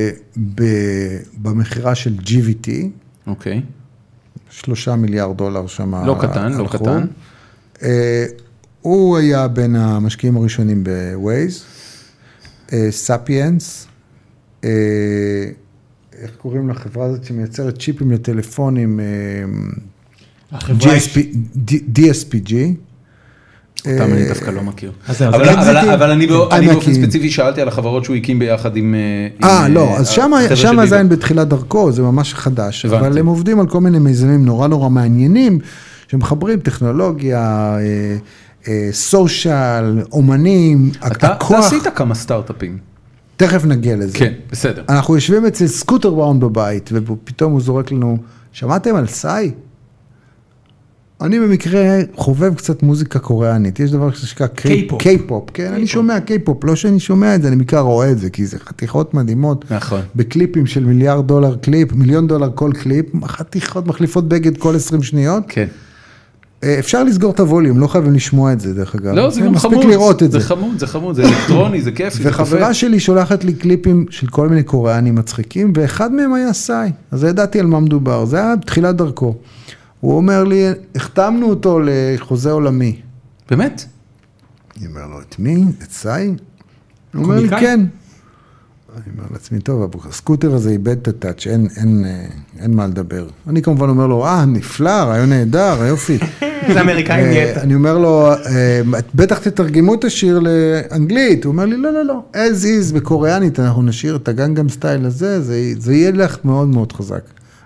במחירה של ג'י וי טי. אוקיי. שלושה מיליארד דולר שם. לא קטן, לא קטן. הוא היה בין המשקיעים הראשונים בווייז, סאפיאנס, איך קוראים לחברה הזאת שמייצרת צ'יפים לטלפונים, די אס פי ג'י. אותם אני דווקא לא מכיר. אבל אני באופן ספציפי שאלתי על החברות שהוא הקים ביחד עם... אה, לא, אז שם הזין בתחילת דרכו, זה ממש חדש, אבל הם עובדים על כל מיני מיזמים נורא נורא מעניינים, שמחברים טכנולוגיה, סושיאל, אומנים, הכוח... אתה עשית כמה סטארט-אפים. תכף נגיע לזה. כן, בסדר. אנחנו יושבים אצל סקוטר בראון בבית, ופתאום הוא זורק לנו, שמעתם על סאי? אני במקרה חובב קצת מוזיקה קוריאנית, יש דבר שנקרא קיי-פופ, כן, אני שומע קיי-פופ, לא שאני שומע את זה, אני בעיקר רואה את זה, כי זה חתיכות מדהימות, בקליפים של מיליארד דולר קליפ, מיליון דולר כל קליפ, חתיכות מחליפות בגד כל עשרים שניות, כן. אפשר לסגור את הווליום, לא חייבים לשמוע את זה, דרך אגב. לא, זה גם חמוד, זה חמוד, זה חמוד, זה אלקטרוני, זה כיפי. וחברה שלי שולחת לי קליפים של כל מיני קוריאנים מצחיקים, ואחד מהם היה סאי, אז ידעתי על מה מדובר, זה היה בתחילת דרכו. הוא אומר לי, החתמנו אותו לחוזה עולמי. באמת? אני אומר לו, את מי? את סאי? הוא אומר לי, כן. אני אומר לעצמי, טוב, הסקוטר הזה איבד את הטאץ', אין, אין, אין מה לדבר. אני כמובן אומר לו, אה, נפלא, רעיון נהדר, היופי. זה אמריקאים נהייתה. אני אומר לו, בטח תתרגמו את השיר לאנגלית. הוא אומר לי, לא, לא, לא. as is בקוריאנית, אנחנו נשאיר את הגנגנם סטייל הזה, זה יהיה לך מאוד מאוד חזק.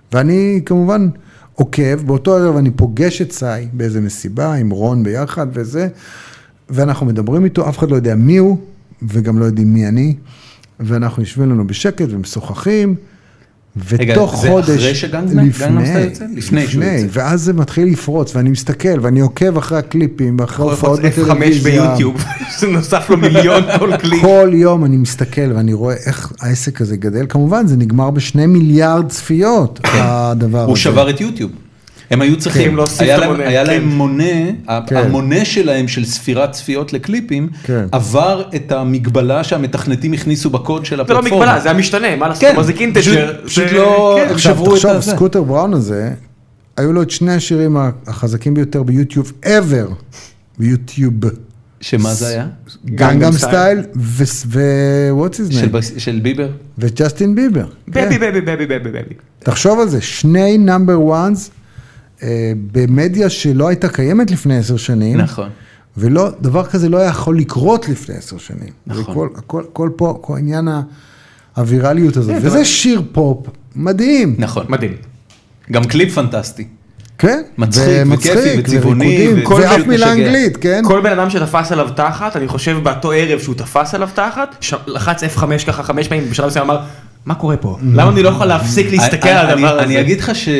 ואני כמובן עוקב, באותו ערב אני פוגש את סי באיזה מסיבה, עם רון ביחד וזה, ואנחנו מדברים איתו, אף אחד לא יודע מי הוא, וגם לא יודעים מי אני, ואנחנו יושבים לנו בשקט ומשוחחים, ותוך חודש, זה אחרי שגנגנם סטייל יוצא? לפני שהוא יוצא. ואז זה מתחיל לפרוץ, ואני מסתכל, ואני עוקב אחרי הקליפים, ואחרי הופעות בטלוויזיה. אף חמש ביוטיוב, זה נוסף לו מיליון כל קליפ. כל יום אני מסתכל, ואני רואה איך העסק הזה גדל. כמובן, זה נגמר בשני מיליארד צפיות, הדבר הזה. הוא שבר את יוטיוב. הם היו צריכים, היה להם מונה, המונה שלהם של ספירת צפיות לקליפים, עבר את המגבלה שהמתכנתים הכניסו בקוד של הפלטפורמה. זה לא מגבלה, זה המשתנה, מה לעשות, מה זה קינטג'ר. פשוט לא, הם שברו את זה. סקוטר בראון הזה, היו לו את שני השירים החזקים ביותר ביוטיוב, ever, ביוטיוב. שמה זה היה? גנגנם סטייל, ו-what's his name? של ביבר. וג'סטין ביבר. בבי, בבי, בבי, בבי, בבי. תחשוב על זה, שני נאמבר וואנס, במדיה שלא הייתה קיימת לפני עשר שנים. נכון. ולא, דבר כזה לא היה יכול לקרות לפני עשר שנים. נכון. וכל, הכל, כל פה, כל עניין הווירליות הזאת. וזה שיר פופ מדהים. נכון. מדהים. גם קליפ פנטסטי. כן. מצחיק וכיפי וצבעוני. ואף מילה אנגלית, כן. כל בן אדם שתפס עליו תחת, אני חושב באותו ערב שהוא תפס עליו תחת, לחץ אף חמש ככה חמש פעמים, בשלב מסוים אמר, מה קורה פה? למה אני לא יכול להפסיק להסתכל על הדבר הזה? אני אגיד לך ש...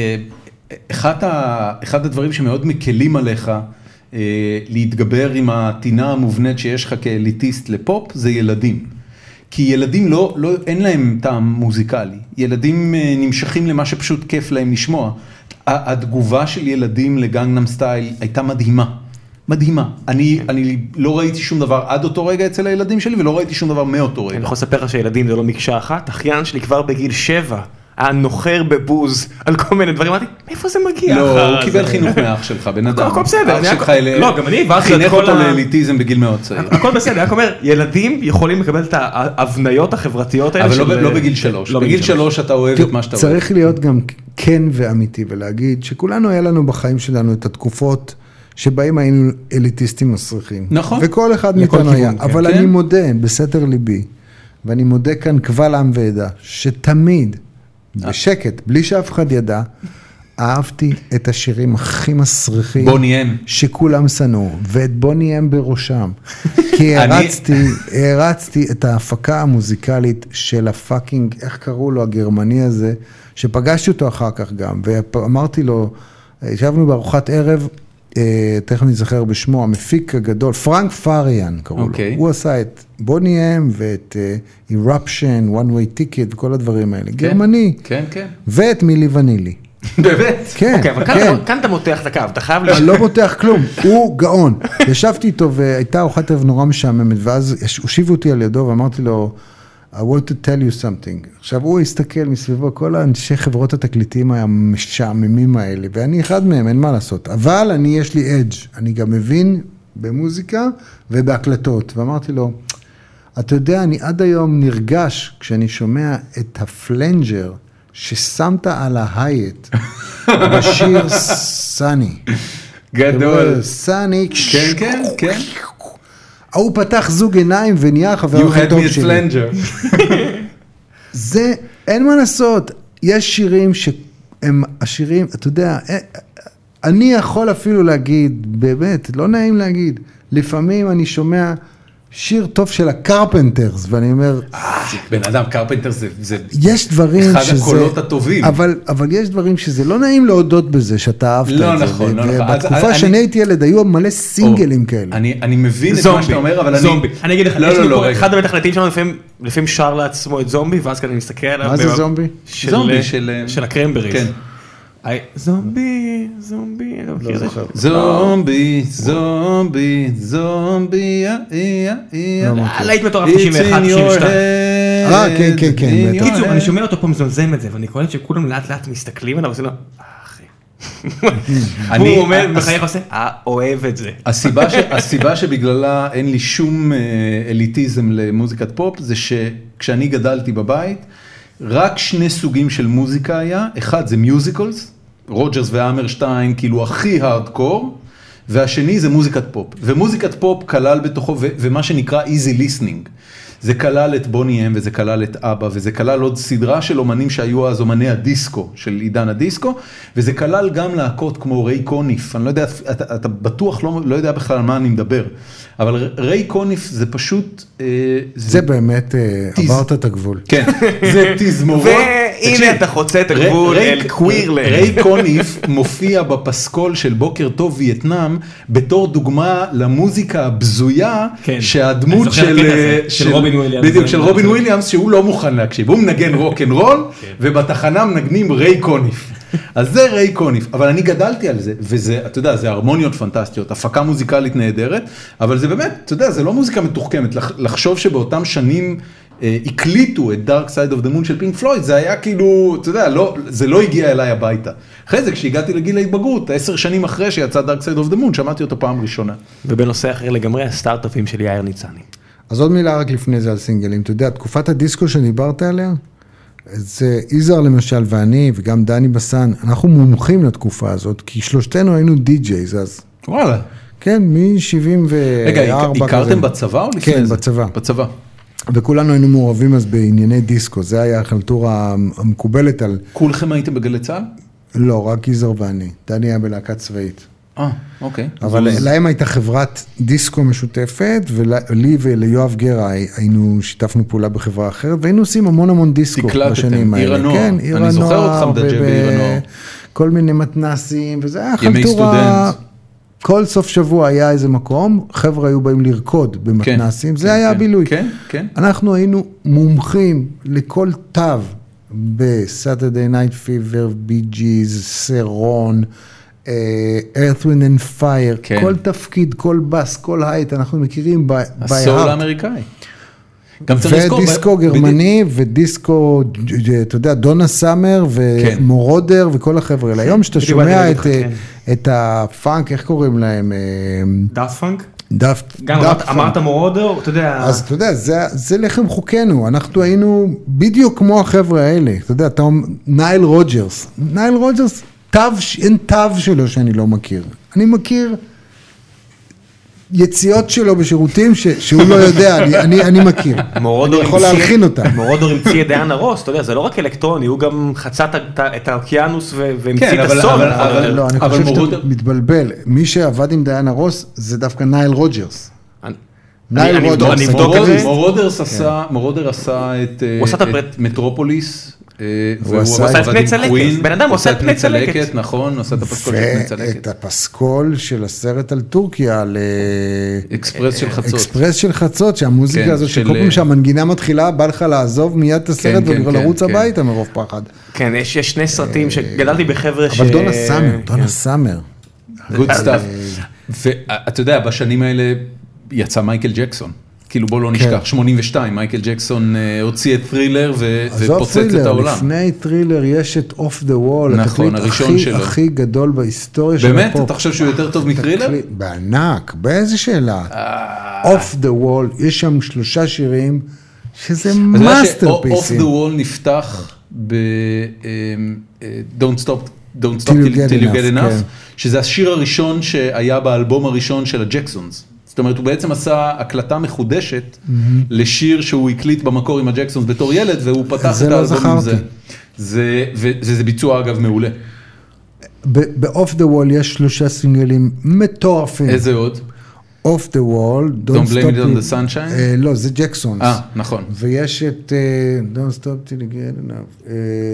אחד הדברים שמאוד מקלים עליך להתגבר עם הטינה המובנית שיש לך כאליטיסט לפופ, זה ילדים. כי ילדים לא, לא, אין להם טעם מוזיקלי. ילדים נמשכים למה שפשוט כיף להם לשמוע. התגובה של ילדים לגנגנם סטייל הייתה מדהימה. מדהימה. אני, אני לא ראיתי שום דבר עד אותו רגע אצל הילדים שלי, ולא ראיתי שום דבר מאותו רגע. אני יכול לספר לך שילדים זה לא מקשה אחת. אחיין שלי כבר בגיל שבע. היה נוחר בבוז על כל מיני דברים, אמרתי, מאיפה זה מגיע? לא, הוא קיבל חינוך מאח שלך, בן אדם. הכל בסדר. אח שלך לא, גם אני חינך אותו לאליטיזם בגיל מאוד צעיר. הכל בסדר, אני אומר, ילדים יכולים לקבל את ההבניות החברתיות האלה. אבל לא בגיל שלוש. בגיל שלוש אתה אוהב את מה שאתה אוהב. צריך להיות גם כן ואמיתי ולהגיד שכולנו היה לנו בחיים שלנו את התקופות שבהם היינו אליטיסטים מסריחים. נכון. וכל אחד מאיתנו היה. אבל אני מודה בסתר ליבי, ואני מודה כאן קבל עם ועדה, שתמיד בשקט, בלי שאף אחד ידע, אהבתי את השירים הכי מסריחים. בוני אם. שכולם שנאו, ואת בוני אם בראשם. כי הרצתי, הרצתי את ההפקה המוזיקלית של הפאקינג, איך קראו לו, הגרמני הזה, שפגשתי אותו אחר כך גם, ואמרתי לו, ישבנו בארוחת ערב, תכף נזכר בשמו, המפיק הגדול, פרנק פאריאן קראו לו. הוא עשה את בוני אם ואת Eruption, One Way Ticket וכל הדברים האלה. גרמני. כן, כן. ואת מילי ונילי. באמת? כן, כן. אבל כאן אתה מותח את הקו, אתה חייב... אני לא מותח כלום, הוא גאון. ישבתי איתו והייתה ארוחת ערב נורא משעממת, ואז הושיבו אותי על ידו ואמרתי לו, I want to tell you something. עכשיו הוא הסתכל מסביבו, כל האנשי חברות התקליטים המשעממים האלה, ואני אחד מהם, אין מה לעשות. אבל אני, יש לי אדג', אני גם מבין במוזיקה ובהקלטות. ואמרתי לו, אתה יודע, אני עד היום נרגש כשאני שומע את הפלנג'ר ששמת על ההייט בשיר סני. גדול. סני. כן, כן, כן. הוא פתח זוג עיניים ונהיה חבר הכי טוב שלי. You had me at flanger. זה, אין מה לעשות. יש שירים שהם השירים, אתה יודע, אני יכול אפילו להגיד, באמת, לא נעים להגיד, לפעמים אני שומע שיר טוב של הקרפנטרס, ואני אומר, בן אדם, קרפנטרס זה יש דברים אחד שזה, הקולות הטובים. אבל, אבל יש דברים שזה לא נעים להודות בזה, שאתה אהבת לא את זה. נכון, לא נכון. ובתקופה שאני הייתי ילד, היו מלא סינגלים כאלה. אני, אני מבין את מה שאתה אומר, אבל אני... זומבי. אני אגיד לך, לא, יש לא, לי לא, פה, רגע. אחד המתכנתים שלנו לפעמים שר לעצמו את זומבי, ואז כאן אני מסתכל עליו. מה זה זומבי? זומבי של... של הקרמבריז. כן. זומבי, זומבי, לא זוכר. זומבי, זומבי, זומבי, להיט מטורף תשעים ואחת תשעים ושתיים. אה, כן, כן, כן. קיצור, אני שומע אותו פה מזמזם את זה, ואני קורא שכולם לאט לאט מסתכלים עליו, ועושים לו, אחי. הוא אומר, מחייך עושה, אה, אוהב את זה. הסיבה שבגללה אין לי שום אליטיזם למוזיקת פופ, זה שכשאני גדלתי בבית, רק שני סוגים של מוזיקה היה, אחד זה מיוזיקלס, רוג'רס והמרשטיין, כאילו הכי הארדקור, והשני זה מוזיקת פופ. ומוזיקת פופ כלל בתוכו, ומה שנקרא easy listening. זה כלל את בוני אם, וזה כלל את אבא, וזה כלל עוד סדרה של אומנים שהיו אז אומני הדיסקו, של עידן הדיסקו, וזה כלל גם להקות כמו ריי קוניף, אני לא יודע, אתה, אתה בטוח לא, לא יודע בכלל על מה אני מדבר, אבל ריי קוניף זה פשוט... אה, זה, זה באמת, תז... עברת את הגבול. כן, זה תזמורות. והנה אתה חוצה את הגבול אל קווירלנד. ריי קוניף מופיע בפסקול של בוקר טוב וייטנאם, בתור דוגמה למוזיקה הבזויה, שהדמות של... של רובין וויליאמס. בדיוק, של רובין וויליאמס, שהוא לא מוכן להקשיב. הוא מנגן רוק אנד רול, ובתחנה מנגנים ריי קוניף. אז זה ריי קוניף, אבל אני גדלתי על זה, וזה, אתה יודע, זה הרמוניות פנטסטיות, הפקה מוזיקלית נהדרת, אבל זה באמת, אתה יודע, זה לא מוזיקה מתוחכמת, לחשוב שבאותם שנים הקליטו את Dark Side of the Moon של פינק פלויד, זה היה כאילו, אתה יודע, לא, זה לא הגיע אליי הביתה. אחרי זה, כשהגעתי לגיל ההתבגרות, עשר שנים אחרי שיצא Dark Side of the Moon, שמעתי אותו פעם ראשונה. ובנושא אחר לגמרי, הסטארט-אפים של יאיר ניצני. אז עוד מילה רק לפני זה על סינגלים, אתה יודע, תקופת הדיסקו שדיברת עליה, זה איזר למשל ואני וגם דני בסן, אנחנו מומחים לתקופה הזאת, כי שלושתנו היינו די-ג'ייז אז. וואלה. כן, מ-שבעים וארבע. רגע, הכרתם בצבא או לפני כן, זה? כן, בצבא. בצבא. וכולנו היינו מעורבים אז בענייני דיסקו, זה היה החלטורה המקובלת על... כולכם הייתם בגלי צה"ל? לא, רק איזר ואני. דני היה בלהקה צבאית. אה, אוקיי. אבל להם הייתה חברת דיסקו משותפת, ולי וליואב גרה היינו, שיתפנו פעולה בחברה אחרת, והיינו עושים המון המון דיסקו בשנים האלה. עיר הנוער. כן, עיר אני זוכר אותך מדג'ה בעיר הנוער. כל מיני מתנסים, וזה היה ימי חלטורה... כל סוף שבוע היה איזה מקום, חבר'ה היו באים לרקוד במתנסים, זה היה הבילוי. כן, כן. אנחנו היינו מומחים לכל תו ב-Saturday Night Fever, בי ג'יז, סרון, Earth, Wind and Fire, כל תפקיד, כל בס, כל הייט, אנחנו מכירים ב-heart. הסול האמריקאי. ודיסקו גרמני, ודיסקו, אתה יודע, דונה סאמר, ומורודר, וכל החבר'ה האלה. היום שאתה שומע את הפאנק, איך קוראים להם? דאפט פאנק? דאפט. גם אמרת מורודר, אתה יודע. אז אתה יודע, זה לחם חוקנו, אנחנו היינו בדיוק כמו החבר'ה האלה. אתה יודע, אתה אומר, נייל רוג'רס. נייל רוג'רס, אין תו שלו שאני לא מכיר. אני מכיר... יציאות שלו בשירותים שהוא לא יודע, אני מכיר. אני יכול להלחין אותה. מורודור המציא את דיאנה רוס, אתה יודע, זה לא רק אלקטרוני, הוא גם חצה את האוקיינוס והמציא את הסול. לא, אני חושב שאתה מתבלבל. מי שעבד עם דיאנה רוס זה דווקא נייל רוג'רס. נייל רוג'רס. מורודור עשה את מטרופוליס. הוא עשה את פני צלקת, בן אדם הוא עשה את פני צלקת. נכון, הוא עשה את הפסקול של פני צלקת. ואת הפסקול של הסרט על טורקיה, אקספרס של חצות. אקספרס של חצות, שהמוזיקה הזאת, שכל פעם שהמנגינה מתחילה, בא לך לעזוב מיד את הסרט ולרוץ הביתה מרוב פחד. כן, יש שני סרטים שגדלתי בחבר'ה ש... אבל דונה סאמר, דונה סאמר. Good stuff. ואתה יודע, בשנים האלה יצא מייקל ג'קסון. כאילו בוא לא נשכח, שמונים ושתיים, מייקל ג'קסון הוציא את טרילר ופוצץ את העולם. לפני טרילר יש את אוף דה וול, נכון, הראשון שלו. הכי גדול בהיסטוריה של הפופ. באמת? אתה חושב שהוא יותר טוב מטרילר? בענק, באיזה שאלה. אוף דה וול, יש שם שלושה שירים, שזה מאסטרפיסים. אוף דה וול נפתח ב... Don't Stop, Don't Stop Till You Get Enough, שזה השיר הראשון שהיה באלבום הראשון של הג'קסונס. זאת אומרת, הוא בעצם עשה הקלטה מחודשת לשיר שהוא הקליט במקור עם הג'קסונס בתור ילד, והוא פתח את האלבום עם זה. וזה ביצוע אגב מעולה. ב-Off the Wall יש שלושה סינגלים מטורפים. איזה עוד? Off the Wall, Don't Blame It on the Sunshine? לא, זה ג'קסונס. אה, נכון. ויש את Don't Stop Till You Get Enough.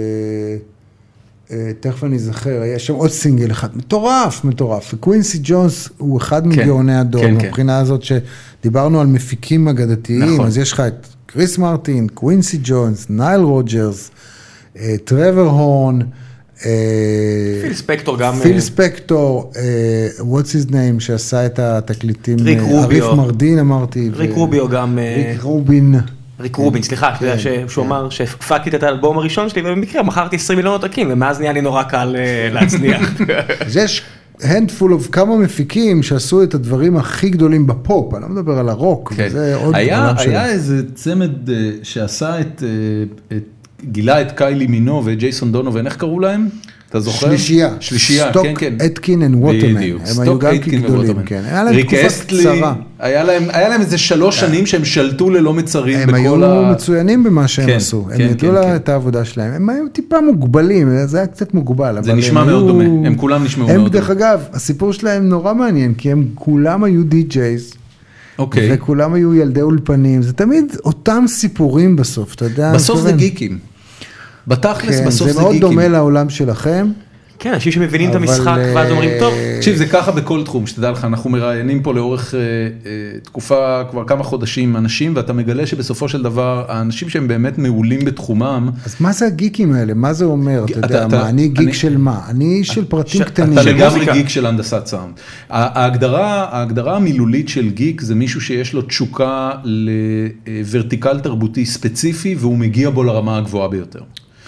תכף אני זכר, יש שם עוד סינגל אחד, מטורף, מטורף, וקווינסי ג'ונס הוא אחד מגאוני הדור, מבחינה הזאת שדיברנו על מפיקים אגדתיים, אז יש לך את קריס מרטין, קווינסי ג'ונס, נייל רוג'רס, טרוור הורן, פיל ספקטור גם, פיל ספקטור, what's his name, שעשה את התקליטים, ריק רוביו, אריף מרדין אמרתי, ריק רוביו גם, ריק רובין, ריק רובין, סליחה, שהוא אמר שהפקתי את האלבום הראשון שלי, ובמקרה מכרתי עשרים מיליון עותקים, ומאז נהיה לי נורא קל להצניח. אז יש handful of כמה מפיקים שעשו את הדברים הכי גדולים בפופ, אני לא מדבר על הרוק, זה עוד עולם שלו. היה איזה צמד שעשה את, גילה את קיילי מינו וג'ייסון דונובן, איך קראו להם? אתה זוכר? שלישייה. שלישייה, סטוק, כן, כן. אתקין וווטרמן. בדיוק, הם היו גם כגדולים, כן. היה להם ריק תקופה אסטלי, קצרה. היה להם, היה להם איזה שלוש שנים שהם שלטו ללא מצרים הם בכל היו ה... מצוינים במה שהם כן, עשו. כן, הם ידעו כן, לה כן. את העבודה שלהם. הם היו טיפה מוגבלים, זה היה קצת מוגבל. זה אבל נשמע הם מאוד היו- דומה, הם כולם נשמעו הם, מאוד דרך דומה. אגב, הסיפור שלהם נורא מעניין, כי הם כולם היו די-ג'ייז. אוקיי. וכולם היו ילדי אולפנים. זה תמיד אותם סיפורים בסוף, אתה יודע? בסוף אני זה מתכוון. גיקים. בתכלס כן, בסוף זה זה מאוד גיקים. דומה לעולם שלכם. כן, אנשים שמבינים את אבל, המשחק, ואז אומרים, טוב, אה, תקשיב, זה ככה בכל תחום, שתדע לך, אנחנו מראיינים פה לאורך אה, אה, תקופה, כבר כמה חודשים, אנשים, ואתה מגלה שבסופו של דבר, האנשים שהם באמת מעולים בתחומם, אז מה זה הגיקים האלה? מה זה אומר? אתה אתה- יודע, אתה- מה, אני גיק אני- של מה? אני של פרטים ש- קטנים. אתה של לגמרי מוזיקה. גיק של הנדסת סאונד. ההגדרה, ההגדרה המילולית של גיק זה מישהו שיש לו תשוקה לוורטיקל תרבותי ספציפי, והוא מגיע בו לרמה הגבוהה ביותר.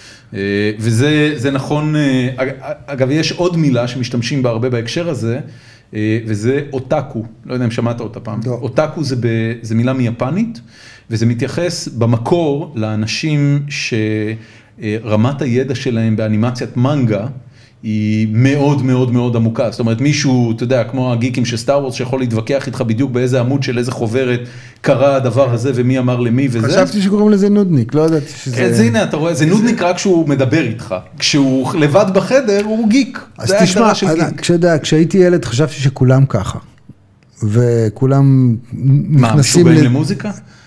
וזה זה נכון, אגב, יש עוד מילה שמשתמשים בה הרבה בהקשר הזה, וזה אוטקו, לא יודע אם שמעת אותה פעם. לא. אוטקו זה, ב, זה מילה מיפנית, וזה מתייחס במקור לאנשים שרמת הידע שלהם באנימציית מנגה, היא מאוד מאוד מאוד עמוקה, זאת אומרת מישהו, אתה יודע, כמו הגיקים של סטאר וורס, שיכול להתווכח איתך בדיוק באיזה עמוד של איזה חוברת קרה הדבר הזה, ומי אמר למי וזה. חשבתי שקוראים לזה נודניק, לא ידעתי שזה... אז הנה, אתה רואה, זה נודניק רק כשהוא מדבר איתך, כשהוא לבד בחדר הוא גיק, אז זה תשמע, ההגדרה של אז גיק. כשאתה- כשהייתי ילד חשבתי שכולם ככה. וכולם מה, נכנסים... משוגעים ל- למוזיקה?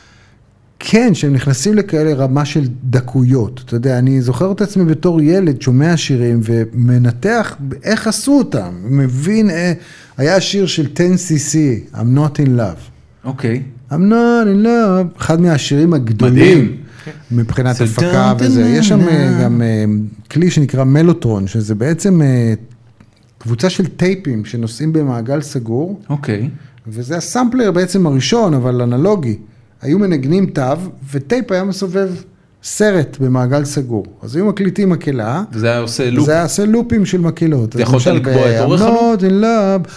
כן, שהם נכנסים לכאלה רמה של דקויות. אתה יודע, אני זוכר את עצמי בתור ילד, שומע שירים ומנתח איך עשו אותם. מבין, אה, היה שיר של טן סי סי, I'm not in love. אוקיי. I'm not in love, אחד מהשירים הגדולים. מדהים. מבחינת So הפקה don't וזה. יש שם know. אה, גם אה, כלי שנקרא מלוטרון, שזה בעצם אה, קבוצה של טייפים שנוסעים במעגל סגור, אוקיי. וזה הסמפלר בעצם הראשון, אבל אנלוגי. היו מנגנים תו, וטייפ היה מסובב סרט במעגל סגור. אז היו מקליטים מקהלה, וזה היה עושה לופ. זה היה עושה לופים של מקהלות. אז יכולת למשל לקבוע את אורך ב- הלופ? I'm not in love,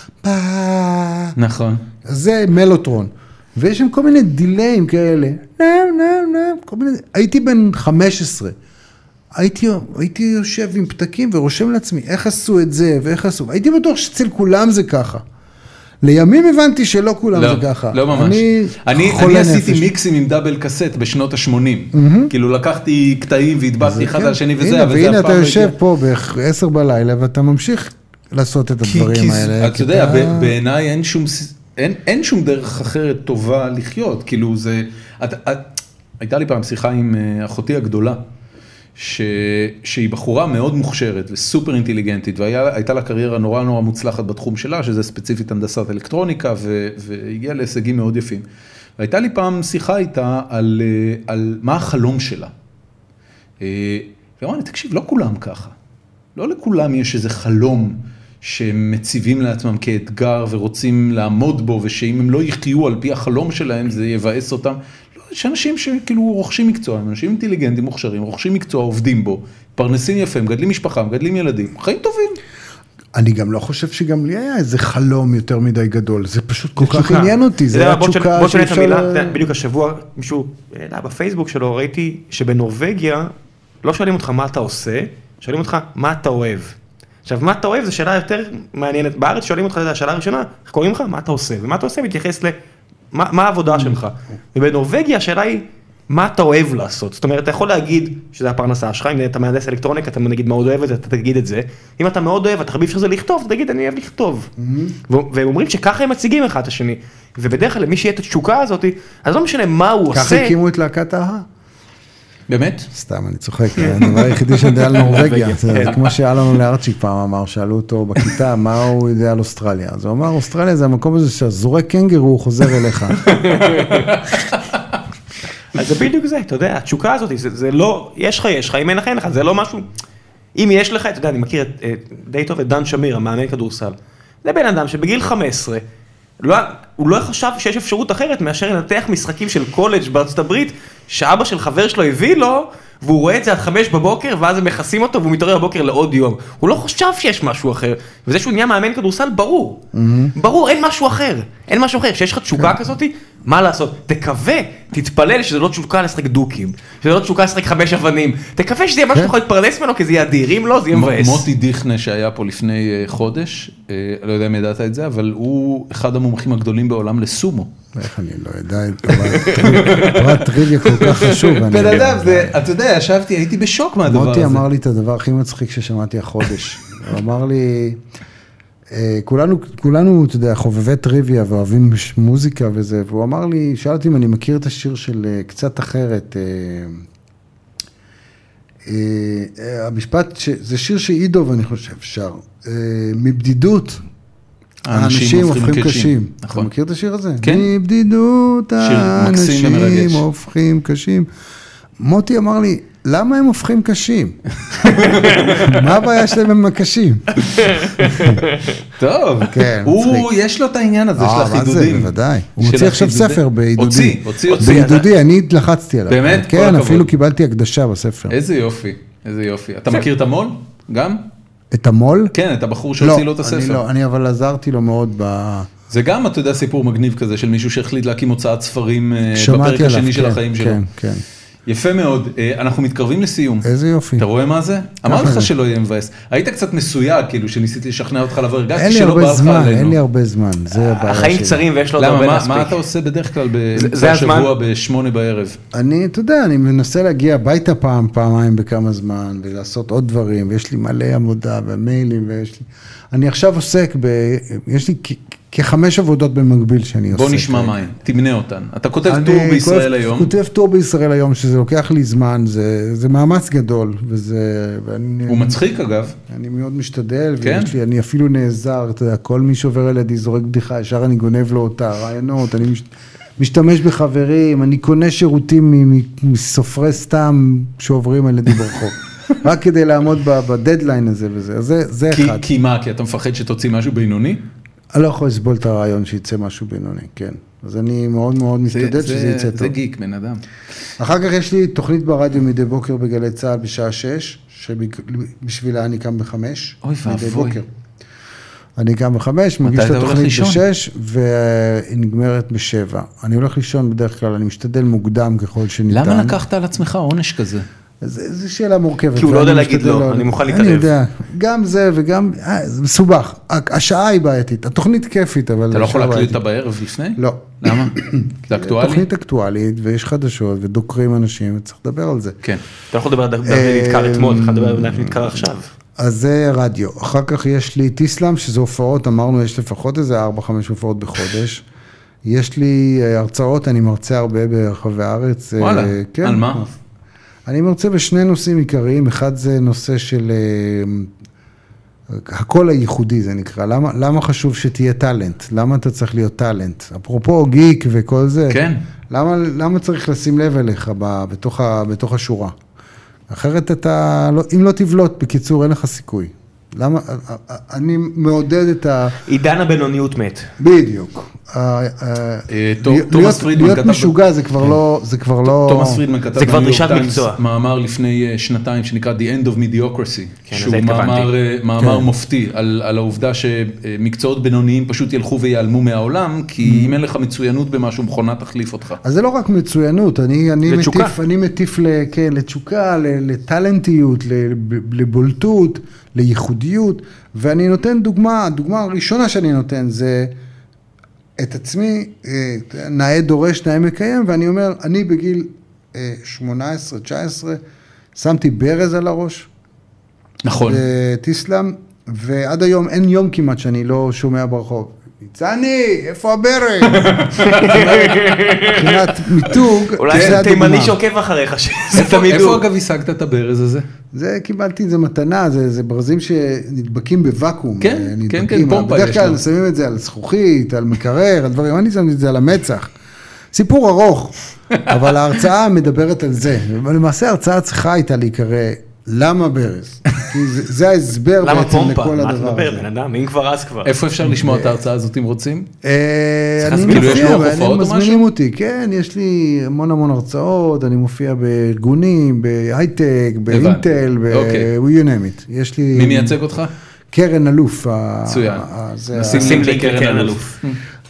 pa. נכון. אז זה מלוטרון. ויש שם כל מיני דיליים כאלה. נה, נה, נה, כל מיני... הייתי בן חמש עשרה. הייתי, הייתי יושב עם פתקים ורושם לעצמי איך עשו את זה ואיך עשו. הייתי בטוח שאצל כולם זה ככה. לימים הבנתי שלא כולם לא, זה ככה. לא ממש. אני, אני, חולה אני עשיתי נפש. מיקסים עם דאבל קסט בשנות ה-שמונים. כאילו לקחתי קטעים והדבקתי אחד כן. על השני וזה, הנה, אבל זה והנה אף אתה פעם לא יושב הגיע. פה בעשר בלילה ואתה ממשיך לעשות את כי- הדברים כי- האלה. אתה כי יודע, ב- בעיניי אין שום, ס- אין, אין שום דרך אחרת טובה לחיות, כאילו זה, את, את, הייתה לי פעם שיחה עם אה, אחותי הגדולה, ש, שהיא בחורה מאוד מוכשרת וסופר אינטליגנטית, והייתה לה קריירה נורא נורא מוצלחת בתחום שלה, שזה ספציפית הנדסת אלקטרוניקה, ו, והגיעה להישגים מאוד יפים. והייתה לי פעם שיחה איתה על, אה, על מה החלום שלה. אה, והיא אמרה לי, תקשיב, לא כולם ככה. לא לכולם יש איזה חלום שהם מציבים לעצמם כאתגר ורוצים לעמוד בו, ושאם הם לא יחיו על פי החלום שלהם, זה יבאס אותם. לא, יש אנשים שכאילו רוכשים מקצוע, הם אנשים אינטליגנטים, מוכשרים, רוכשים מקצוע, עובדים בו, פרנסים יפה, מגדלים משפחה, מגדלים ילדים, חיים טובים. אני גם לא חושב שגם לי היה איזה חלום יותר מדי גדול, זה פשוט כל כך תשוקה. עניין אותי, אתה זה יודע, היה בוא תשנה- תשוקה בוא תשנה את שאפשר... המילה, ל- אתה יודע, בדיוק השבוע מישהו העלה בפייסבוק שלו, ראיתי שבנורווגיה לא שואלים אותך מה אתה עושה, שואלים אותך מה אתה אוהב. עכשיו, מה אתה אוהב זו שאלה יותר מעניינת. בארץ שואלים אותך, אתה יודע, השאלה הראשונה, איך קוראים לך? מה אתה עושה? ומה אתה עושה מתייחס למה מה העבודה שלך. ובנורווגיה השאלה היא, מה אתה אוהב לעשות? זאת אומרת, אתה יכול להגיד שזה הפרנסה שלך, אם אתה מהנדס אלקטרוניקה, אתה נגיד מאוד אוהב את זה, אתה תגיד את זה. אם אתה מאוד אוהב, התחביב שלך זה לכתוב, אתה תגיד, אני אוהב לכתוב. והם אומרים שככה הם מציגים אחד את השני. ובדרך כלל, למי שיהיה את התשוקה הזאת, אז לא משנה מה הוא ככה עושה. הקימו את להקת ההה. באמת? סתם, אני צוחק, הדבר היחידי שאני יודע על נורווגיה, זה כמו שאלון לארצ'יק פעם אמר, שאלו אותו בכיתה, מה הוא יודע על אוסטרליה? אז הוא אמר, אוסטרליה זה המקום הזה שזורק קנגרו, הוא חוזר אליך. אז זה בדיוק זה, אתה יודע, התשוקה הזאת, זה, זה לא, יש לך, יש לך, אם אין לך, אין לך, זה לא משהו, אם יש לך, אתה יודע, אני מכיר את, את, די טוב את דן שמיר, המאמן כדורסל, זה בן אדם שבגיל חמש עשרה, לא, הוא לא חשב שיש אפשרות אחרת מאשר לנתח משחקים של קולג' בארצות הברית, שאבא של חבר שלו הביא לו, והוא רואה את זה עד חמש בבוקר, ואז הם מכסים אותו, והוא מתעורר בבוקר לעוד יום. הוא לא חשב שיש משהו אחר, וזה שהוא נהיה מאמן כדורסל, ברור. ברור, אין משהו אחר. אין משהו אחר. כשיש לך תשוקה כזאת, מה לעשות? תקווה, תתפלל שזה לא תשוקה לשחק דוקים, שזה לא תשוקה לשחק חמש אבנים, תקווה שזה יהיה משהו שאתה יכול להתפרנס ממנו, כי זה יהיה אדיר, אם לא, זה יהיה מבאס. מוטי דיכנה שהיה פה לפני חודש, לא יודע אם ידעת את זה, אבל הוא אחד המומחים הגדולים בעולם לסומו. איך אני לא יודע, פרט טריוויה כל כך חשוב. בן אדם, אתה יודע, ישבתי, הייתי בשוק מהדבר הזה. מוטי אמר לי את הדבר הכי מצחיק ששמעתי החודש. הוא אמר לי, כולנו, כולנו, אתה יודע, חובבי טריוויה ואוהבים מוזיקה וזה, והוא אמר לי, שאלתי אם אני מכיר את השיר של קצת אחרת, המשפט, זה שיר שאידוב, אני חושב, שר, מבדידות, האנשים הופכים קשים. אתה מכיר את השיר הזה? כן. מבדידות, האנשים הופכים קשים. מוטי אמר לי, למה הם הופכים קשים? מה הבעיה שלהם הם קשים? טוב, הוא, יש לו את העניין הזה של החידודים. מה זה, בוודאי. הוא מוציא עכשיו ספר בעידודי. הוציא, הוציא. בעידודי, אני לחצתי עליו. באמת? כן, אפילו קיבלתי הקדשה בספר. איזה יופי, איזה יופי. אתה מכיר את המול? גם? את המול? כן, את הבחור שהוציא לו את הספר. לא, אני לא, אני אבל עזרתי לו מאוד ב... זה גם, אתה יודע, סיפור מגניב כזה של מישהו שהחליט להקים הוצאת ספרים בפרק השני של החיים שלו. כן, כן. יפה מאוד, אנחנו מתקרבים לסיום. איזה יופי. אתה רואה מה זה? אמרתי לך שלא יהיה מבאס. היית קצת מסויג, כאילו, שניסיתי לשכנע אותך לבוא, הרגשתי שלא בא לך עלינו. אין לי הרבה זמן, זה הבעיה שלי. החיים קצרים ויש לו הרבה להספיק. מה אתה עושה בדרך כלל באמצע השבוע בשמונה בערב? אני, אתה יודע, אני מנסה להגיע הביתה פעם, פעמיים בכמה זמן, ולעשות עוד דברים, ויש לי מלא עבודה ומיילים, ויש לי... אני עכשיו עוסק ב... יש לי כחמש עבודות במקביל שאני עושה. בוא נשמע מים, תמנה אותן. אתה כותב טור בישראל היום. אני כותב טור בישראל היום, שזה לוקח לי זמן, זה מאמץ גדול, וזה... הוא מצחיק אגב. אני מאוד משתדל, ויש לי, אני אפילו נעזר, אתה יודע, כל מי שעובר לידי זורק בדיחה, ישר אני גונב לו אותה, רעיונות, אני משתמש בחברים, אני קונה שירותים מסופרי סתם שעוברים על ידי ברחוב. רק כדי לעמוד בדדליין הזה וזה, אז זה אחד. כי מה? כי אתה מפחד שתוציא משהו בינוני? אני לא יכול לסבול את הרעיון שיצא משהו בינוני, כן. אז אני מאוד מאוד משתדל שזה יצא טוב. זה גיק, בן אדם. אחר כך יש לי תוכנית ברדיו מדי בוקר בגלי צהל בשעה שש, שבשבילה אני קם בחמש. אוי ואבוי. אני קם בחמש, מגיש את התוכנית בשש, והיא נגמרת בשבע. אני הולך לישון בדרך כלל, אני משתדל מוקדם ככל שניתן. למה לקחת על עצמך עונש כזה? זו שאלה מורכבת. כי הוא לא יודע להגיד לא, אני מוכן להתערב. אני יודע, גם זה וגם, זה מסובך. השעה היא בעייתית, התוכנית כיפית, אבל... אתה לא יכול להקליט אותה בערב לפני? לא. למה? זה אקטואלי? תוכנית אקטואלית, ויש חדשות, ודוקרים אנשים, וצריך לדבר על זה. כן. אתה לא יכול לדבר על נתקר אתמול, אתה יכול לדבר על נתקר עכשיו. אז זה רדיו. אחר כך יש לי טיסלאם, שזה הופעות, אמרנו, יש לפחות איזה ארבע, חמש הופעות בחודש. יש לי הרצאות, אני מרצה הרבה ברחבי הארץ. וואלה, על מה? אני מרצה בשני נושאים עיקריים, אחד זה נושא של הקול הייחודי, זה נקרא, למה, למה חשוב שתהיה טלנט? למה אתה צריך להיות טלנט? אפרופו גיק וכל זה, כן. למה, למה צריך לשים לב אליך בתוך, בתוך השורה? אחרת אתה, אם לא תבלוט, בקיצור, אין לך סיכוי. למה, אני מעודד את ה... עידן הבינוניות מת. בדיוק. תומאס פרידמן כתב... להיות משוגע זה כבר לא... זה כבר לא... תומאס פרידמן כתב... זה כבר דרישת מקצוע. מאמר לפני שנתיים שנקרא The End of Mediocrity. שהוא מאמר מופתי על העובדה שמקצועות בינוניים פשוט ילכו ויעלמו מהעולם, כי אם אין לך מצוינות במשהו, מכונה תחליף אותך. אז זה לא רק מצוינות, אני מטיף לתשוקה, לטלנטיות, לבולטות, לייחודיות, ואני נותן דוגמה, הדוגמה הראשונה שאני נותן זה את עצמי, נאה דורש, נאה מקיים, ואני אומר, אני בגיל שמונה עשרה תשע עשרה, שמתי ברז על הראש. נכון. בטיסלאם, ועד היום אין יום כמעט שאני לא שומע ברחוב. ניצני, איפה הברז? מבחינת מיתוג. אולי זה תימני שעוקב אחריך. איפה אגב השגת את הברז הזה? זה קיבלתי, זה מתנה, זה ברזים שנדבקים בוואקום. כן, כן, כן, פומפה יש לו. בדרך כלל שמים את זה על זכוכית, על מקרר, על דברים, אני שמתי את זה על המצח. סיפור ארוך, אבל ההרצאה מדברת על זה. למעשה ההרצאה צריכה הייתה להיקרא, למה ברז? כי זה ההסבר בעצם לכל הדבר הזה. למה פומפה? מה אתה מדבר, בן אדם? אם כבר אז כבר. איפה אפשר לשמוע את ההרצאה הזאת אם רוצים? אני מופיע, הם מזמינים אותי, כן, יש לי המון המון הרצאות, אני מופיע בארגונים, בהייטק, באינטל, ב-you name it. מי מייצג אותך? קרן אלוף. מצוין. נשים לי קרן אלוף.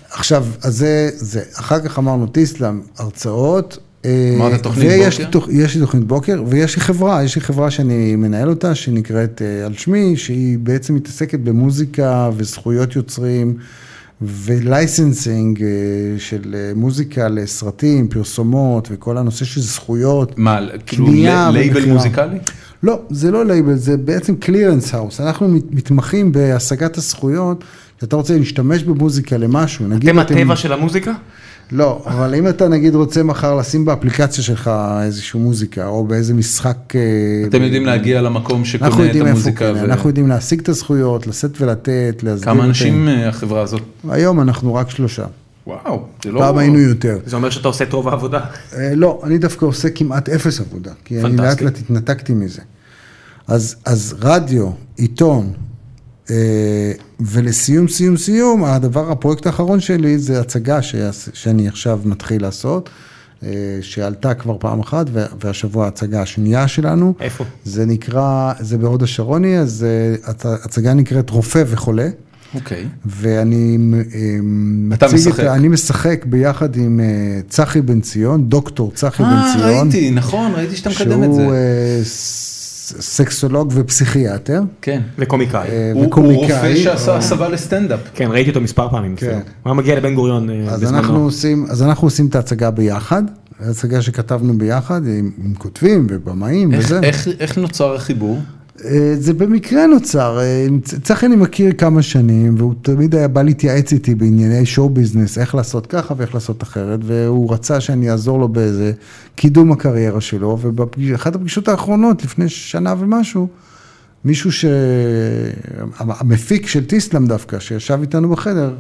עכשיו, אז זה, זה, אחר כך אמרנו טיסלאם, הרצאות, אמרת תוכנית בוקר? יש לי תוכנית בוקר, ויש לי חברה, יש לי חברה שאני מנהל אותה, שנקראת על שמי, שהיא בעצם מתעסקת במוזיקה וזכויות יוצרים, ולייסנסינג של מוזיקה לסרטים, פרסומות, וכל הנושא של זכויות. מה, כאילו לייבל מוזיקלי? לא, זה לא לייבל, זה בעצם קלירנס האוס. אנחנו מתמחים בהשגת הזכויות, שאתה רוצה להשתמש במוזיקה למשהו. אתם הטבע של המוזיקה? לא, אבל אם אתה נגיד רוצה מחר לשים באפליקציה שלך איזושהי מוזיקה, או באיזה משחק... אתם יודעים להגיע למקום שקונה את המוזיקה. אנחנו יודעים להשיג את הזכויות, לשאת ולתת, להסביר... כמה אנשים החברה הזאת? היום אנחנו רק שלושה. וואו, זה לא... פעם היינו יותר. זה אומר שאתה עושה טוב העבודה? לא, אני דווקא עושה כמעט אפס עבודה, כי אני לאט לאט התנתקתי מזה. אז רדיו, עיתון, ולסיום, סיום, סיום, הדבר, הפרויקט האחרון שלי זה הצגה שאני עכשיו מתחיל לעשות, שעלתה כבר פעם אחת, והשבוע ההצגה השנייה שלנו. איפה? זה נקרא, זה בהוד השרוני, אז הצגה נקראת רופא וחולה. אוקיי. ואני משחק. אני משחק ביחד עם צחי בן ציון, דוקטור צחי בן ציון. אה, ראיתי, נכון, ראיתי שאתה מקדם את זה. שהוא סקסולוג ופסיכיאטר. כן. וקומיקאי. הוא רופא שעשה הסבה לסטנדאפ. כן, ראיתי אותו מספר פעמים. כן. מה מגיע לבן גוריון בזמנו? אז אנחנו עושים את ההצגה ביחד, ההצגה שכתבנו ביחד, עם כותבים ובמאים וזה. איך נוצר החיבור? זה במקרה נוצר, צחי אני מכיר כמה שנים, והוא תמיד היה בא להתייעץ איתי בענייני שואו ביזנס, איך לעשות ככה ואיך לעשות אחרת, והוא רצה שאני אעזור לו באיזה קידום הקריירה שלו, ובאחת הפגישות האחרונות, לפני שנה ומשהו, מישהו שהמפיק של טיסלאם דווקא, שישב איתנו בחדר,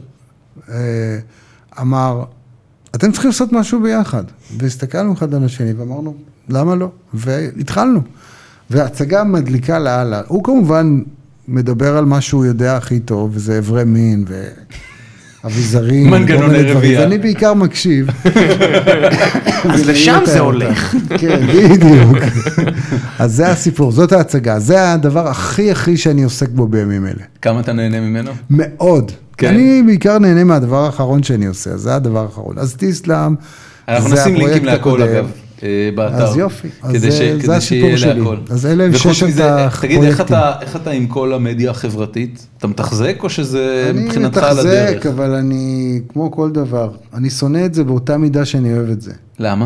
אמר, אתם צריכים לעשות משהו ביחד, והסתכלנו אחד על השני, ואמרנו, למה לא? והתחלנו. וההצגה מדליקה לאללה. הוא כמובן מדבר על מה שהוא יודע הכי טוב, וזה אברי מין ואביזרים. מנגנוני רבייה. ואני בעיקר מקשיב. אז לשם זה הולך. כן, בדיוק. אז זה הסיפור, זאת ההצגה. זה הדבר הכי הכי שאני עוסק בו בימים אלה. כמה אתה נהנה ממנו? מאוד. אני בעיקר נהנה מהדבר האחרון שאני עושה, זה הדבר האחרון. אז טיסלאם, אנחנו נשים לינקים להכל אגב. באתר. אז יופי, זה הסיפור שלי. אז אלה הם ששת הפרויקטים. תגיד, איך אתה עם כל המדיה החברתית? אתה מתחזק או שזה מבחינתך על הדרך? אני מתחזק, אבל אני, כמו כל דבר, אני שונא את זה באותה מידה שאני אוהב את זה. למה?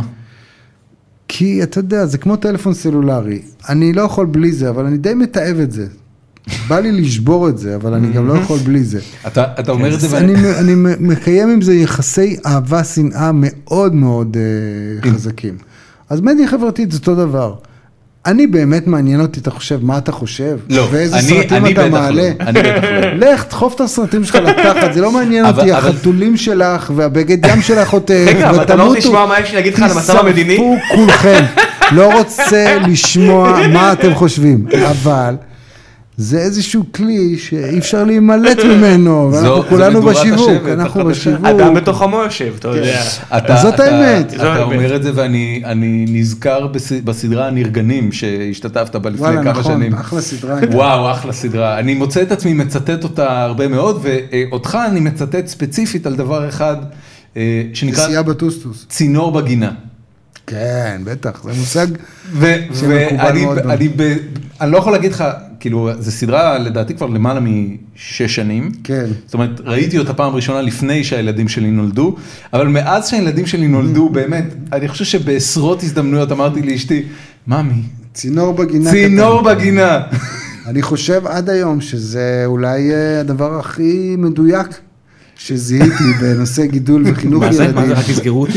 כי אתה יודע, זה כמו טלפון סלולרי. אני לא יכול בלי זה, אבל אני די מתאהב את זה. בא לי לשבור את זה, אבל אני גם לא יכול בלי זה. אתה אומר את זה... אני מקיים עם זה יחסי אהבה, שנאה מאוד מאוד חזקים. אז מדיה חברתית זה אותו דבר. אני באמת מעניין אותי, אתה חושב, מה אתה חושב? לא, ואיזה סרטים אתה מעלה? אני בטח לא. לך, תחוף את הסרטים שלך לתחת, זה לא מעניין אותי, החתולים שלך והבגד ים שלך חוטף. רגע, אבל אתה לא רוצה לשמוע מה יש לי להגיד לך על המצב המדיני? תשרפו כולכם. לא רוצה לשמוע מה אתם חושבים, אבל... זה איזשהו כלי שאי אפשר להימלט ממנו, ואנחנו כולנו בשיווק, אנחנו בשיווק. אדם בתוך עמו יושב, אתה יודע. זאת האמת. אתה אומר את זה ואני נזכר בסדרה הנרגנים שהשתתפת בה לפני כמה שנים. נכון, אחלה סדרה. וואו, אחלה סדרה. אני מוצא את עצמי מצטט אותה הרבה מאוד, ואותך אני מצטט ספציפית על דבר אחד, שנקרא... נסיעה בטוסטוס. צינור בגינה. כן, בטח, זה מושג שמקובל מאוד. אני לא יכול להגיד לך, כאילו, זו סדרה לדעתי כבר למעלה משש שנים. כן. זאת אומרת, ראיתי אותה פעם ראשונה לפני שהילדים שלי נולדו, אבל מאז שהילדים שלי נולדו, באמת, אני חושב שבעשרות הזדמנויות אמרתי לאשתי, ממי, צינור בגינה. צינור בגינה. אני חושב עד היום שזה אולי הדבר הכי מדויק שזיהיתי בנושא גידול וחינוך ילדים. מה זה, רק תסגרו אותי?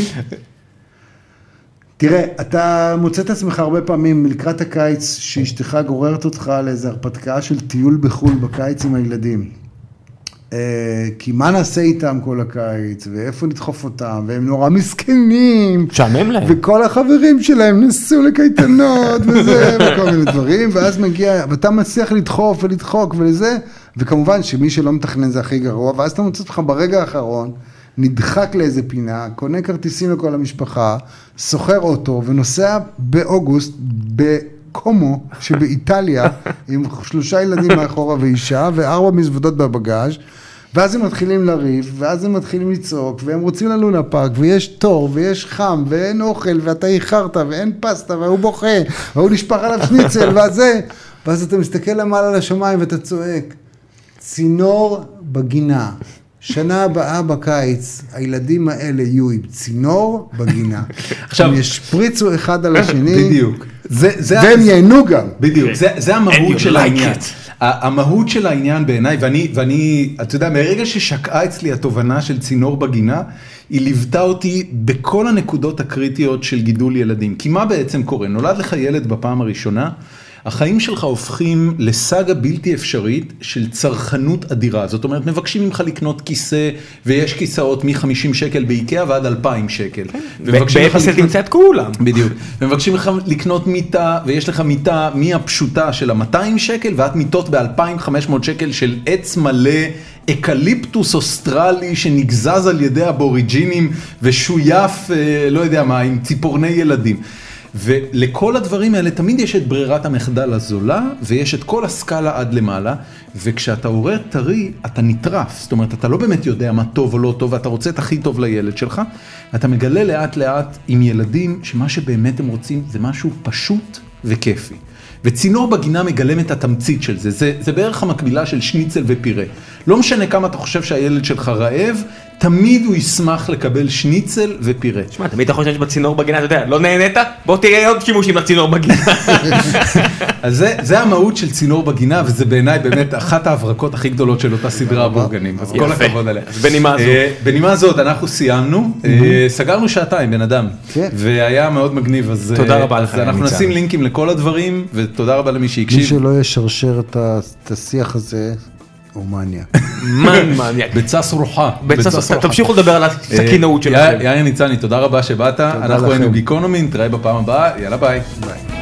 תראה, אתה מוצא את עצמך הרבה פעמים לקראת הקיץ, שאשתך גוררת אותך לאיזו הרפתקה של טיול בחול בקיץ עם הילדים. כי מה נעשה איתם כל הקיץ, ואיפה נדחוף אותם, והם נורא מסכנים. שעמם להם. וכל החברים שלהם נסעו לקייטנות וזה, וכל מיני דברים, ואז מגיע, ואתה מצליח לדחוף ולדחוק ולזה, וכמובן שמי שלא מתכנן זה הכי גרוע, ואז אתה מוצא אותך ברגע האחרון, נדחק לאיזה פינה, קונה כרטיסים לכל המשפחה, סוחר אוטו ונוסע באוגוסט בקומו שבאיטליה עם שלושה ילדים מאחורה ואישה וארבע מזוודות בבגאז' ואז הם מתחילים לריב, ואז הם מתחילים לצעוק, והם רוצים ללונה פארק, ויש תור, ויש חם, ואין אוכל, ואתה איחרת, ואין פסטה, והוא בוכה, והוא נשפך עליו שניצל, וזה, ואז אתה מסתכל למעלה לשמיים, ואתה צועק, צינור בגינה. שנה הבאה בקיץ, הילדים האלה יהיו עם צינור בגינה. עכשיו, הם ישפריצו אחד על השני. בדיוק. והם ייהנו גם. בדיוק. זה המהות של העניין. המהות של העניין בעיניי, ואני, ואני, אתה יודע, מהרגע ששקעה אצלי התובנה של צינור בגינה, היא ליוותה אותי בכל הנקודות הקריטיות של גידול ילדים. כי מה בעצם קורה? נולד לך ילד בפעם הראשונה, החיים שלך הופכים לסאגה בלתי אפשרית של צרכנות אדירה. זאת אומרת, מבקשים ממך לקנות כיסא, ויש כיסאות מ-חמישים שקל באיקאה ועד אלפיים שקל. באפס תמצא את כולם. בדיוק. ומבקשים לך לקנות מיטה, ויש לך מיטה מהפשוטה של ה-מאתיים שקל, ועד מיטות ב-אלפיים וחמש מאות שקל של עץ מלא, אקליפטוס אוסטרלי שנגזז על ידי הבוריג'ינים, ושויף, לא יודע מה, עם ציפורני ילדים. ולכל הדברים האלה תמיד יש את ברירת המחדל הזולה, ויש את כל הסקאלה עד למעלה, וכשאתה עורר טרי, אתה נטרף, זאת אומרת, אתה לא באמת יודע מה טוב או לא טוב, ואתה רוצה את הכי טוב לילד שלך, אתה מגלה לאט לאט עם ילדים, שמה שבאמת הם רוצים זה משהו פשוט וכיפי. וצינור בגינה מגלם את התמצית של זה, זה, זה בערך המקבילה של שניצל ופירה. לא משנה כמה אתה חושב שהילד שלך רעב, תמיד הוא ישמח לקבל שניצל ופירה. תשמע, תמיד אתה חושב שבצינור בגינה, אתה יודע, לא נהנית? בוא תהיה עוד שימושים לצינור בגינה. אז זה, זה המהות של צינור בגינה, וזה בעיניי באמת אחת ההברקות הכי גדולות של אותה סדרה הבורגנים. אז כל הכבוד עליה. אז בנימה זו. בנימה זאת, אנחנו סיימנו, סגרנו שעתיים, בן אדם, והיה מאוד מגניב, אז תודה רבה לך. אנחנו נשים לינקים לכל הדברים, ותודה רבה למי שהקשיב. מי שלא ישרשר את השיח הזה, הוא מניאק. מניאק. בצס רוחה. תמשיכו לדבר על הסכינאות שלכם. יאיר ניצני, תודה רבה שבאת, אנחנו היינו גיקונומי, נתראה בפעם הבאה, יאללה ביי. ביי.